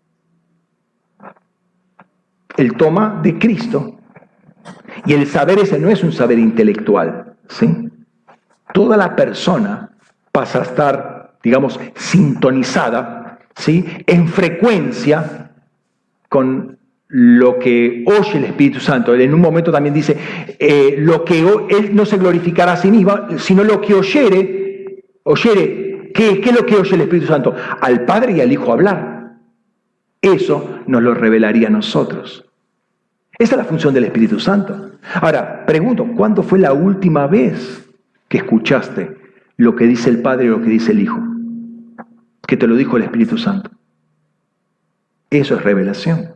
Él toma de Cristo y el saber ese no es un saber intelectual, ¿sí? Toda la persona pasa a estar, digamos, sintonizada, ¿sí?, en frecuencia con lo que oye el Espíritu Santo. Él en un momento también dice, Él no se glorificará a sí mismo, sino lo que oyere. ¿Qué es lo que oye el Espíritu Santo? Al Padre y al Hijo hablar. Eso nos lo revelaría a nosotros. Esa es la función del Espíritu Santo. Ahora, pregunto, ¿cuándo fue la última vez que escuchaste lo que dice el Padre y lo que dice el Hijo? Que te lo dijo el Espíritu Santo. Eso es revelación.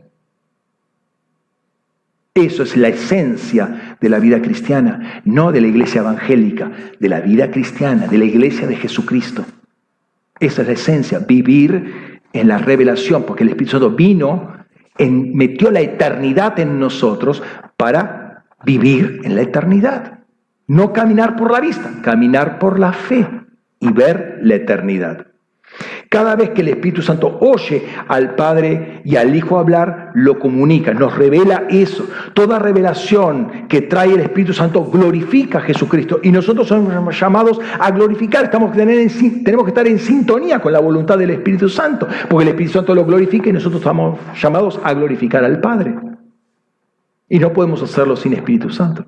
Eso es la esencia de la vida cristiana, no de la iglesia evangélica, de la vida cristiana, de la iglesia de Jesucristo. Esa es la esencia, vivir en la revelación, porque el Espíritu Santo metió la eternidad en nosotros para vivir en la eternidad. No caminar por la vista, caminar por la fe y ver la eternidad. Cada vez que el Espíritu Santo oye al Padre y al Hijo hablar, lo comunica, nos revela eso. Toda revelación que trae el Espíritu Santo glorifica a Jesucristo y nosotros somos llamados a glorificar. Tenemos que estar en sintonía con la voluntad del Espíritu Santo, porque el Espíritu Santo lo glorifica y nosotros estamos llamados a glorificar al Padre. Y no podemos hacerlo sin Espíritu Santo.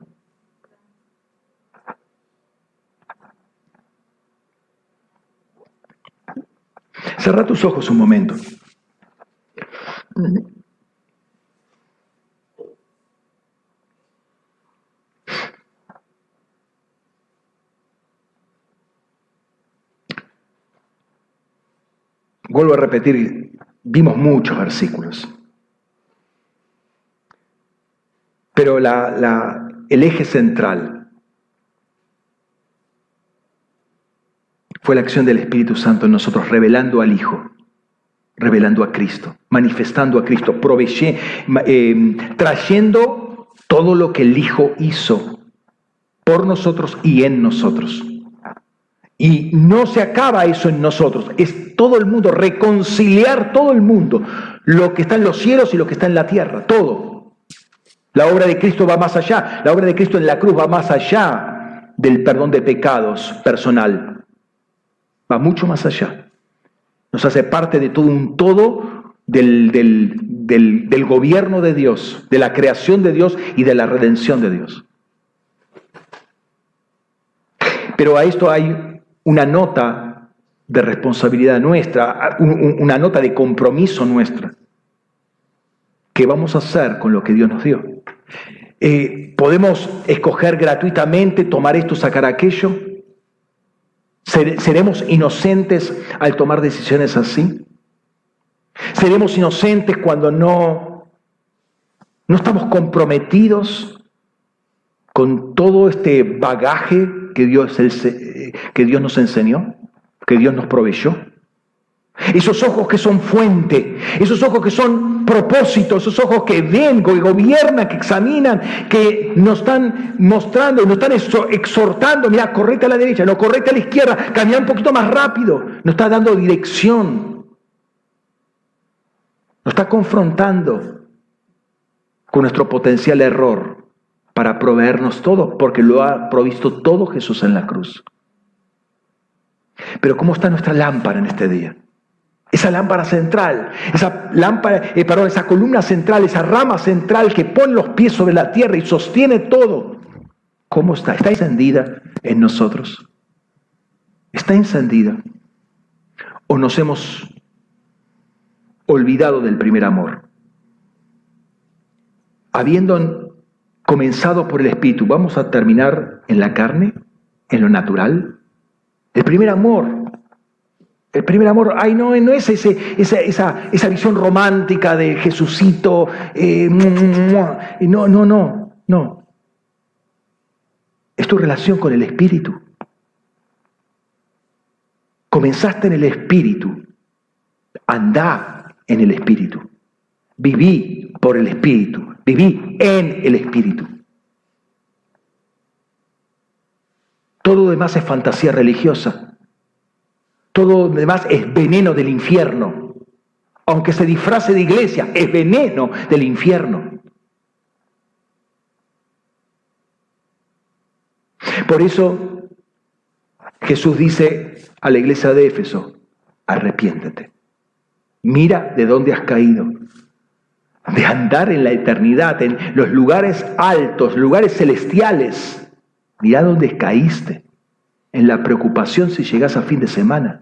Cerra tus ojos un momento. Vuelvo a repetir, vimos muchos versículos. Pero el eje central fue la acción del Espíritu Santo en nosotros, revelando al Hijo, revelando a Cristo, manifestando a Cristo, trayendo todo lo que el Hijo hizo por nosotros y en nosotros. Y no se acaba eso en nosotros, es todo el mundo, reconciliar todo el mundo, lo que está en los cielos y lo que está en la tierra, todo. La obra de Cristo va más allá, la obra de Cristo en la cruz va más allá del perdón de pecados personal, va mucho más allá. Nos hace parte de todo un todo del gobierno de Dios, de la creación de Dios y de la redención de Dios. Pero a esto hay una nota de responsabilidad nuestra, una nota de compromiso nuestra. ¿Qué vamos a hacer con lo que Dios nos dio? ¿Podemos escoger gratuitamente tomar esto, sacar aquello? ¿Seremos inocentes al tomar decisiones así? ¿Seremos inocentes cuando no estamos comprometidos con todo este bagaje que Dios nos enseñó, que Dios nos proveyó? Esos ojos que son fuente, esos ojos que son propósito, esos ojos que ven, que gobiernan, que examinan, que nos están mostrando, nos están exhortando, mira, correte a la derecha, no, correte a la izquierda, camina un poquito más rápido, nos está dando dirección, nos está confrontando con nuestro potencial error para proveernos todo, porque lo ha provisto todo Jesús en la cruz. Pero ¿cómo está nuestra lámpara en este día? Esa lámpara central, esa columna central, esa rama central que pone los pies sobre la tierra y sostiene todo. ¿Cómo está? ¿Está encendida en nosotros? ¿Está encendida? ¿O nos hemos olvidado del primer amor? Habiendo comenzado por el Espíritu, ¿vamos a terminar en la carne, en lo natural? El primer amor, ay, no es esa visión romántica de Jesucito, no. Es tu relación con el Espíritu. Comenzaste en el Espíritu, andá en el Espíritu, viví por el Espíritu, viví en el Espíritu. Todo lo demás es fantasía religiosa. Todo lo demás es veneno del infierno. Aunque se disfrace de iglesia, es veneno del infierno. Por eso Jesús dice a la iglesia de Éfeso, arrepiéntete. Mira de dónde has caído. De andar en la eternidad, en los lugares altos, lugares celestiales. Mira dónde caíste. En la preocupación si llegas a fin de semana.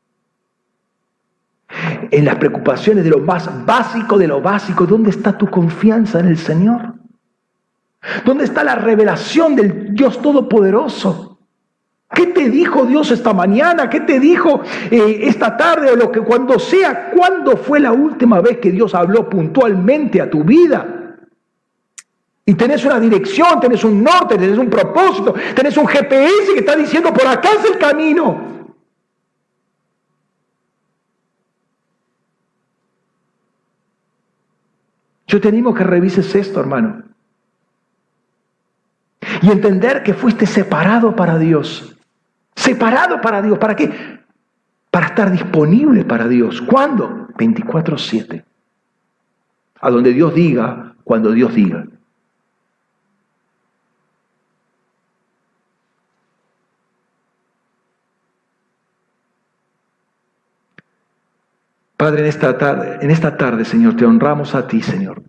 En las preocupaciones de lo más básico de lo básico. ¿Dónde está tu confianza en el Señor? ¿Dónde está la revelación del Dios Todopoderoso? ¿Qué te dijo Dios esta mañana? ¿Qué te dijo esta tarde? O cuando sea, ¿cuándo fue la última vez que Dios habló puntualmente a tu vida? Y tenés una dirección, tenés un norte, tenés un propósito, tenés un GPS que está diciendo por acá es el camino. Yo te animo a que revises esto, hermano. Y entender que fuiste separado para Dios. Separado para Dios. ¿Para qué? Para estar disponible para Dios. ¿Cuándo? 24/7. A donde Dios diga, cuando Dios diga. Padre, en esta tarde, Señor, te honramos a ti, Señor.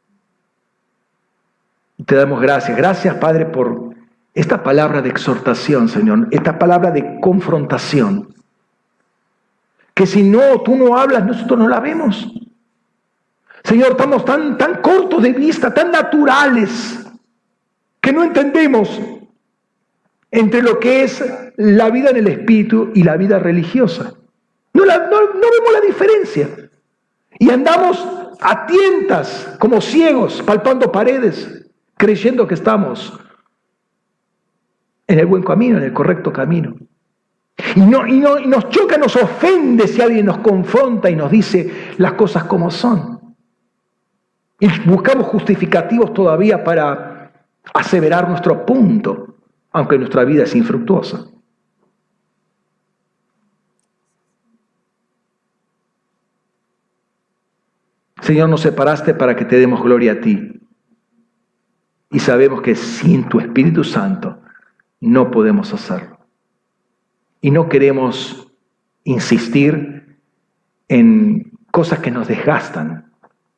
Te damos gracias. Gracias, Padre, por esta palabra de exhortación, Señor. Esta palabra de confrontación. Que si tú no hablas, nosotros no la vemos. Señor, estamos tan cortos de vista, tan naturales, que no entendemos entre lo que es la vida en el Espíritu y la vida religiosa. No vemos la diferencia. Y andamos a tientas, como ciegos, palpando paredes. creyendo que estamos en el buen camino, en el correcto camino. Y nos choca, nos ofende si alguien nos confronta y nos dice las cosas como son. Y buscamos justificativos todavía para aseverar nuestro punto, aunque nuestra vida es infructuosa. Señor, nos separaste para que te demos gloria a ti. Y sabemos que sin tu Espíritu Santo no podemos hacerlo. Y no queremos insistir en cosas que nos desgastan,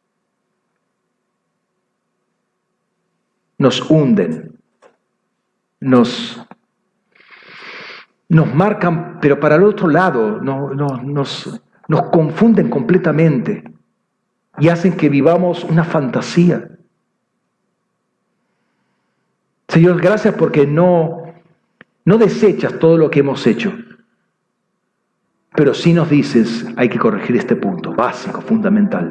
nos hunden, nos marcan, pero para el otro lado nos confunden completamente y hacen que vivamos una fantasía. Señor, gracias porque no desechas todo lo que hemos hecho, pero sí nos dices, hay que corregir este punto básico, fundamental.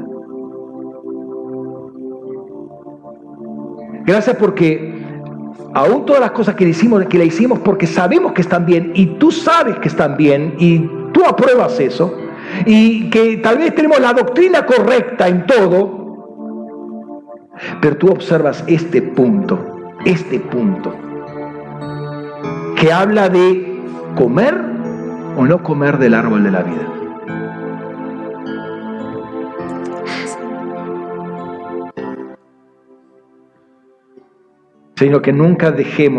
Gracias porque aún todas las cosas que le hicimos porque sabemos que están bien y tú sabes que están bien y tú apruebas eso y que tal vez tenemos la doctrina correcta en todo, pero tú observas este punto que habla de comer o no comer del árbol de la vida. Sino que nunca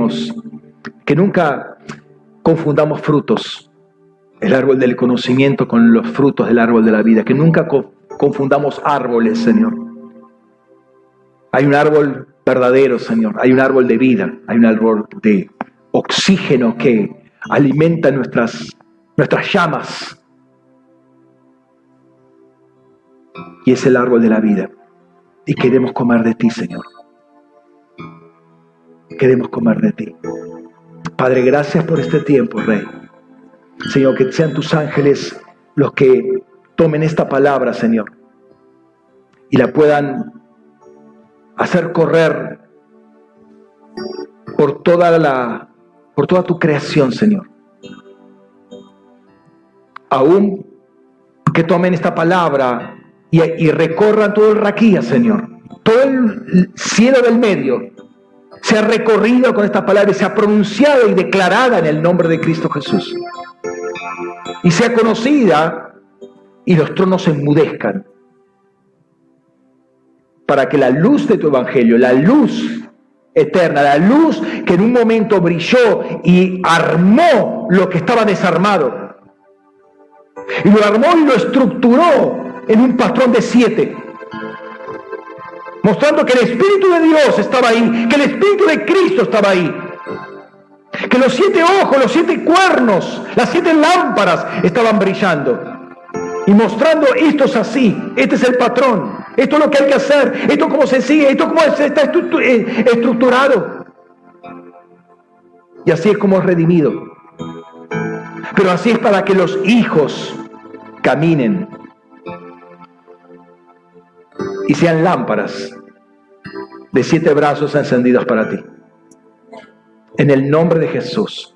confundamos frutos, el árbol del conocimiento con los frutos del árbol de la vida, que nunca confundamos árboles, Señor. Hay un árbol verdadero, Señor, hay un árbol de vida, hay un árbol de oxígeno que alimenta nuestras llamas. Y es el árbol de la vida. Y queremos comer de ti, Señor. Queremos comer de ti. Padre, gracias por este tiempo, Rey. Señor, que sean tus ángeles los que tomen esta palabra, Señor, y la puedan hacer correr por toda tu creación, Señor. Aún que tomen esta palabra y recorran todo el raquía, Señor. Todo el cielo del medio sea recorrido con esta palabra y sea pronunciada y declarada en el nombre de Cristo Jesús. Y sea conocida y los tronos se enmudezcan. Para que la luz de tu evangelio, la luz eterna, la luz que en un momento brilló y armó lo que estaba desarmado, y lo armó y lo estructuró en un patrón de 7, mostrando que el Espíritu de Dios estaba ahí, que el Espíritu de Cristo estaba ahí, que los 7 ojos, los 7 cuernos, las 7 lámparas estaban brillando y mostrando, esto es así, este es el patrón, esto es lo que hay que hacer, esto es como se sigue, esto es como está estructurado. Y así es como es redimido. Pero así es para que los hijos caminen y sean lámparas de 7 brazos encendidos para ti. En el nombre de Jesús.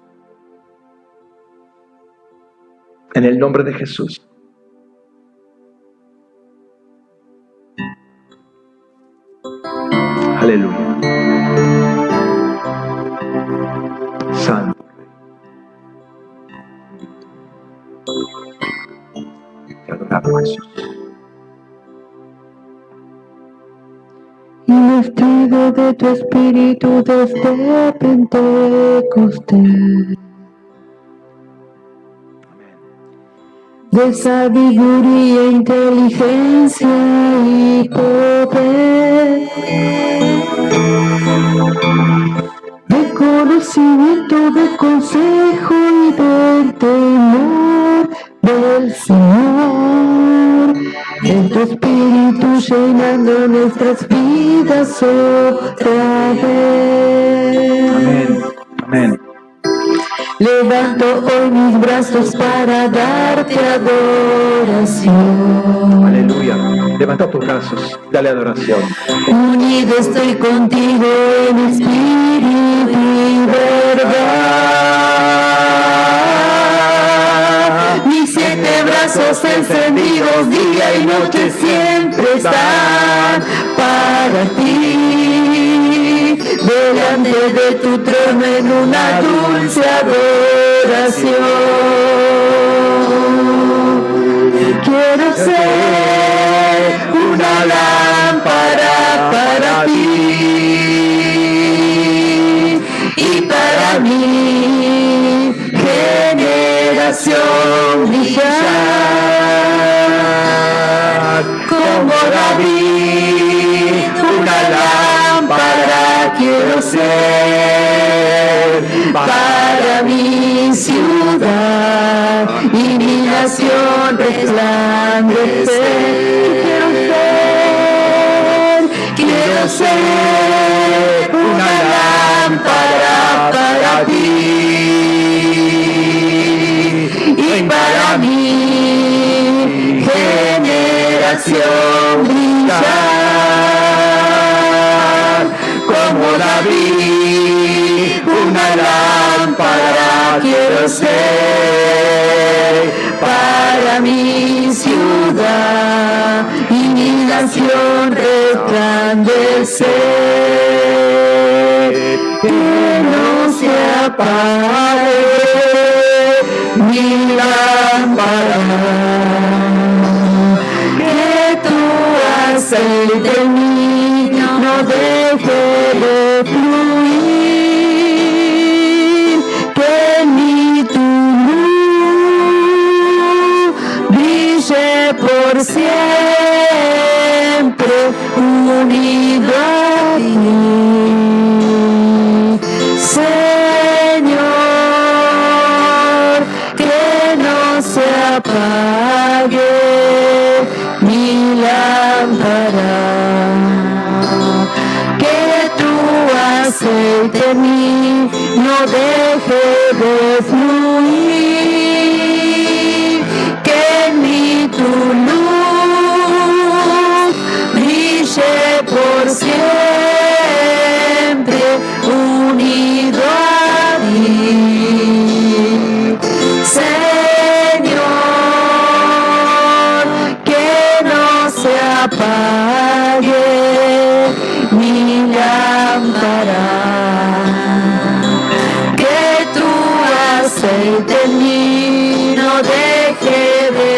En el nombre de Jesús. Aleluya. Santo. Te adoramos, Jesús. Investido de tu espíritu desde Pentecostés, de sabiduría, inteligencia y poder, de conocimiento, de consejo y del temor del Señor, en tu espíritu llenando nuestras vidas otra vez. Amén. Amén. Levanto hoy mis brazos para darte adoración. Aleluya. Levanta tus brazos, dale adoración. Unido estoy contigo en espíritu y verdad. Mis 7 brazos encendidos día y noche siempre están para ti. Delante de tu trono en una dulce adoración. Quiero ser una lámpara para ti y para mi generación brillar como David, una lámpara quiero ser para mi ciudad y mi nación resplandecer. Quiero ser una lámpara para ti y para mi generación brillar como David, una lámpara quiero ser para mi ciudad y mi nación resplandecer. Que no se apague mi lámpara, que tu aceite en mí no deje de fluir, que en mí tu luz brille por siempre unido a ti. Señor, que no se apague mi lámpara, que tu aceite en mí no deje de fluir, que en mí tu luz brille por siempre unido a ti. Señor, que no se apague mi lámpara, que tu aceite en mí no deje de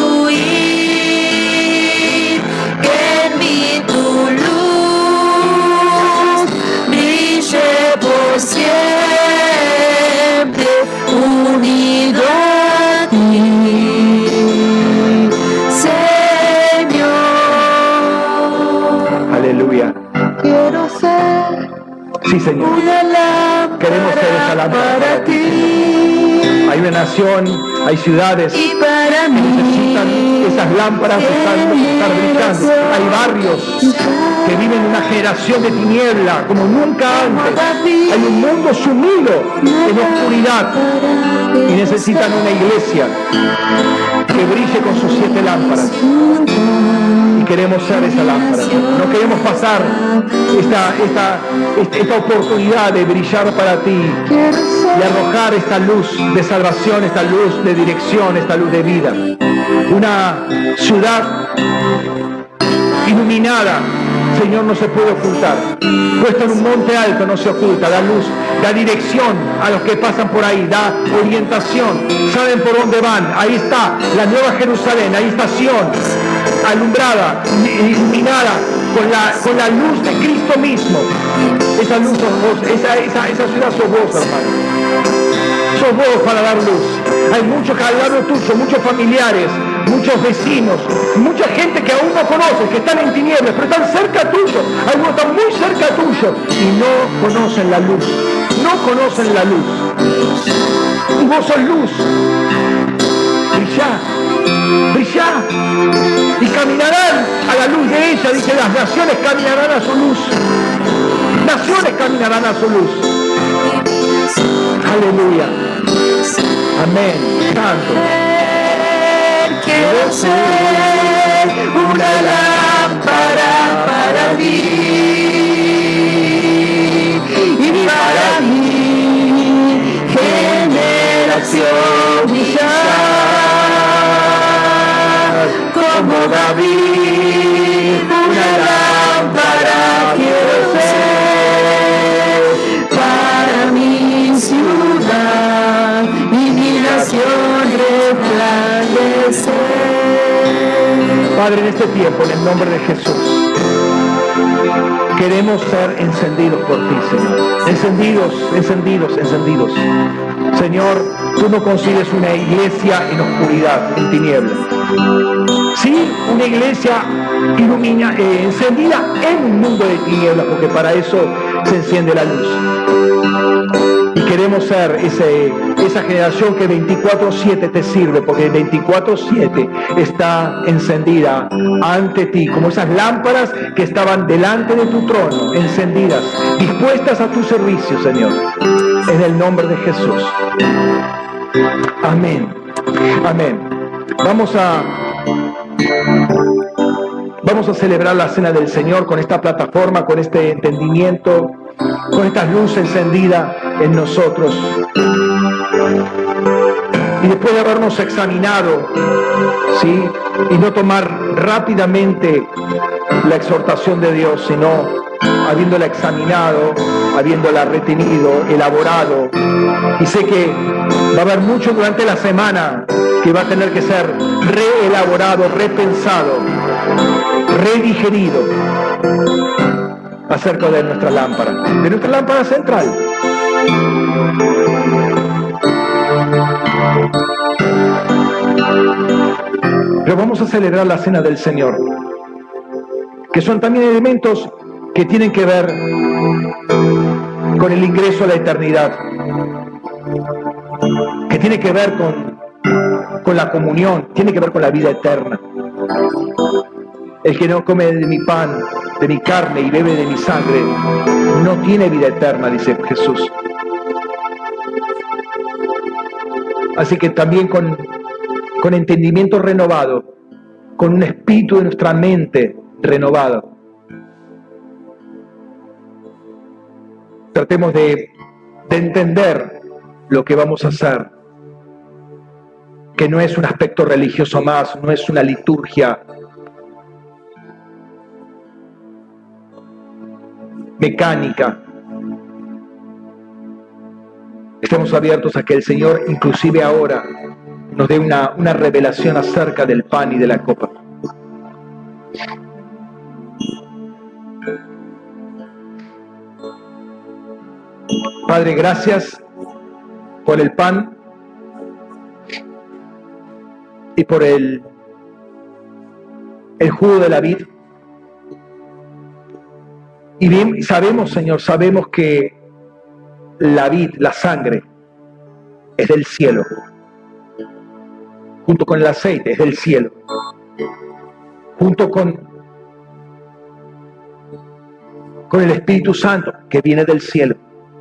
fluir, que en mí tu luz brille por siempre unido a ti. Señor, Aleluya. quiero ser Sí, Señor. una Queremos ser esa lámpara lámpara para ti Hay una nación, hay ciudades y para que necesitan mí. esas lámparas estar brillando. Hay barrios que viven una generación de tiniebla como nunca antes. Hay un mundo sumido en oscuridad y necesitan una iglesia que brille con sus 7 lámparas. Y queremos ser esa lámpara. No queremos pasar esta oportunidad de brillar para ti y arrojar esta luz de salvación, esta luz de dirección, esta luz de vida. Una ciudad iluminada, Señor, no se puede ocultar. Puesto en un monte alto no se oculta, da luz, da dirección a los que pasan por ahí, da orientación, saben por dónde van. Ahí está la Nueva Jerusalén, ahí está Sion, alumbrada, iluminada con la luz de Cristo mismo. Esa luz sos vos, esa ciudad sos vos, hermano. Sos vos para dar luz. Hay muchos al lado tuyo, muchos familiares, muchos vecinos, mucha gente que aún no conoces, que están en tinieblas, pero están cerca tuyo. Algunos están muy cerca tuyo y no conocen la luz. No conocen la luz. Y vos sos luz. Brillá, brillá. Y caminarán a la luz de ella. Dice, las naciones caminarán a su luz. Naciones caminarán a su luz. Aleluya. Amén. Santo. Quiero ser una lámpara para ti y para mi generación brillar como David. Una lámpara quiero ser para mi ciudad y mi nación resplandecer. Padre, en este tiempo, en el nombre de Jesús, queremos ser encendidos por ti, Señor. Encendidos, encendidos, encendidos. Señor, tú no consigues una iglesia en oscuridad, en tinieblas. Sí, una iglesia encendida en un mundo de tinieblas, porque para eso se enciende la luz. Y queremos ser esa generación que 24/7 te sirve, porque 24/7 está encendida ante ti, como esas lámparas que estaban delante de tu trono, encendidas, dispuestas a tu servicio, Señor. En el nombre de Jesús. Amén. Amén. Vamos a celebrar la cena del Señor con esta plataforma, con este entendimiento, con esta luz encendida en nosotros. Y después de habernos examinado, ¿sí? Y no tomar rápidamente la exhortación de Dios, sino habiéndola examinado, habiéndola retenido, elaborado. Y sé que va a haber mucho durante la semana que va a tener que ser reelaborado, repensado, redigerido acerca de nuestra lámpara central. Pero vamos a celebrar la cena del Señor, que son también elementos que tienen que ver con el ingreso a la eternidad, que tiene que ver con la comunión, tiene que ver con la vida eterna. El que no come de mi pan, de mi carne y bebe de mi sangre, no tiene vida eterna, dice Jesús. Así que también con entendimiento renovado, con un espíritu de nuestra mente renovado, tratemos de entender lo que vamos a hacer, que no es un aspecto religioso más, no es una liturgia mecánica. Estemos abiertos a que el Señor, inclusive ahora, nos dé una revelación acerca del pan y de la copa. Padre, gracias por el pan y por el jugo de la vid. Y bien, sabemos, Señor, sabemos que la vid, la sangre, es del cielo. Junto con el aceite es del cielo. Junto con el Espíritu Santo que viene del cielo.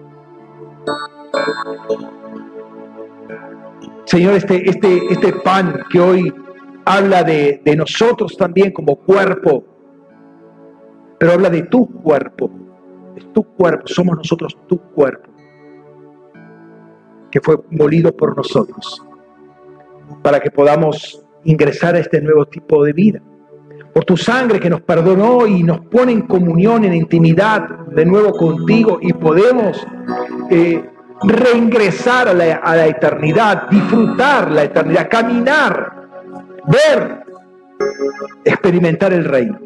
Señor, este pan que hoy habla de nosotros también como cuerpo, pero habla de tu cuerpo. Es tu cuerpo, somos nosotros tu cuerpo, que fue molido por nosotros, para que podamos ingresar a este nuevo tipo de vida. Por tu sangre que nos perdonó y nos pone en comunión, en intimidad de nuevo contigo, y podemos reingresar a la eternidad, disfrutar la eternidad, caminar, ver, experimentar el reino.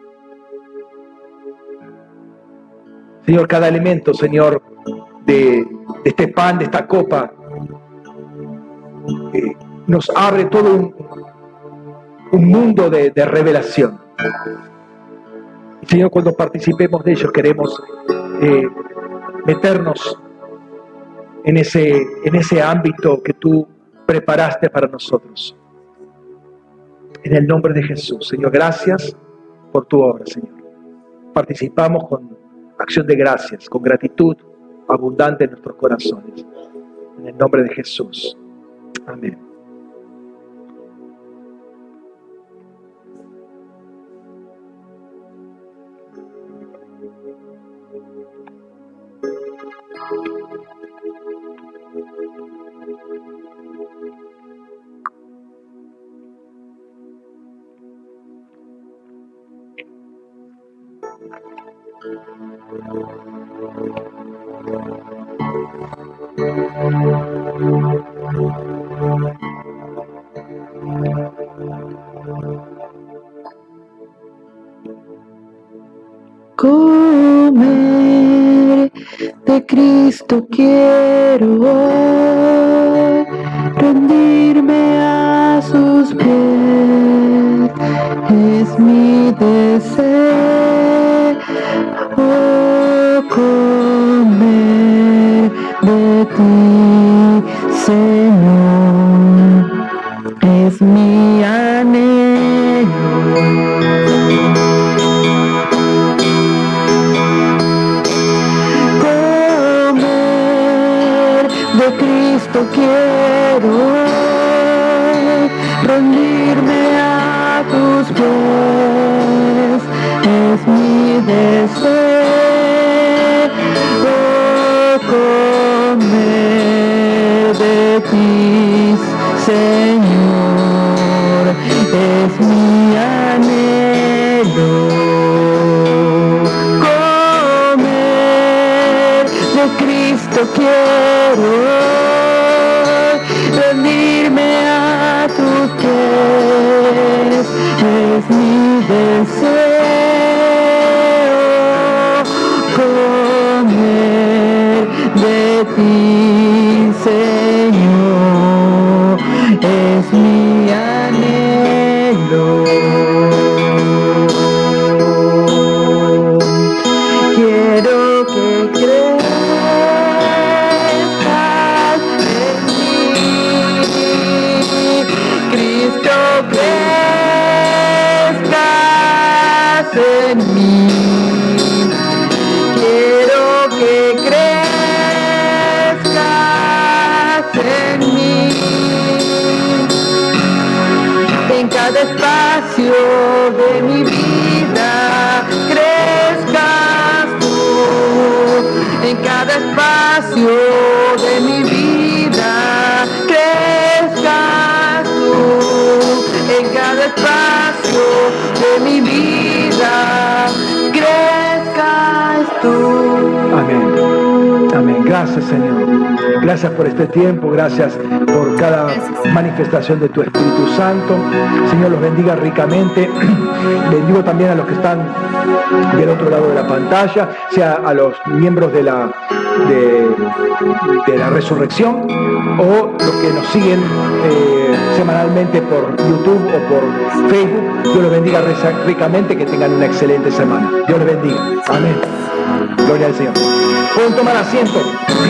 Señor, cada elemento, Señor, de este pan, de esta copa, nos abre todo un mundo de revelación. Señor, cuando participemos de ellos, queremos meternos en ese ámbito que tú preparaste para nosotros. En el nombre de Jesús, Señor, gracias por tu obra, Señor. Participamos con acción de gracias, con gratitud abundante en nuestros corazones. En el nombre de Jesús. Amén. Comer de Cristo quiero hoy, rendirme a sus pies, es mi deseo comer de ti, Señor, es mi anhelo. De Cristo quiero rendirme a tus pies, es mi deseo comer de ti, Señor, es mi anhelo. Comer de Cristo quiero rendirme a tus pies, es mi deseo comer de ti, Señor, es mi anhelo. Quiero que crezcas en mí, Cristo, crezcas en mí. Quiero que crezcas en mí, en cada espacio de mi vida, crezcas tú, en cada espacio de mi vida, crezcas tú, en cada espacio de mi vida, crezcas tú. Amén. Amén. Gracias, Señor. Gracias por este tiempo, gracias por cada manifestación de tu Espíritu Santo. Señor, los bendiga ricamente. Bendigo también a los que están del otro lado de la pantalla, sea a los miembros de la resurrección o los que nos siguen semanalmente por YouTube o por Facebook. Dios los bendiga ricamente, que tengan una excelente semana. Dios los bendiga. Amén. Gloria al Señor. Pueden tomar asiento.